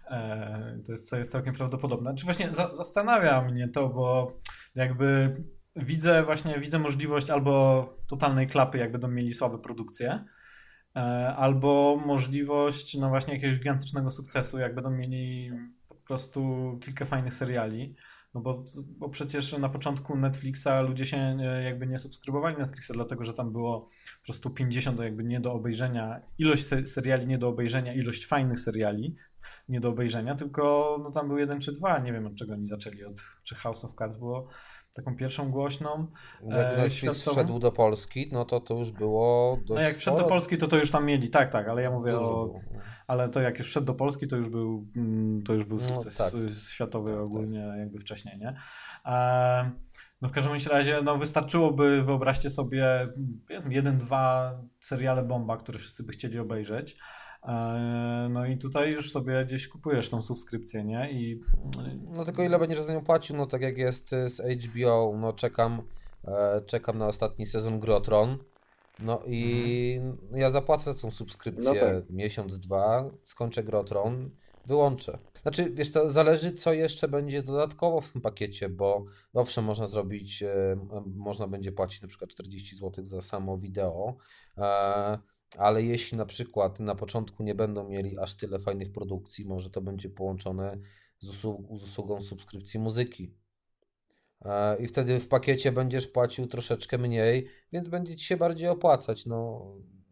E, to jest, to jest całkiem prawdopodobne. Czy właśnie za, zastanawia mnie to, bo jakby widzę właśnie, widzę możliwość albo totalnej klapy, jak będą mieli słabe produkcje, e, albo możliwość no właśnie jakiegoś gigantycznego sukcesu, jak będą mieli po prostu kilka fajnych seriali. No bo, bo przecież na początku Netflixa ludzie się e, jakby nie subskrybowali Netflixa, dlatego że tam było po prostu pięćdziesiąt jakby nie do obejrzenia, ilość se- seriali nie do obejrzenia, ilość fajnych seriali nie do obejrzenia, tylko no tam był jeden czy dwa, nie wiem od czego oni zaczęli, od, czy House of Cards było taką pierwszą głośną, Jak e, Netflix światową. wszedł do Polski, no to to już było dość No jak wszedł do sporo. Polski, to to już tam mieli, tak, tak, ale ja mówię Dużo o, było. ale to jak już wszedł do Polski, to już był, mm, to już był No sukces tak. s- światowy Tak, ogólnie jakby wcześniej, nie? E, no w każdym bądź razie, no wystarczyłoby, wyobraźcie sobie, powiedzmy, jeden, dwa seriale bomba, które wszyscy by chcieli obejrzeć. E, no i tutaj już sobie gdzieś kupujesz tą subskrypcję, nie? I No tylko ile będziesz za nią płacił, no tak jak jest z H B O, no czekam, e, czekam na ostatni sezon Gry o Tron, no i ja zapłacę za tą subskrypcję No tak. miesiąc, dwa, skończę Gry o Tron, wyłączę. Znaczy, wiesz to zależy co jeszcze będzie dodatkowo w tym pakiecie, bo owszem, można zrobić, e, można będzie płacić na przykład czterdzieści złotych za samo wideo, e, ale jeśli na przykład na początku nie będą mieli aż tyle fajnych produkcji, może to będzie połączone z, usług, z usługą subskrypcji muzyki. E, I wtedy w pakiecie będziesz płacił troszeczkę mniej, więc będzie ci się bardziej opłacać. No,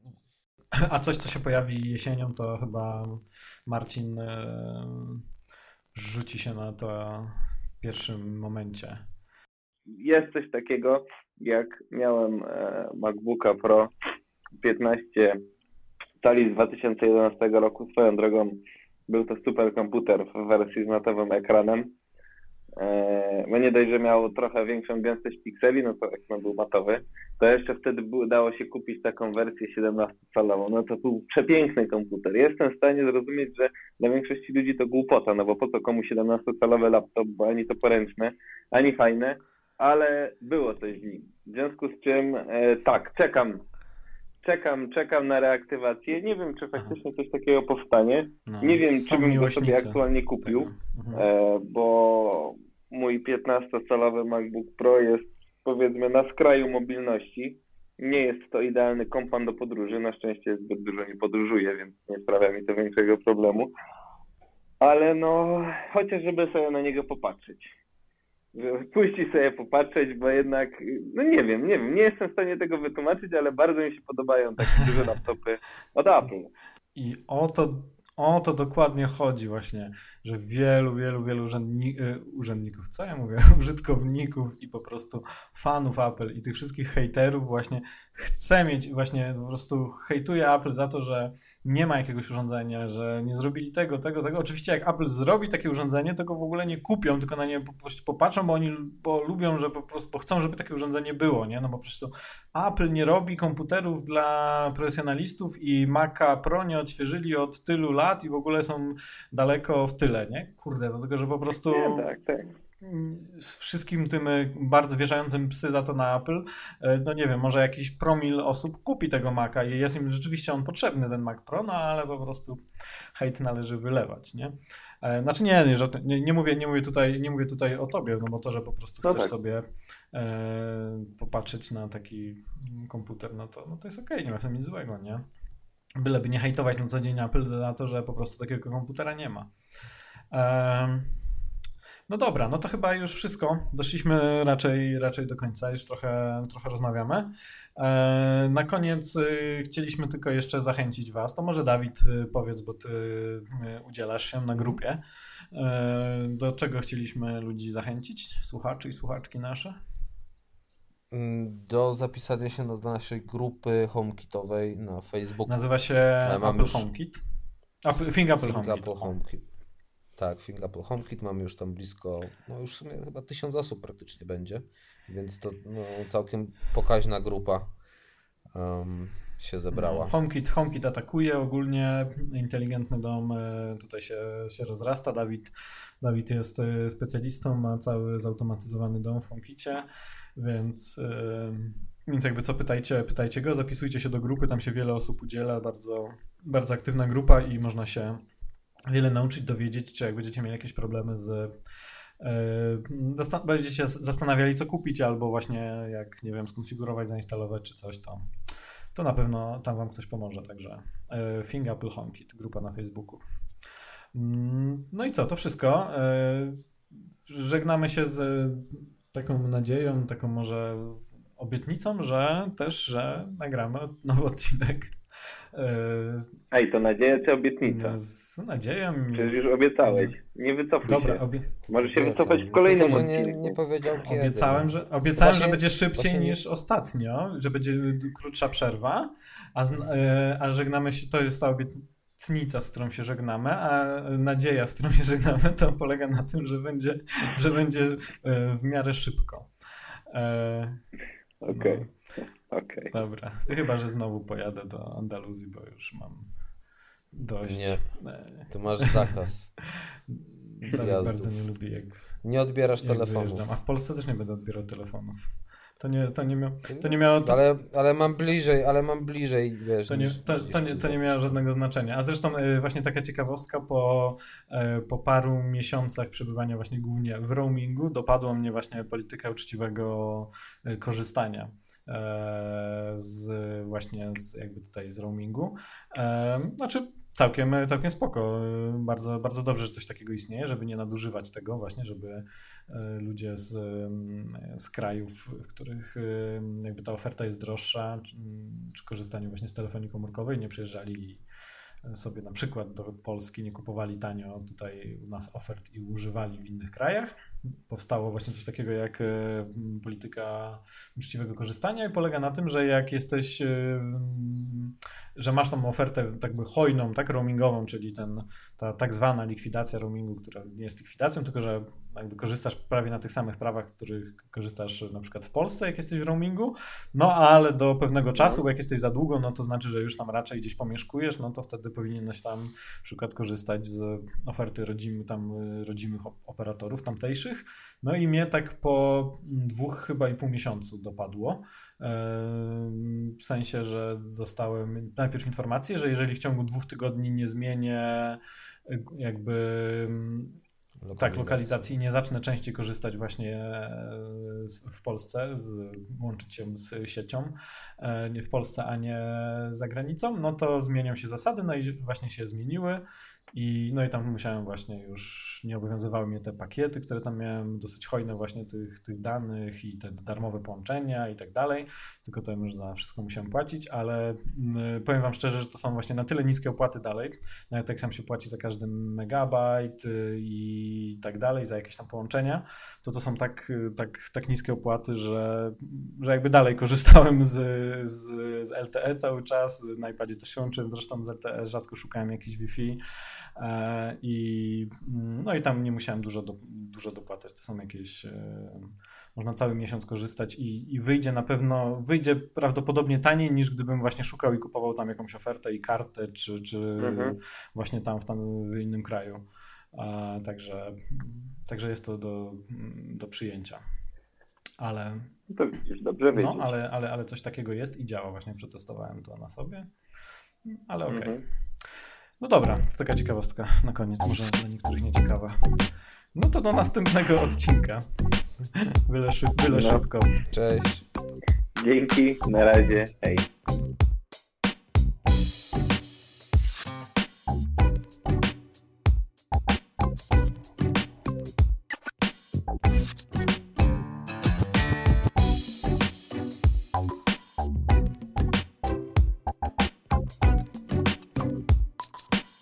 a coś, co się pojawi jesienią, to chyba Marcin e, rzuci się na to w pierwszym momencie. Jest coś takiego, jak miałem e, MacBooka Pro piętnaście cali z dwa tysiące jedenastego roku. Swoją drogą był to super komputer w wersji z matowym ekranem. E, bo nie dość, że miał trochę większą gęstość pikseli, no to ekran był matowy, to jeszcze wtedy było, dało się kupić taką wersję siedemnastocalową. No to był przepiękny komputer. Jestem w stanie zrozumieć, że dla większości ludzi to głupota, no bo po co komu siedemnastocalowy laptop, bo ani to poręczne, ani fajne, ale było coś w nim. W związku z czym e, tak, czekam. Czekam, czekam na reaktywację. Nie wiem, czy faktycznie coś takiego powstanie. No, Nie wiem, są czy bym go miłośnicy sobie aktualnie kupił, tego. Mhm. e, bo mój piętnastocalowy MacBook Pro jest powiedzmy na skraju mobilności. Nie jest to idealny kompan do podróży, na szczęście zbyt dużo nie podróżuję, więc nie sprawia mi to większego problemu. Ale no, chociaż żeby sobie na niego popatrzeć. Pójść i sobie popatrzeć, bo jednak, no nie wiem, nie wiem, nie jestem w stanie tego wytłumaczyć, ale bardzo mi się podobają takie duże laptopy od Apple. I o to, o to dokładnie chodzi właśnie, że wielu, wielu, wielu urzędni- urzędników, co ja mówię, użytkowników i po prostu fanów Apple i tych wszystkich hejterów właśnie chce mieć, właśnie po prostu hejtuje Apple za to, że nie ma jakiegoś urządzenia, że nie zrobili tego, tego, tego. Oczywiście jak Apple zrobi takie urządzenie, to go w ogóle nie kupią, tylko na nie po prostu popatrzą, bo oni bo lubią, że po prostu bo chcą, żeby takie urządzenie było, nie? No bo przecież to Apple nie robi komputerów dla profesjonalistów i Maca Pro nie odświeżyli od tylu lat i w ogóle są daleko w tyle, nie? Kurde, dlatego, że po prostu Nie, tak, tak. z wszystkim tym bardzo wieszającym psy za to na Apple, no nie wiem, może jakiś promil osób kupi tego Maca i jest im rzeczywiście on potrzebny, ten Mac Pro, no ale po prostu hejt należy wylewać, nie? Znaczy nie, nie, nie, nie, mówię, nie, mówię tutaj, nie mówię tutaj o tobie, no bo to, że po prostu No chcesz tak. sobie e, popatrzeć na taki komputer, no to, no to jest okej, nie ma w tym nic złego, nie? Byleby nie hejtować na co dzień Apple za to, że po prostu takiego komputera nie ma. E, No dobra, no to chyba już wszystko. Doszliśmy raczej, raczej do końca, już trochę, trochę rozmawiamy. E, na koniec y, chcieliśmy tylko jeszcze zachęcić Was. To może Dawid y, powiedz, bo Ty y, udzielasz się na grupie. E, do czego chcieliśmy ludzi zachęcić? Słuchaczy i słuchaczki nasze? Do zapisania się do naszej grupy HomeKitowej na Facebooku. Nazywa się Ja mam Apple już- HomeKit. Apple, Think Apple Think HomeKit. Apple HomeKit. Tak, Think Apple HomeKit. Mamy już tam blisko, no już w sumie chyba tysiąc osób praktycznie będzie, więc to no, całkiem pokaźna grupa um, się zebrała. No, HomeKit, HomeKit atakuje ogólnie, inteligentny dom e, tutaj się, się rozrasta. Dawid, Dawid jest e, specjalistą, ma cały zautomatyzowany dom w HomeKicie, więc, e, więc jakby co, pytajcie, pytajcie go, zapisujcie się do grupy, tam się wiele osób udziela, bardzo, bardzo aktywna grupa i można się wiele nauczyć, dowiedzieć, czy jak będziecie mieli jakieś problemy z Zastan- będziecie się zastanawiali, co kupić, albo właśnie jak, nie wiem, skonfigurować, zainstalować, czy coś, to, to na pewno tam Wam ktoś pomoże. Także e, Think Apple HomeKit, grupa na Facebooku. Mm, No i co, to wszystko. E, Żegnamy się z taką nadzieją, taką może obietnicą, że też, że nagramy nowy odcinek. E, Ej, to nadzieja czy obietnica? Z nadzieją. Przecież już obiecałeś. Nie wycofuj Dobra, się. obie... Możesz się Obiecam. wycofać w kolejnym Tylko, że nie, odcinku. nie powiedział kiedy. Obiecałem, no. że, obiecałem Właśnie- że będzie szybciej właśnie- niż ostatnio, że będzie krótsza przerwa, a, z, e, a żegnamy się, to jest ta obietnica, z którą się żegnamy, a nadzieja, z którą się żegnamy, to polega na tym, że będzie, że będzie e, w miarę szybko. E, Okej, no, okej. dobra, to chyba, że znowu pojadę do Andaluzji, bo już mam dość. Nie. E, Ty masz zakaz. Dawid Jazdów. bardzo nie lubi, jak Nie odbierasz jak telefonu. wyjeżdżam. A w Polsce też nie będę odbierał telefonów. To nie, to nie, miał, to nie miało... To, Ale, ale mam bliżej, ale mam bliżej, wiesz. to, nie, niż- to, niż to, nie, to nie miało żadnego znaczenia. A zresztą y, właśnie taka ciekawostka, po, y, po paru miesiącach przebywania właśnie głównie w roamingu dopadła mnie właśnie polityka uczciwego y, korzystania y, z właśnie z, jakby tutaj z roamingu. Y, Znaczy całkiem, całkiem spoko. Y, Bardzo, bardzo dobrze, że coś takiego istnieje, żeby nie nadużywać tego właśnie, żeby y, ludzie z, y, z krajów, w których y, jakby ta oferta jest droższa, czy, czy korzystaniu właśnie z telefonii komórkowej, nie przyjeżdżali sobie na przykład do Polski, nie kupowali tanio tutaj u nas ofert i używali w innych krajach. Powstało właśnie coś takiego jak e, polityka uczciwego korzystania i polega na tym, że jak jesteś, e, że masz tą ofertę tak jakby hojną, tak, roamingową, czyli ten, ta tak zwana likwidacja roamingu, która nie jest likwidacją, tylko że jakby korzystasz prawie na tych samych prawach, których korzystasz na przykład w Polsce, jak jesteś w roamingu, no ale do pewnego czasu, bo jak jesteś za długo, no to znaczy, że już tam raczej gdzieś pomieszkujesz, no to wtedy powinieneś tam na przykład korzystać z oferty rodzimy, tam, rodzimych operatorów tamtejszych. No i mnie tak po dwóch chyba i pół miesiącu dopadło. W sensie, że dostałem najpierw informację, że jeżeli w ciągu dwóch tygodni nie zmienię jakby lokalizacji. Tak, lokalizacji. Nie zacznę częściej korzystać właśnie z, w Polsce, z, łączyć się z siecią, e, nie w Polsce, a nie za granicą, no to zmienią się zasady, no i właśnie się zmieniły. I, no i tam musiałem właśnie już, nie obowiązywały mnie te pakiety, które tam miałem, dosyć hojne właśnie tych, tych danych i te darmowe połączenia i tak dalej, tylko to już za wszystko musiałem płacić, ale y, powiem wam szczerze, że to są właśnie na tyle niskie opłaty dalej, nawet jak sam się płaci za każdy megabajt y, i tak dalej, za jakieś tam połączenia, to to są tak, tak, tak niskie opłaty, że, że jakby dalej korzystałem z, z, z L T E cały czas, na iPadzie też się łączyłem, zresztą z L T E rzadko szukałem jakiś Wi-Fi, I, no i tam nie musiałem dużo, do, dużo dopłacać. To są jakieś, e, można cały miesiąc korzystać i, i wyjdzie na pewno, wyjdzie prawdopodobnie taniej niż gdybym właśnie szukał i kupował tam jakąś ofertę i kartę, czy, czy mhm. właśnie tam w, tam w innym kraju. E, także, także jest to do, do przyjęcia. Ale, to widzisz, dobrze wiedzieć. No, ale, ale, ale coś takiego jest i działa. Właśnie przetestowałem to na sobie, ale okej. Okay. Mhm. No dobra, to taka ciekawostka na koniec, może dla niektórych nie ciekawa. No to do następnego odcinka. Byle, szyb, byle no. szybko. Cześć. Dzięki, na razie, hej.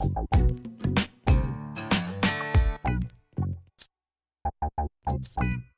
Thank you.